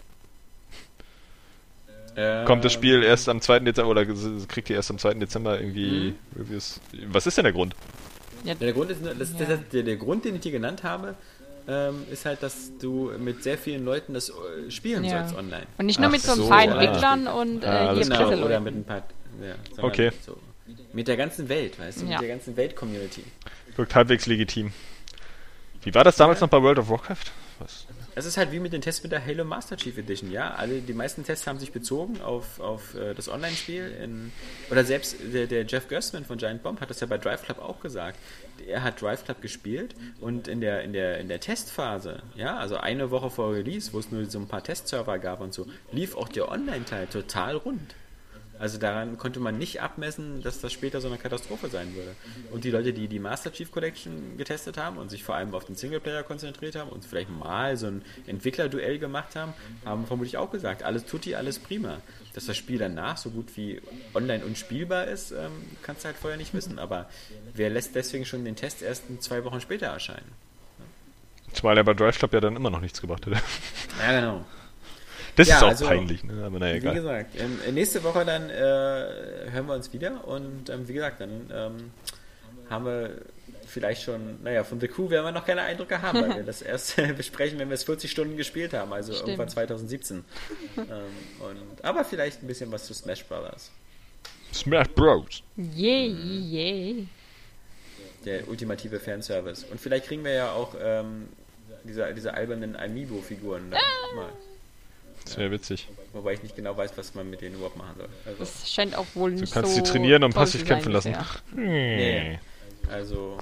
Kommt das Spiel erst am 2. Dezember oder kriegt ihr erst am 2. Dezember irgendwie Reviews? Was ist denn der Grund? Ja, der Grund ist, der Grund, den ich dir genannt habe, ist halt, dass du mit sehr vielen Leuten das spielen sollst online. Und nicht nur mit so ein paar Entwicklern und hier genau, oder mit ein paar, okay. So, mit der ganzen Welt, weißt du, mit der ganzen Welt-Community. Wirkt halbwegs legitim. Wie war das damals noch bei World of Warcraft? Was? Es ist halt wie mit den Tests mit der Halo Master Chief Edition, ja. Die meisten Tests haben sich bezogen auf das Online-Spiel. Oder selbst der Jeff Gerstmann von Giant Bomb hat das ja bei Drive Club auch gesagt. Er hat Drive Club gespielt und in der Testphase, ja, also eine Woche vor Release, wo es nur so ein paar Testserver gab und so, lief auch der Online-Teil total rund. Also daran konnte man nicht abmessen, dass das später so eine Katastrophe sein würde. Und die Leute, die die Master Chief Collection getestet haben und sich vor allem auf den Singleplayer konzentriert haben und vielleicht mal so ein Entwicklerduell gemacht haben, haben vermutlich auch gesagt, alles tutti, alles prima. Dass das Spiel danach so gut wie online unspielbar ist, kannst du halt vorher nicht wissen. Aber wer lässt deswegen schon den Test erst 2 Wochen später erscheinen? Zumal er bei Drive Club ja dann immer noch nichts gebracht hätte. Ja, genau. Das ist auch peinlich, ne? Aber naja, egal. Wie gesagt, nächste Woche dann hören wir uns wieder und wie gesagt, dann haben wir vielleicht schon, von The Crew werden wir noch keine Eindrücke haben, weil wir das erst besprechen, wenn wir es 40 Stunden gespielt haben, also irgendwann 2017. Aber vielleicht ein bisschen was zu Smash Brothers. Smash Bros. Yeah. Der ultimative Fanservice. Und vielleicht kriegen wir ja auch diese albernen Amiibo-Figuren dann mal. Das wäre witzig. Wobei ich nicht genau weiß, was man mit denen überhaupt machen soll. Also das scheint auch wohl nicht so... Du kannst sie trainieren und passiv kämpfen lassen. Nee. Also,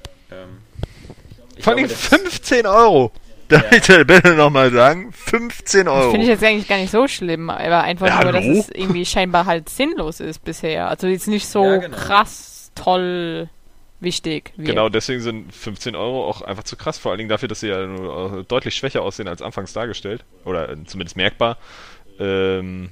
vor allem 15 Euro! Darf ich dir bitte nochmal sagen? 15 Euro! Das finde ich jetzt eigentlich gar nicht so schlimm, aber einfach nur, dass es irgendwie scheinbar halt sinnlos ist bisher. Also jetzt nicht so krass, toll... wichtig. Genau, deswegen sind 15 Euro auch einfach zu krass, vor allen Dingen dafür, dass sie ja nur deutlich schwächer aussehen als anfangs dargestellt, oder zumindest merkbar. Und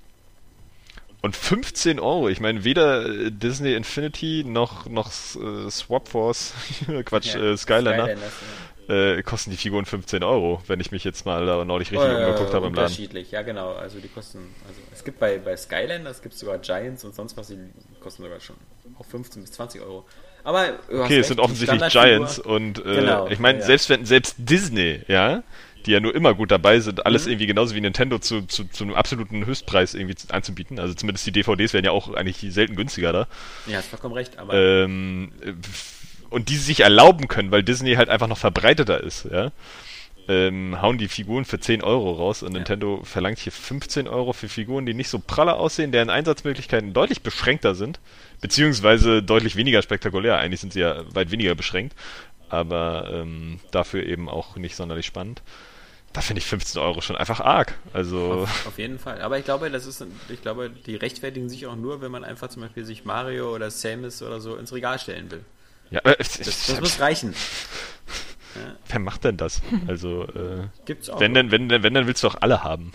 15 Euro, ich meine, weder Disney Infinity noch Swap Force, Quatsch, Skyliner, kosten die Figuren 15 €, wenn ich mich jetzt mal da neulich richtig umgeguckt habe im Laden. Unterschiedlich, ja genau. Also die kosten, es gibt bei Skylanders, gibt es sogar Giants und sonst was, die kosten sogar schon auch 15 bis 20 €. Aber okay, es sind offensichtlich Giants und genau, ich meine, selbst Disney, ja, die ja nur immer gut dabei sind, alles irgendwie genauso wie Nintendo zu einem absoluten Höchstpreis irgendwie anzubieten. Also zumindest die DVDs werden ja auch eigentlich selten günstiger da. Ja, hast vollkommen recht. Aber und die sich erlauben können, weil Disney halt einfach noch verbreiteter ist, ja, hauen die Figuren für 10 € raus und Nintendo verlangt hier 15 € für Figuren, die nicht so praller aussehen, deren Einsatzmöglichkeiten deutlich beschränkter sind, beziehungsweise deutlich weniger spektakulär. Eigentlich sind sie ja weit weniger beschränkt, aber dafür eben auch nicht sonderlich spannend. Da finde ich 15 € schon einfach arg. Also auf jeden Fall. Aber ich glaube, die rechtfertigen sich auch nur, wenn man einfach zum Beispiel sich Mario oder Samus oder so ins Regal stellen will. Ja, das muss reichen. Ja. Wer macht denn das? Also, gibt's auch. Wenn dann willst du auch alle haben.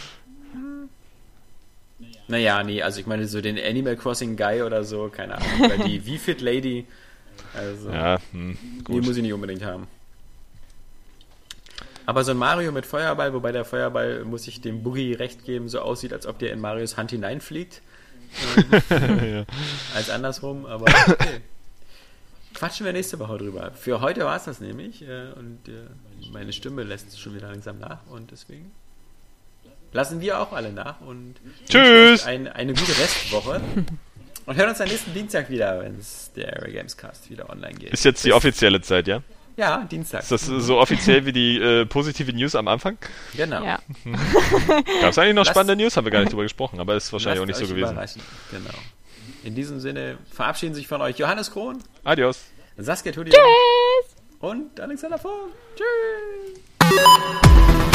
Naja, nee, also ich meine so den Animal Crossing Guy oder so, keine Ahnung, oder die Wii-Fit Lady, also ja, gut. Die muss ich nicht unbedingt haben. Aber so ein Mario mit Feuerball, wobei der Feuerball, muss ich dem Boogie recht geben, so aussieht, als ob der in Marios Hand hineinfliegt. Ja. Als andersrum, aber okay. Quatschen wir nächste Woche drüber. Für heute war es das nämlich und meine Stimme lässt schon wieder langsam nach und deswegen lassen wir auch alle nach und tschüss! Eine gute Restwoche und hören uns am nächsten Dienstag wieder, wenn es der Area Games Cast wieder online geht. Ist jetzt die offizielle Zeit, ja? Ja, Dienstag. Ist das so offiziell wie die positive News am Anfang? Genau. Ja. Gab es eigentlich noch spannende News? Haben wir gar nicht drüber gesprochen, aber ist wahrscheinlich auch nicht so gewesen. Genau. In diesem Sinne verabschieden sich von euch Johannes Krohn. Adios. Saskia Tudium. Tschüss. Und Alexander Vogt. Tschüss.